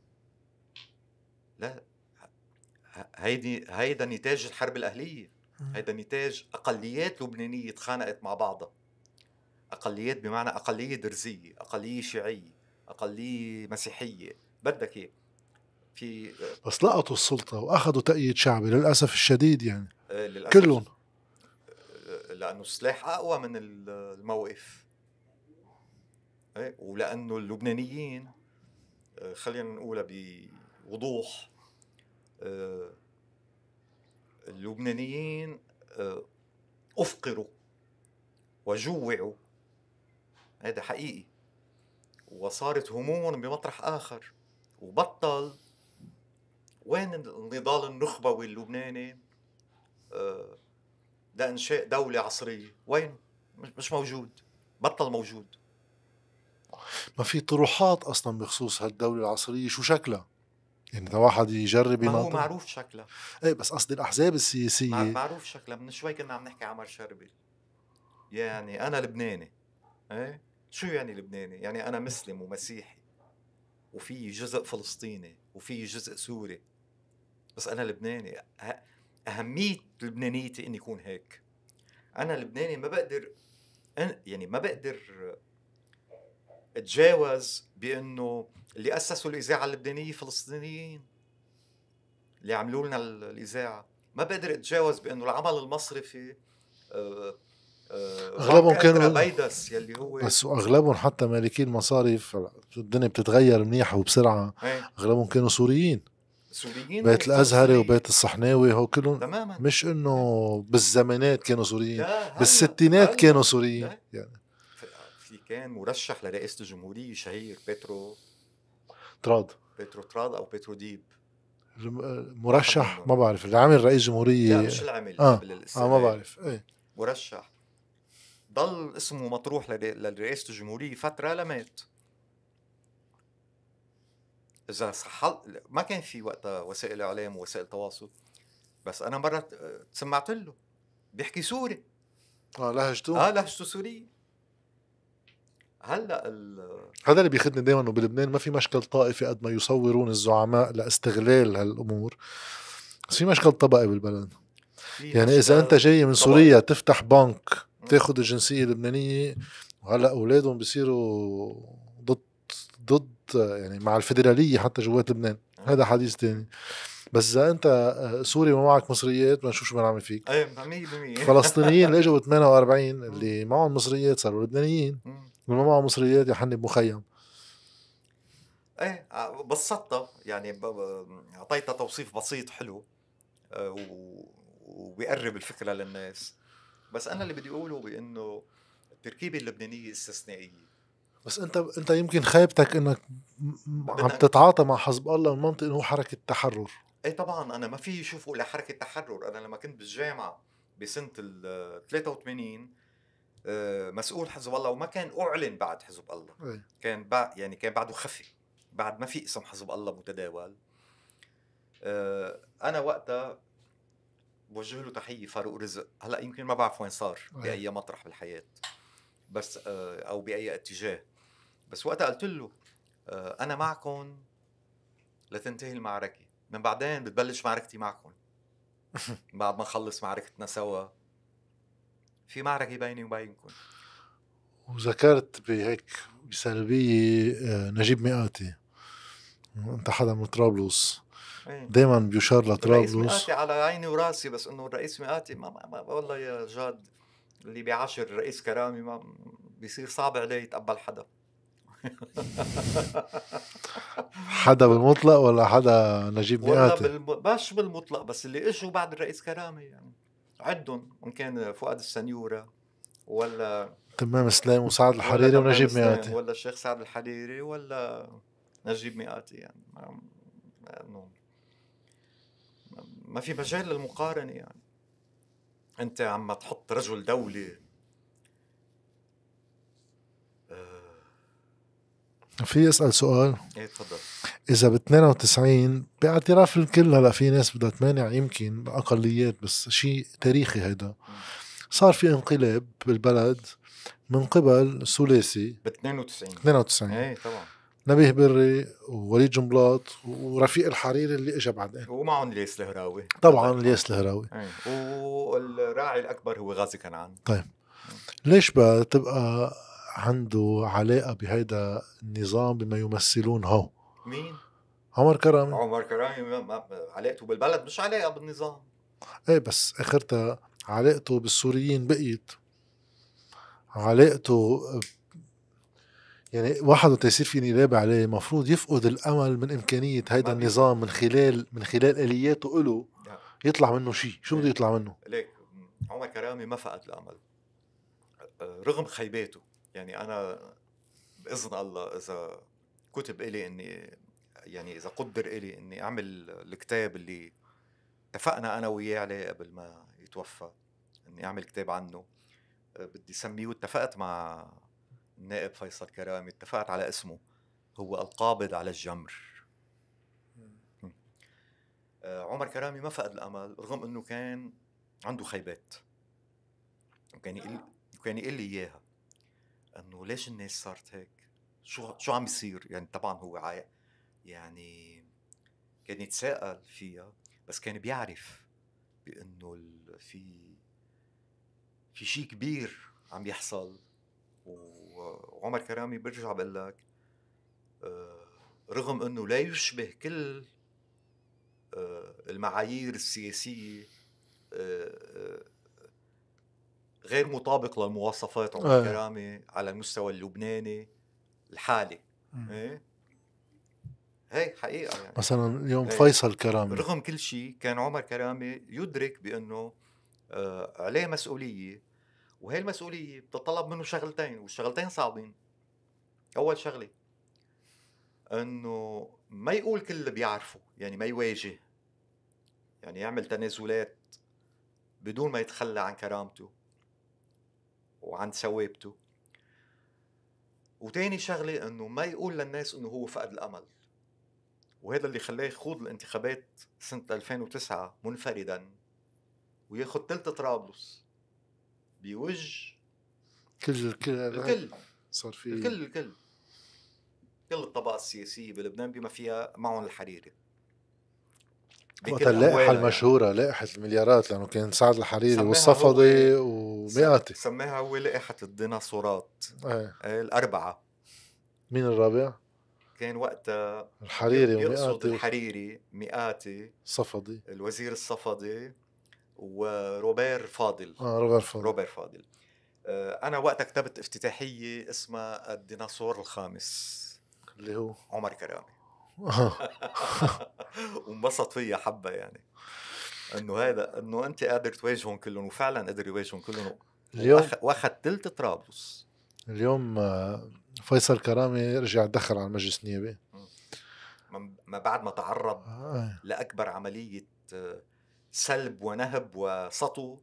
Speaker 2: هيدا نتاج الحرب الاهليه. هيدا نتاج اقليات لبنانيه تخانقت مع بعضها. اقليات بمعنى اقليه درزيه، اقليه شيعيه، اقليه مسيحيه، بدك ايه. في
Speaker 1: بس لقطوا السلطه واخذوا تأييد شعبي للاسف الشديد يعني.
Speaker 2: للأسف
Speaker 1: كلهم،
Speaker 2: لانه السلاح اقوى من الموقف، ولانه اللبنانيين خلينا نقولها بوضوح، اللبنانيين افقروا وجوعوا، هذا حقيقي، وصارت همومهم بمطرح آخر، وبطل. وين النضال النخبوي اللبناني لإنشاء دولة عصرية؟ وين؟ مش موجود، بطل موجود.
Speaker 1: ما في طروحات أصلا بخصوص هالدولة العصرية شو شكلها؟ يعني ده واحد يجرب
Speaker 2: ما هو
Speaker 1: يناطح.
Speaker 2: معروف شكله،
Speaker 1: ايه بس قصدي الاحزاب السياسيه.
Speaker 2: معروف شكله. من شوي كنا عم نحكي عمر شربل، يعني انا لبناني. ايه شو يعني لبناني؟ يعني انا مسلم ومسيحي وفي جزء فلسطيني وفي جزء سوري، بس انا لبناني. اهميه لبنانيتي اني اكون هيك. انا لبناني ما بقدر يعني ما بقدر اتجاوز بانه اللي اسسوا الاذاعه اللبنانيه فلسطينيين اللي عملوا لنا الاذاعه. ما بقدر اتجاوز بانه العمل المصرفي
Speaker 1: اغلبهم كانوا
Speaker 2: بيدس يلي هو
Speaker 1: بس واغلبهم حتى مالكين مصاريف، الدنيا بتتغير منيح وبسرعه.
Speaker 2: ايه
Speaker 1: اغلبهم كانوا سوريين،
Speaker 2: سوريين
Speaker 1: بيت الازهري
Speaker 2: وفلسطينيين.
Speaker 1: وبيت الصحناوي هو كلهم.
Speaker 2: تماما.
Speaker 1: مش انه بالزمانات كانوا سوريين،
Speaker 2: لا هلا
Speaker 1: بالستينات كانوا سوريين
Speaker 2: لا.
Speaker 1: يعني.
Speaker 2: في كان مرشح لرئاسة الجمهورية شهير بيترو
Speaker 1: تراد
Speaker 2: أو بيترو ديب.
Speaker 1: مرشح ما بعرف، اللي عامل رئيس جمهورية.
Speaker 2: لا مش العمل قبل الاستقلال.
Speaker 1: ما بعرف. ايه
Speaker 2: مرشح ضل اسمه مطروح لرئاسة الجمهورية فترة لمات. إذا صح ما كان في وقتها وسائل إعلام ووسائل تواصل، بس أنا مرة سمعت له بيحكي سوري.
Speaker 1: لهجته
Speaker 2: لهجته سورية. هلا
Speaker 1: هذا اللي بيخدني دائما انه بلبنان ما في مشكل طائفي قد ما يصورون الزعماء لاستغلال هالامور، بس في مشكل طبقي بالبلد. يعني اذا انت جاي من سوريا تفتح بنك تاخد الجنسيه اللبنانيه، وهلا اولادهم بيصيروا ضد يعني مع الفيدراليه حتى جوات لبنان، هذا حديث تاني. بس اذا انت سوري وما معك مصريات بدنا نشوف شو بنعمل فيك.
Speaker 2: ايه 100%.
Speaker 1: الفلسطينيين اللي اجوا ب 48 اللي معهم مصريات صاروا لبنانيين، واللي ما معهم مصريات يا حني بمخيم.
Speaker 2: ايه بسطتها يعني اعطيتها توصيف بسيط حلو وبيقرب الفكره للناس. بس انا اللي بدي اقوله بانه التركيبه اللبنانيه استثنائيه.
Speaker 1: بس انت يمكن خايبتك انك عم تتعاطى مع حزب الله من منطق انه هو حركه تحرر.
Speaker 2: اي طبعا انا ما في يشوفوا الا حركه تحرر. انا لما كنت بالجامعه بسنه ال 83 مسؤول حزب الله، وما كان اعلن بعد حزب الله. كان يعني كان بعده خفي، بعد ما في اسم حزب الله متداول. انا وقتها بوجه له تحيه فاروق رزق. هلا يمكن ما بعرف وين صار باي مطرح بالحياه، بس او باي اتجاه. بس وقتها قلت له انا معكم لتنتهي المعركه، من بعدين بتبلش معركتي معكم. بعد ما نخلص معركتنا سوا في معركه بيني وبينكم.
Speaker 1: وذكرت بهيك بسلبيه نجيب مئاتي. انت حدا من طرابلس دائما بيشار لطرابلس.
Speaker 2: الرئيس مئاتي على عيني وراسي، بس انه الرئيس مئاتي ما والله يا جاد، اللي بيعاشر الرئيس كرامي ما بيصير صعب عليه يتقبل حدا.
Speaker 1: حدا بالمطلق ولا حدا نجيب مئاتي؟
Speaker 2: باش بالمطلق، بس اللي اجوا بعد الرئيس كرامي يعني عدهم، ان كان فؤاد السنيورة ولا
Speaker 1: تمام سلام وسعد الحريري ونجيب مئاتي،
Speaker 2: ولا الشيخ سعد الحريري ولا نجيب مئاتي. يعني ما في مجال للمقارنة. يعني انت عم تحط رجل دولة.
Speaker 1: في اسأل سؤال؟
Speaker 2: ايه تفضل.
Speaker 1: اذا ب 92 باعتراف الكل، هلا في ناس بدها تمانع يمكن اقليات، بس شيء تاريخي هيدا، صار في انقلاب بالبلد من قبل ثلاثي
Speaker 2: ب 92.
Speaker 1: 92
Speaker 2: ايه طبعا،
Speaker 1: نبيه بري ووليد جنبلاط ورفيق الحريري اللي اجى بعدين،
Speaker 2: ومعهم الياس الهراوي
Speaker 1: طبعا الياس الهراوي.
Speaker 2: والراعي الاكبر هو غازي كنعان.
Speaker 1: طيب ليش بقى تبقى عنده علاقة بهيدا النظام بما يمثلون هو؟
Speaker 2: مين؟
Speaker 1: عمر كرامي.
Speaker 2: عمر كرامي علاقته بالبلد مش علاقة بالنظام.
Speaker 1: ايه بس اخرتها علاقته بالسوريين بقيت علاقته يعني واحد وتيصير في نقلاب عليه مفروض يفقد الامل من امكانية هيدا النظام من خلال الياته له يطلع منه شيء. شو بده يطلع منه؟
Speaker 2: ليك عمر كرامي ما فقد الامل رغم خيباته. يعني انا باذن الله اذا كتب إلي اني، يعني اذا قدر إلي اني اعمل الكتاب اللي اتفقنا انا وياه عليه قبل ما يتوفى، اني اعمل كتاب عنه، بدي سميه، اتفقت مع النائب فيصل كرامي، اتفقت على اسمه، هو القابض على الجمر. عمر كرامي ما فقد الأمل رغم أنه كان عنده خيبات، وكان يقول لي إياها أنه ليش الناس صارت هيك، شو عم يصير. يعني طبعا هو يعني كان يتساءل فيها، بس كان بيعرف بأنه في شيء كبير عم يحصل. وعمر كرامي برجع بقول لك رغم أنه لا يشبه كل المعايير السياسية، غير مطابق للمواصفات عمر كرامي على المستوى اللبناني الحالي. هي حقيقة يعني.
Speaker 1: مثلا اليوم فيصل كرامي
Speaker 2: رغم كل شيء كان عمر كرامي يدرك بأنه عليه مسؤولية، وهي المسؤولية بتطلب منه شغلتين، والشغلتين صعبين. أول شغلة أنه ما يقول كل اللي بيعرفه، يعني ما يواجه، يعني يعمل تنازلات بدون ما يتخلى عن كرامته وعن ثوابته. وتاني شغلة أنه ما يقول للناس أنه هو فقد الأمل، وهذا اللي خلاه يخوض الانتخابات سنة 2009 منفردا وياخد ثلث طرابلس بوجه الكل.
Speaker 1: صار في
Speaker 2: الكل كل الطبقة السياسية بلبنان بما فيها معهم الحريري.
Speaker 1: وقت اللائحة المشهورة يعني. لائحة المليارات، لأنه كان سعد الحريري والصفدي ومئاتي،
Speaker 2: سماها هو لائحة الديناصورات. الأربعة.
Speaker 1: مين الرابع؟
Speaker 2: كان وقتها
Speaker 1: الحريري
Speaker 2: يقصد الحريري، مئاتي،
Speaker 1: صفدي،
Speaker 2: الوزير الصفدي، وروبير فاضل. روبير فاضل. أنا وقتها كتبت افتتاحية اسمها الديناصور الخامس
Speaker 1: اللي هو
Speaker 2: عمر كرامي. وانبسط فيها حبة، يعني انه انت قادر تواجههم كلهم، وفعلا قدر يواجههم كلهم اليوم. واخذ ثلث طرابلس.
Speaker 1: اليوم فيصل كرامي رجع دخل على المجلس النيابي
Speaker 2: ما بعد ما تعرض لأكبر عملية سلب ونهب وسطو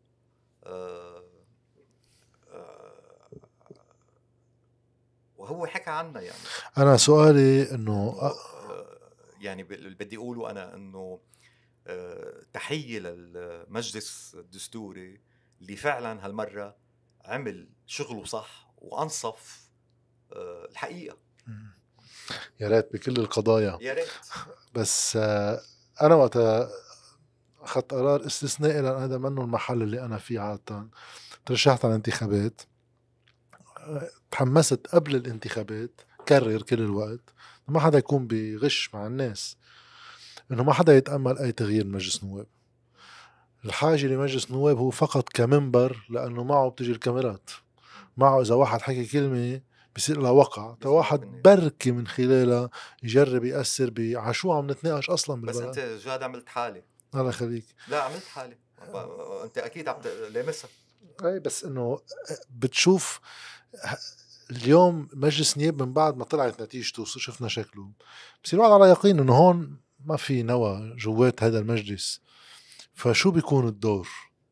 Speaker 2: وهو حكى عنه. يعني
Speaker 1: أنا سؤالي إنه
Speaker 2: يعني بدي أقوله أنا إنه تحية للمجلس الدستوري اللي فعلا هالمرة عمل شغله صح وأنصف الحقيقة.
Speaker 1: يا ريت بكل القضايا،
Speaker 2: يا ريت.
Speaker 1: بس أنا وقت أخذت قرار استثنائي، لأن هذا منه المحل اللي أنا فيه عادة، ترشحت على الانتخابات، تحمست قبل الانتخابات، كرر كل الوقت ما حدا يكون بغش مع الناس، إنه ما حدا يتأمل أي تغيير مجلس نواب. الحاجة لمجلس نواب هو فقط كمنبر، لأنه معه بتجي الكاميرات، معه إذا واحد حكي كلمة بيصير لها وقع، واحد بركي من خلالها يجرب يأثر بعشو عم نتناقش أصلا بالبلد.
Speaker 2: بس أنت جاد عملت حالي.
Speaker 1: الله خليك.
Speaker 2: لا عملت حالي، أنت أكيد عم لامسها.
Speaker 1: أي بس إنه بتشوف اليوم مجلس نياب من بعد ما طلعت نتيجته شفنا شكله، بصير الواحد على يقين إنه هون ما في نوى جوات هذا المجلس، فشو بيكون الدور؟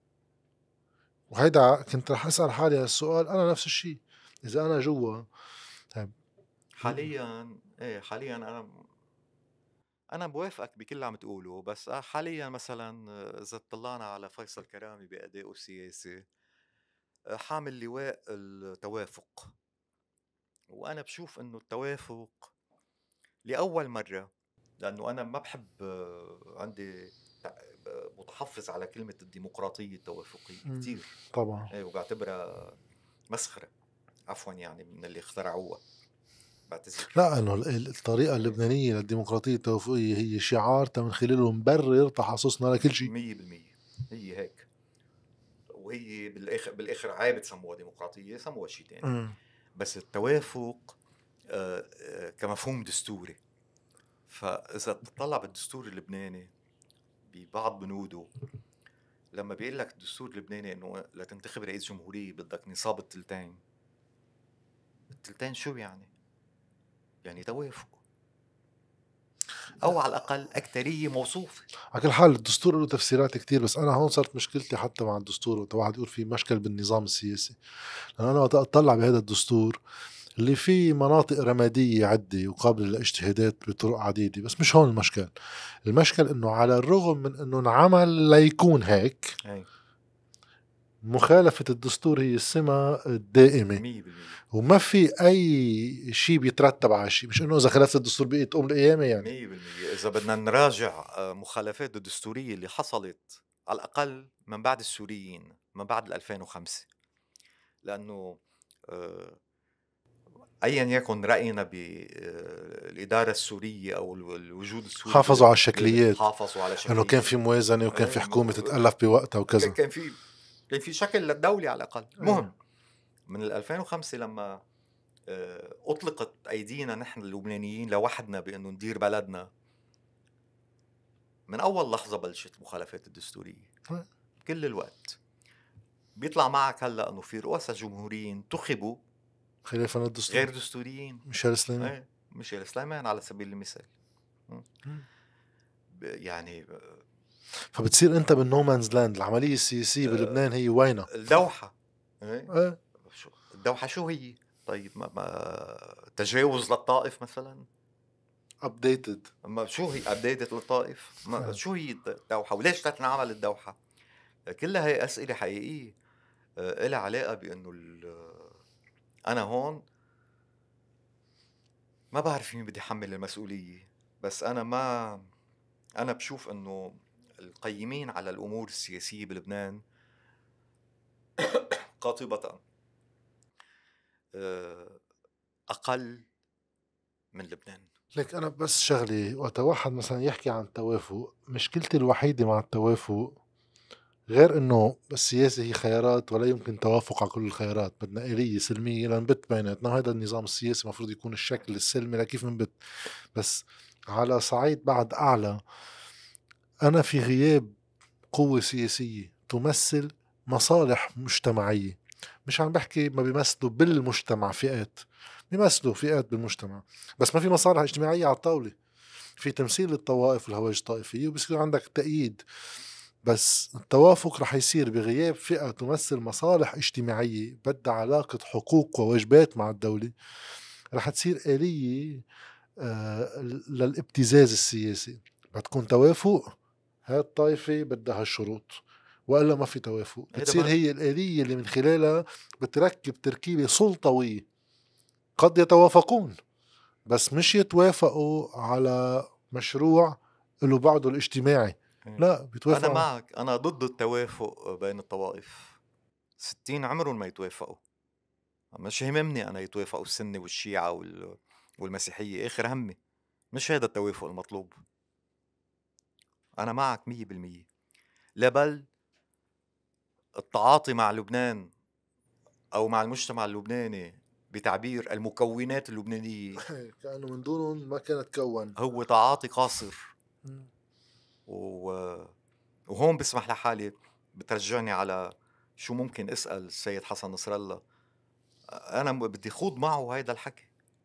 Speaker 1: وهيدا كنت رح أسأل حالي هالسؤال أنا نفس الشيء، إذا أنا جوا
Speaker 2: حاليا. حاليا أنا بوافقك بكل اللي عم تقوله، بس حاليا مثلا إذا طلعنا على فيصل كرامي بأدائه السياسي حامل لواء التوافق، وأنا بشوف إنه التوافق لأول مرة، لأنه أنا ما بحب عندي متحفظ على كلمة الديمقراطية التوافقية كتير
Speaker 1: طبعا،
Speaker 2: وبعتبرها مسخرة عفوا، يعني من اللي اخترعوها.
Speaker 1: لا انه الطريقه اللبنانيه للديمقراطيه التوافقيه هي شعار من خلاله مبرر تحصصنا لكل شيء
Speaker 2: 100%. هي هيك، وهي بالاخر عيب تسموها ديمقراطيه، سموها شيء ثاني. بس التوافق كمفهوم دستوري، فاذا تطلع بالدستور اللبناني ببعض بنوده، لما بيقول لك الدستور اللبناني انه لتنتخب رئيس جمهوريه بدك نصاب التلتين شو يعني توافق، او على الاقل اكتريه موصوفه.
Speaker 1: على كل حال الدستور له تفسيرات كتير، بس انا هون صارت مشكلتي حتى مع الدستور وقت واحد يقول في مشكل بالنظام السياسي، لأن انا وقت اطلع بهذا الدستور اللي فيه مناطق رمادية عدة وقابلة للاجتهادات بطرق عديدة، بس مش هون المشكل. المشكل انه على الرغم من انه انعمل ليكون هيك،
Speaker 2: أي
Speaker 1: مخالفة الدستور هي السمة الدائمة،
Speaker 2: 100%.
Speaker 1: وما في اي شيء بيترتب على شيء. مش انه اذا خالفت الدستور بقيت تقوم القيامة يعني.
Speaker 2: 100%. إذا بدنا نراجع مخالفات الدستورية اللي حصلت على الأقل من بعد السوريين، من بعد 2005، لأنه أيا يكن رأينا بالإدارة السورية أو الوجود السوري،
Speaker 1: حافظوا على الشكليات،
Speaker 2: حافظوا على
Speaker 1: انه
Speaker 2: شكليات،
Speaker 1: كان في موازنة وكان في حكومة تتألف بوقتها وكذا.
Speaker 2: كان في شكل للدولة على الأقل. المهم من 2005 لما أطلقت أيدينا نحن اللبنانيين لوحدنا بأنه ندير بلدنا، من أول لحظة بلشت المخالفات الدستورية كل الوقت. بيطلع معك هلا أنه في رؤساء جمهوريين انتخبوا
Speaker 1: خلافا الدستور،
Speaker 2: غير دستوريين.
Speaker 1: ميشيل سليمان.
Speaker 2: ايه ميشيل سليمان على سبيل المثال. يعني
Speaker 1: فبتصير انت بالنومانز لاند. العملية السياسية بلبنان هي وينها؟
Speaker 2: الدوحة.
Speaker 1: ايه
Speaker 2: الدوحة شو هي؟ طيب ما تجاوز للطائف مثلا،
Speaker 1: ابديتد.
Speaker 2: ما شو هي ابديتد للطائف؟ شو هي الدوحة وليش تنعمل الدوحة؟ كلها هي أسئلة حقيقية إلها علاقة بأنه أنا هون ما بعرف مين بدي يحمل المسؤولية. بس أنا بشوف أنه القيمين على الأمور السياسية بلبنان قاطبة أقل من لبنان.
Speaker 1: لك أنا بس شغلي، وقت واحد مثلا يحكي عن التوافق، مشكلتي الوحيدة مع التوافق غير إنه السياسة هي خيارات ولا يمكن توافق على كل الخيارات، بدنا آلية سلمية لنبت بيناتنا. هذا النظام السياسي مفروض يكون الشكل السلمي لكيف نبت. بس على صعيد بعد أعلى، أنا في غياب قوة سياسية تمثل مصالح مجتمعية، مش عم بحكي ما بيمثلوا بالمجتمع فئات، بيمثلوا فئات بالمجتمع بس ما في مصالح اجتماعية على الطاولة. في تمثيل للطوائف والهوية الطائفية وبصير عندك تأييد، بس التوافق رح يصير بغياب فئة تمثل مصالح اجتماعية بدها علاقة حقوق وواجبات مع الدولة. رح تصير آلية للابتزاز السياسي. بتكون توافق، هاي الطائفة بدها هالشروط، وإلا ما في توافق. بتصير هي الآلية اللي من خلالها بتركب تركيبة سلطوية. قد يتوافقون بس مش يتوافقوا على مشروع له بعده الاجتماعي، لا بيتوافقوا.
Speaker 2: أنا معك، أنا ضد التوافق بين الطوائف. 60 عمرهم ما يتوافقوا. مش هممني أنا يتوافقوا السنة والشيعة والمسيحية، آخر همي مش هذا التوافق المطلوب. أنا معك 100%. لا بل التعاطي مع لبنان أو مع المجتمع اللبناني بتعبير المكونات اللبنانية
Speaker 1: كأنه من دونهم ما كانت تكون،
Speaker 2: هو تعاطي قاصر. وهون بسمح لحالي بترجعني على شو ممكن أسأل السيد حسن نصر الله. أنا بدي خوض معه هيدا الحكي،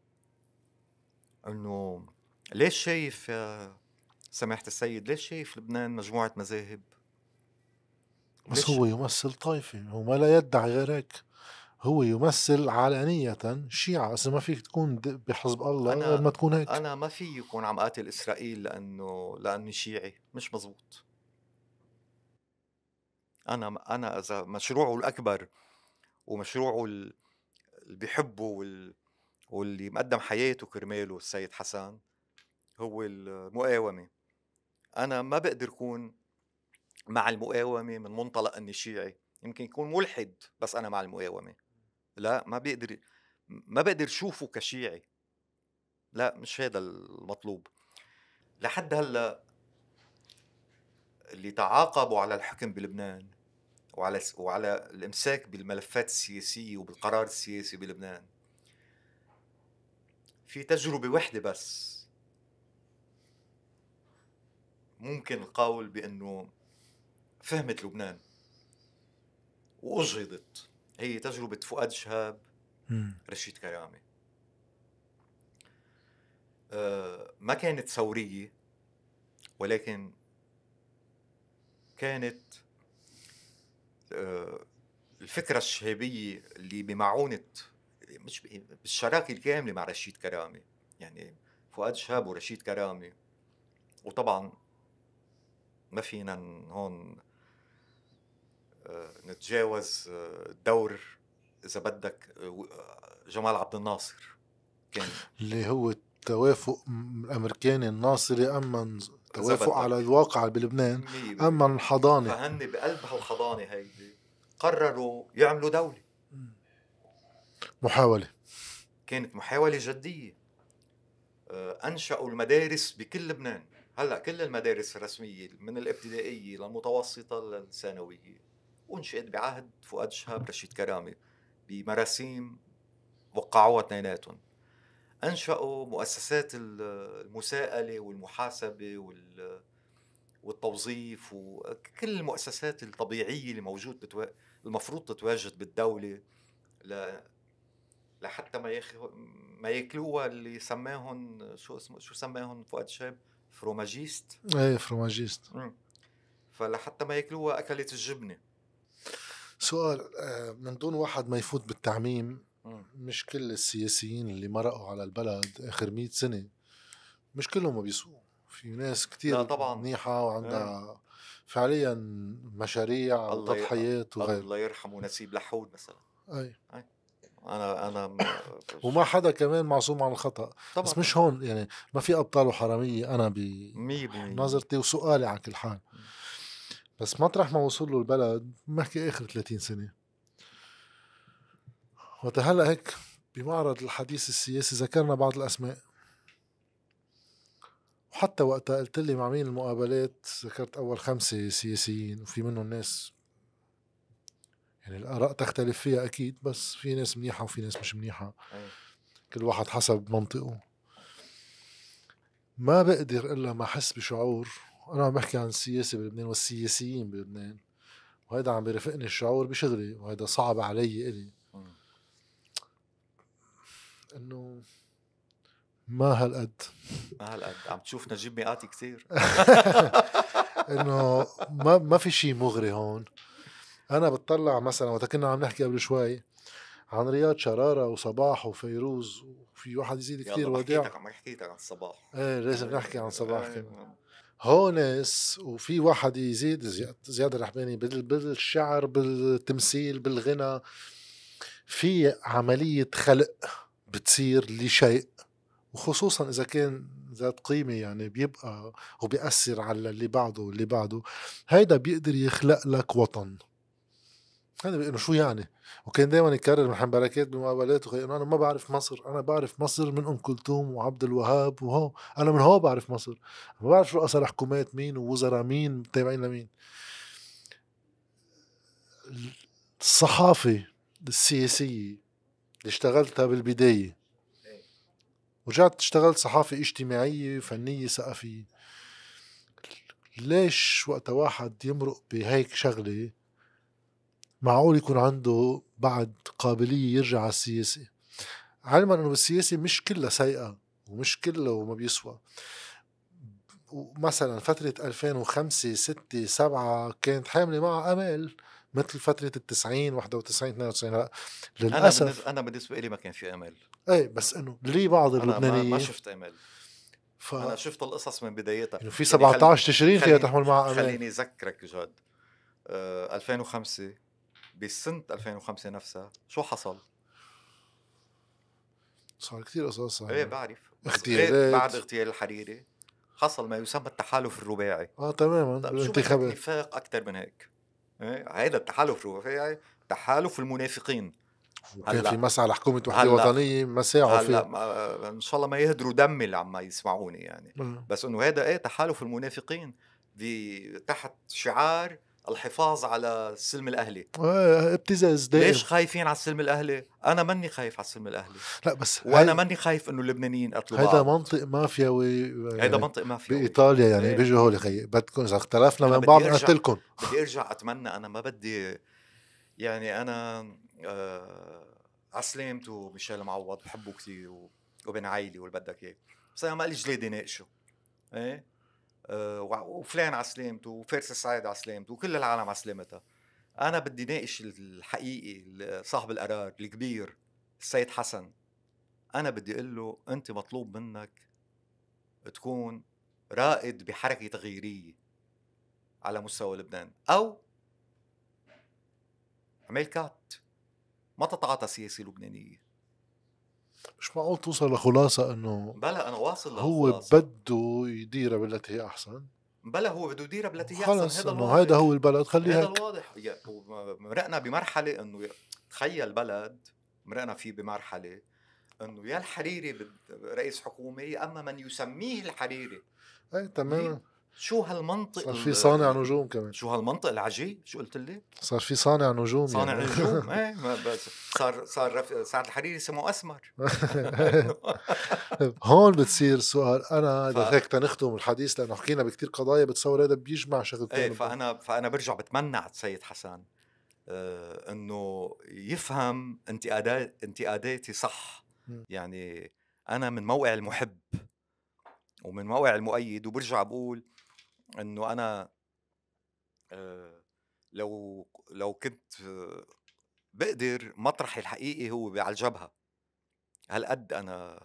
Speaker 2: إنه ليش شايف يا سماحة السيد، ليش شايف لبنان مجموعة مذاهب؟
Speaker 1: بس هو يمثل طائفة، هو ما لا يدعي غير هيك. هو يمثل علانية شيعة، أصلا ما فيك تكون بحزب الله غير ما تكون هيك.
Speaker 2: أنا ما في يكون عم قاتل إسرائيل لأني شيعي، مش مزبوط. أنا إذا مشروعه الأكبر ومشروعه اللي بيحبه واللي مقدم حياته كرماله السيد حسن هو المقاومة، أنا ما بقدر أكون مع المقاومة من منطلق أني شيعي. يمكن يكون ملحد بس أنا مع المقاومة. لا، ما بقدر شوفه كشيعي. لا، مش هذا المطلوب. لحد هلأ اللي تعاقبوا على الحكم بلبنان وعلى الامساك بالملفات السياسية وبالقرار السياسي بلبنان، في تجربة واحدة بس ممكن القول بأنه فهمت لبنان وأجهضت، هي تجربة فؤاد شهاب رشيد كرامة. ما كانت ثورية، ولكن كانت الفكرة الشهابية اللي بمعونة مش بالشراكه الكامله مع رشيد كرامي، يعني فؤاد شهاب ورشيد كرامي. وطبعا ما فينا هون نتجاوز الدور اذا بدك جمال عبد الناصر، كان
Speaker 1: اللي هو التوافق الامريكاني الناصري، اما توافق
Speaker 2: بدك.
Speaker 1: على الواقع بلبنان،
Speaker 2: 100%.
Speaker 1: اما الحضانه.
Speaker 2: فهن بقلب هالحضانه هيدي قرروا يعملوا دوله.
Speaker 1: محاوله.
Speaker 2: كانت محاوله جديه. انشأوا المدارس بكل لبنان. هلا كل المدارس الرسميه من الابتدائيه للمتوسطه للثانويه وانشئت بعهد فؤاد شهاب رشيد كرامي بمراسيم وقعوها اثنيناتهم. انشأوا مؤسسات المساءله والمحاسبه والتوظيف وكل المؤسسات الطبيعيه اللي موجود المفروض تتواجد بالدوله لحتى ما ياكلوها اللي سماهم شو سماهم فؤاد شهاب فروماجيست.
Speaker 1: ايه فروماجيست.
Speaker 2: فلحتى ما ياكلوها اكلت الجبنه.
Speaker 1: سؤال من دون واحد ما يفوت بالتعميم، مش كل السياسيين اللي مرقوا على البلد اخر 100 سنه مش كلهم ما بيسووا. في ناس كتير منيحه وعندها فعليا مشاريع وتضحيات وغير.
Speaker 2: الله يرحمه نسيب لحود مثلا.
Speaker 1: اي
Speaker 2: انا
Speaker 1: وما حدا كمان معصوم عن الخطأ
Speaker 2: طبعا.
Speaker 1: بس مش هون يعني ما في ابطال وحراميه انا بنظرتي وسؤالي على كل حال. بس مطرح ما وصل له البلد بحكي اخر 30 سنه وتهلا هيك بمعرض الحديث السياسي ذكرنا بعض الاسماء، وحتى وقتها قلت لي مع مين المقابلات ذكرت اول 5 سياسيين، وفي منهم ناس يعني الآراء تختلف فيها أكيد، بس في ناس منيحة وفي ناس مش منيحة. كل واحد حسب منطقه. ما بقدر إلا ما أحس بشعور، أنا عم بحكي عن السياسة بلبنان والسياسيين بلبنان، وهيدا عم بيرافقني الشعور بشغلي، وهيدا صعب علي إلي إنه ما هالقد
Speaker 2: عم تشوف نجيب مئاتي كتير.
Speaker 1: إنه ما في شي مغري هون. أنا بتطلع مثلا وقت كنا عم نحكي قبل شوي عن رياض شرارة وصباح وفيروز، وفي واحد يزيد كتير وديع.
Speaker 2: ما حكيتك عن صباح.
Speaker 1: ايه لازم نحكي عن صباح كمان. هو ناس، وفي واحد يزيد زياد الرحباني بالشعر بالتمثيل بالغنى. في عملية خلق بتصير لشيء، وخصوصا إذا كان ذات قيمة يعني بيبقى وبيأثر على اللي بعده واللي بعده. هيدا بيقدر يخلق لك وطن. هذا بيقولوا شو يعني. وكان دايما يكرر محمد بركات بمقابلاته انه انا ما بعرف مصر، انا بعرف مصر من ام كلثوم وعبد الوهاب، وهو انا من هو بعرف مصر، ما بعرف رؤساء الحكومات مين ووزراء مين تابعين لمين. الصحافة السياسية اللي اشتغلتها بالبداية ورجعت اشتغلت صحافة اجتماعية فنية ثقافية، ليش وقت واحد يمرق بهيك شغلة معقول يكون عنده بعد قابلية يرجع على السياسة، علما انه بالسياسة مش كلها سيئة ومش كله ما بيسوى. مثلا فترة 2005 6 7 كانت حاملة معها امال، مثل فترة 90 91 92. للأسف
Speaker 2: أنا بالنسبة لي ما كان في أمل.
Speaker 1: ايه بس انه ليه بعض اللبنانيين
Speaker 2: ما شفت أمل. أنا شفت القصص من بدايتها.
Speaker 1: يعني في 17 تشرين فيها تحمل معها أمل.
Speaker 2: خليني أذكرك جاد 2005 بسنة 2005 نفسها شو حصل؟
Speaker 1: صار كتير قصص.
Speaker 2: ايه بعرف.
Speaker 1: اغتيالات.
Speaker 2: بعد اغتيال الحريري حصل ما يسمى التحالف الرباعي.
Speaker 1: تماما.
Speaker 2: بالانتخابات نفاق أكتر من هيك. هيدا التحالف الرباعي تحالف المنافقين.
Speaker 1: وكان في مسعى لحكومة وحدة وطنية مساعوا
Speaker 2: فيها. إن شاء الله ما يهدروا دمي اللي عم يسمعوني يعني. بس إنه هذا إيه تحالف المنافقين تحت شعار الحفاظ على السلم الأهلي.
Speaker 1: ابتزاز دائم.
Speaker 2: ليش خايفين على السلم الأهلي؟ أنا ماني خايف على السلم الأهلي.
Speaker 1: لا بس
Speaker 2: وأنا ماني خايف إنه اللبنانيين قتلوا بعض.
Speaker 1: هيدا منطق مافياوي.
Speaker 2: هيدا منطق مافياوي
Speaker 1: بإيطاليا يعني بيجوا هول خيي بدكم إذا اختلفنا من بعض نقتلكم.
Speaker 2: بدي أرجع أتمنى. أنا ما بدي يعني أنا عسلامت وميشيل معوض بحبه كتير وبن عيلي واللي بدك إياه، بس أنا ما لي جلادي ناقشه. إيه وفلان عسلامته وفارس السعيد عسلامته وكل العالم عسلامتها. أنا بدي ناقش الحقيقي صاحب القرار الكبير السيد حسن أنا بدي أقول له أنت مطلوب منك تكون رائد بحركة تغييرية على مستوى لبنان، أو عمل كات ما تتعاطى سياسة لبنانية.
Speaker 1: مش معقول توصل لخلاصة انه
Speaker 2: بلا أنا واصل
Speaker 1: هو
Speaker 2: للخلاصة.
Speaker 1: بده يديرها بالتي هي احسن،
Speaker 2: بلا هو بده يديرها بالتي هي أحسن.
Speaker 1: خلص
Speaker 2: هذا
Speaker 1: انه هيدا هو
Speaker 2: الواضح،
Speaker 1: البلد خليه
Speaker 2: هذا
Speaker 1: هيك.
Speaker 2: الواضح. مرقنا بمرحلة إنه تخيل بلد مرقنا فيه بمرحلة إنه يا الحريري رئيس حكومة يا أما من يسميه الحريري.
Speaker 1: اي تماما.
Speaker 2: شو هالمنطق
Speaker 1: صار في صانع نجوم كمان.
Speaker 2: شو هالمنطق العجيب؟ شو قلت لي؟
Speaker 1: صار في صانع نجوم
Speaker 2: صانع
Speaker 1: يعني.
Speaker 2: نجوم. ايه بس صار سعد الحريري اسمه اسمر.
Speaker 1: هون بتصير السؤال. انا اذا هيك تنختم الحديث لانه حكينا بكتير قضايا، بتصور هذا بيجمع شغلتين.
Speaker 2: ايه فانا برجع بتمنى على السيد حسن انه يفهم انتقاداتي صح. يعني انا من موقع المحب ومن موقع المؤيد، وبرجع بقول انه انا لو كنت بقدر مطرحي الحقيقي هو على الجبهة. هالقد أنا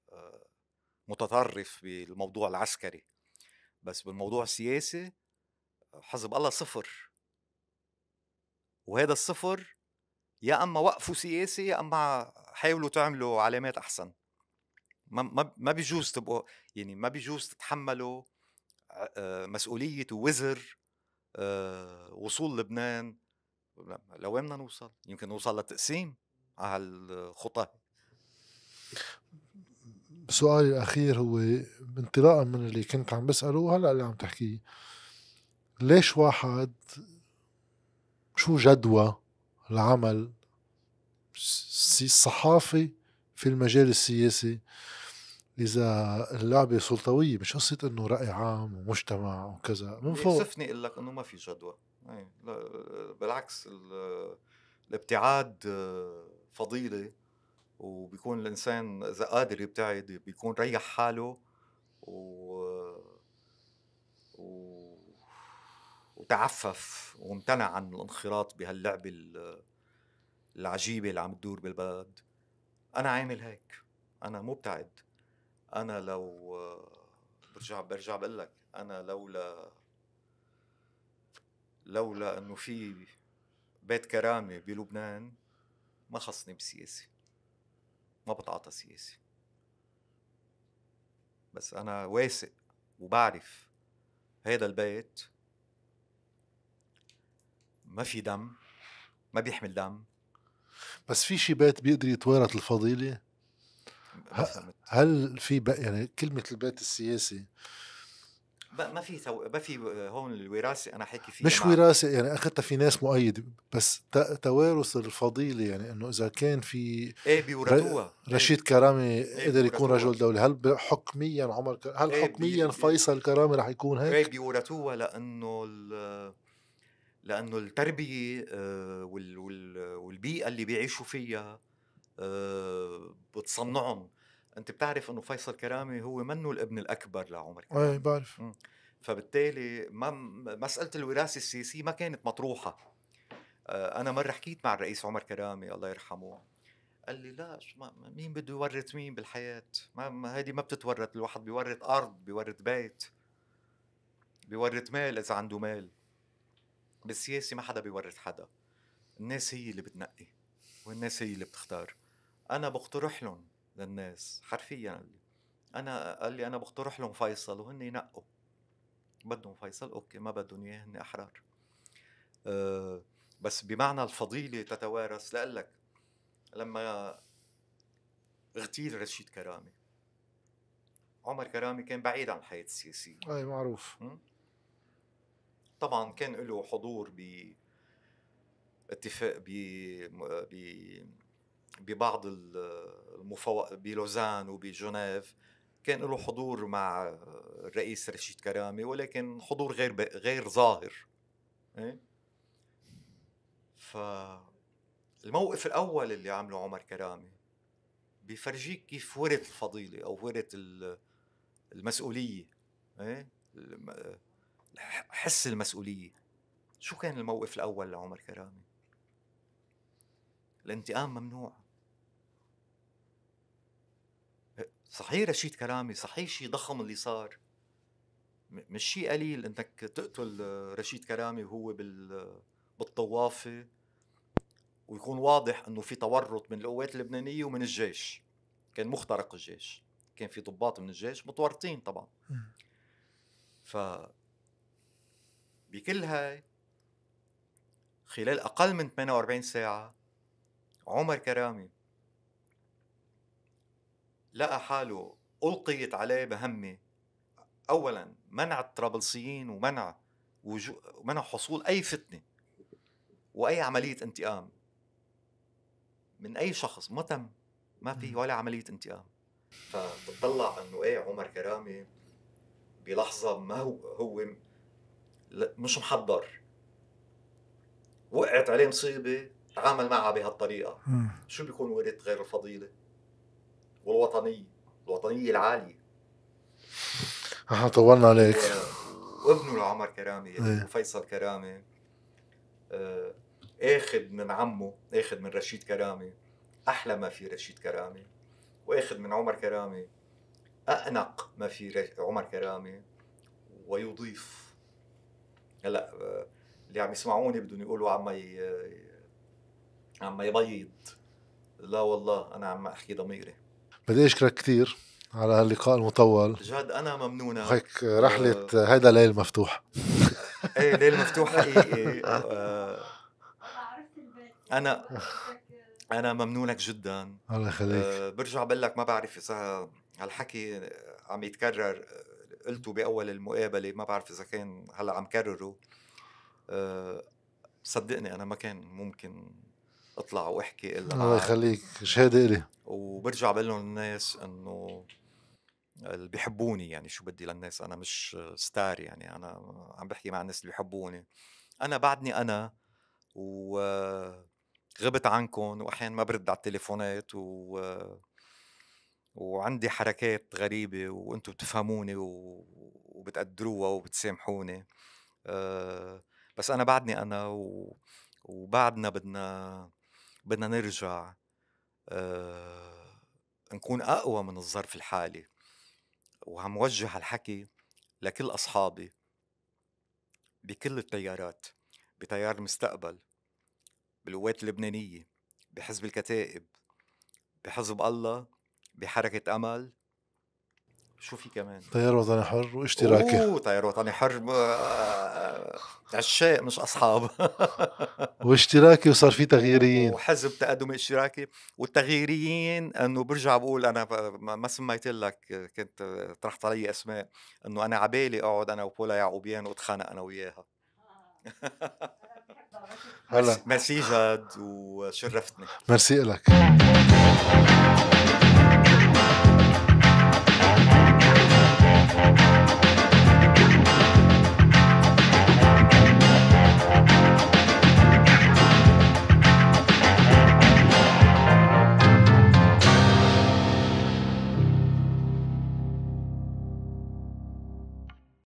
Speaker 2: متطرف بالموضوع العسكري، بس بالموضوع السياسي حزب الله صفر. وهذا الصفر يا أما وقفوا سياسي يا أما حاولوا تعملوا علامات أحسن. ما بيجوز تبقوا، يعني ما بيجوز تتحملوا مسؤولية ووزر وصول لبنان. لوين بدنا نوصل؟ يمكن نوصل للتقسيم على الخطى.
Speaker 1: سؤالي الأخير هو انطلاقا من اللي كنت عم بسأله وهلأ اللي عم تحكيه، ليش واحد شو جدوى العمل الصحافي في المجال السياسي إذا اللعبة سلطوية؟ مش قصة إنه رأي عام ومجتمع وكذا من فوق.
Speaker 2: يكسفني أقول لك إنه ما في جدوى. بالعكس الابتعاد فضيلة، وبيكون الإنسان إذا قادر يبتعد بيكون ريح حاله وتعفف وامتنع عن الانخراط بهاللعبة العجيبة اللي عم تدور بالبلد. أنا عامل هيك، أنا مبتعد. أنا لو برجع بقول لك، أنا لولا إنه في بيت كرامة بلبنان ما خصني بالسياسة، ما بتعاطى سياسي. بس أنا واثق وبعرف هيدا البيت ما في دم، ما بيحمل دم.
Speaker 1: بس في شي بيت بيقدر يتوارث الفضيلة؟ هل في يعني كلمة البيت السياسي
Speaker 2: ما في هون الوراثة أنا حكي فيها.
Speaker 1: مش وراثة يعني أخذتها في ناس مؤيدة، بس توارث الفضيلة، يعني إنه إذا كان في
Speaker 2: بيورثوها.
Speaker 1: رشيد كرامي قدر يكون رجل دولة، هل حكميا هل حكميا فيصل كرامي رح يكون هيك؟
Speaker 2: بيورثوها لأنه التربية والبيئة اللي بيعيشوا فيها بتصنعهم. أنت بتعرف أنه فيصل كرامي هو منه الابن الأكبر لعمر كرامي.
Speaker 1: بعرف.
Speaker 2: فبالتالي مسألة الوراثة السياسية ما كانت مطروحة. أنا مرة حكيت مع الرئيس عمر كرامي الله يرحمه، قال لي لا، مين بده يورث مين بالحياة؟ هذه ما بتتورث. الواحد بيورث أرض، بيورث بيت، بيورث مال إذا عنده مال. بالسياسة ما حدا بيورث حدا. الناس هي اللي بتنقي والناس هي اللي بتختار. أنا بقترح لهم للناس حرفيا، قال لي أنا بقترح لهم فيصل وهن ينقوا. بدهم فيصل أوكي، ما بدهم إياه هن أحرار. بس بمعنى الفضيلة تتوارث، لقلك لما اغتيل رشيد كرامي، عمر كرامي كان بعيد عن الحياة السياسية.
Speaker 1: معروف.
Speaker 2: طبعا كان له حضور اتفاق ببعض المفاوضات بلوزان وبجنيف. كان له حضور مع الرئيس رشيد كرامي، ولكن حضور غير ظاهر. فالموقف الأول اللي عمله عمر كرامي بيفرجيك كيف ورث الفضيلة أو ورث المسؤولية، حس المسؤولية. شو كان الموقف الأول لعمر كرامي؟ الانتقام ممنوع. صحيح رشيد كرامي صحيح شيء ضخم اللي صار، مش شيء قليل انك تقتل رشيد كرامي وهو بالطوافة ويكون واضح انه في تورط من القوات اللبنانية ومن الجيش. كان مخترق الجيش، كان في ضباط من الجيش متورطين طبعا. ف بكل هاي خلال اقل من 48 ساعة عمر كرامي لقى حاله ألقيت عليه مهمة، أولا منع الطرابلسيين ومنع حصول أي فتنة وأي عملية انتقام من أي شخص. ما في ولا عملية انتقام. فتطلع أنه إيه عمر كرامي بلحظة ما هو مش محضر، وقعت عليه مصيبة تعامل معها بهالطريقة. شو بيكون ورث غير الفضيلة الوطنية العالية.
Speaker 1: طولنا عليك.
Speaker 2: وابنه لعمر كرامي وفيصل كرامي اخذ من عمه، اخذ من رشيد كرامي احلى ما في رشيد كرامي، واخذ من عمر كرامي أأنق ما في عمر كرامي، ويضيف. هلا اللي عم يسمعوني بدهم يقولوا عم يبيض. لا والله انا عم احكي ضميري.
Speaker 1: بدي اشكرك كثير على هاللقاء المطول.
Speaker 2: جد انا ممنونة.
Speaker 1: هيك رحلة هيدا ليل مفتوح.
Speaker 2: ايه ليل مفتوح حقيقي. انا ممنونك جدا.
Speaker 1: الله يخليك.
Speaker 2: برجع بقول لك ما بعرف اذا هالحكي عم يتكرر، قلته باول المقابله، ما بعرف اذا كان هلا عم كرره. صدقني انا ما كان ممكن اطلع واحكي الا
Speaker 1: الله يخليك، شهاده الي.
Speaker 2: وبرجع بقول لهم الناس انه اللي بيحبوني، يعني شو بدي للناس، انا مش ستار، يعني انا عم بحكي مع الناس اللي بيحبوني. انا بعدني انا وغبت عنكم، واحيانا ما برد على التليفونات وعندي حركات غريبة وانتم بتفهموني وبتقدروها وبتسامحوني. بس انا بعدني انا وبعدنا بدنا نرجع نكون اقوى من الظرف الحالي. وعم وجه الحكي لكل اصحابي بكل التيارات، بتيار المستقبل، بالقوات اللبنانية، بحزب الكتائب، بحزب الله، بحركة أمل، شو في كمان؟
Speaker 1: تيار وطني حر واشتراكي.
Speaker 2: تيار وطني حر. عشاق مش أصحاب.
Speaker 1: واشتراكي، وصار في تغييريين،
Speaker 2: وحزب تقدم اشتراكي. والتغييريين انه برجع بقول انا ما سميت لك، كنت طرحت علي اسماء، انه انا عبالي اقعد انا وبولا يعقوبيان واتخانق انا وياها.
Speaker 1: هلا
Speaker 2: ميرسي جاد وشرفتني.
Speaker 1: ميرسي لك.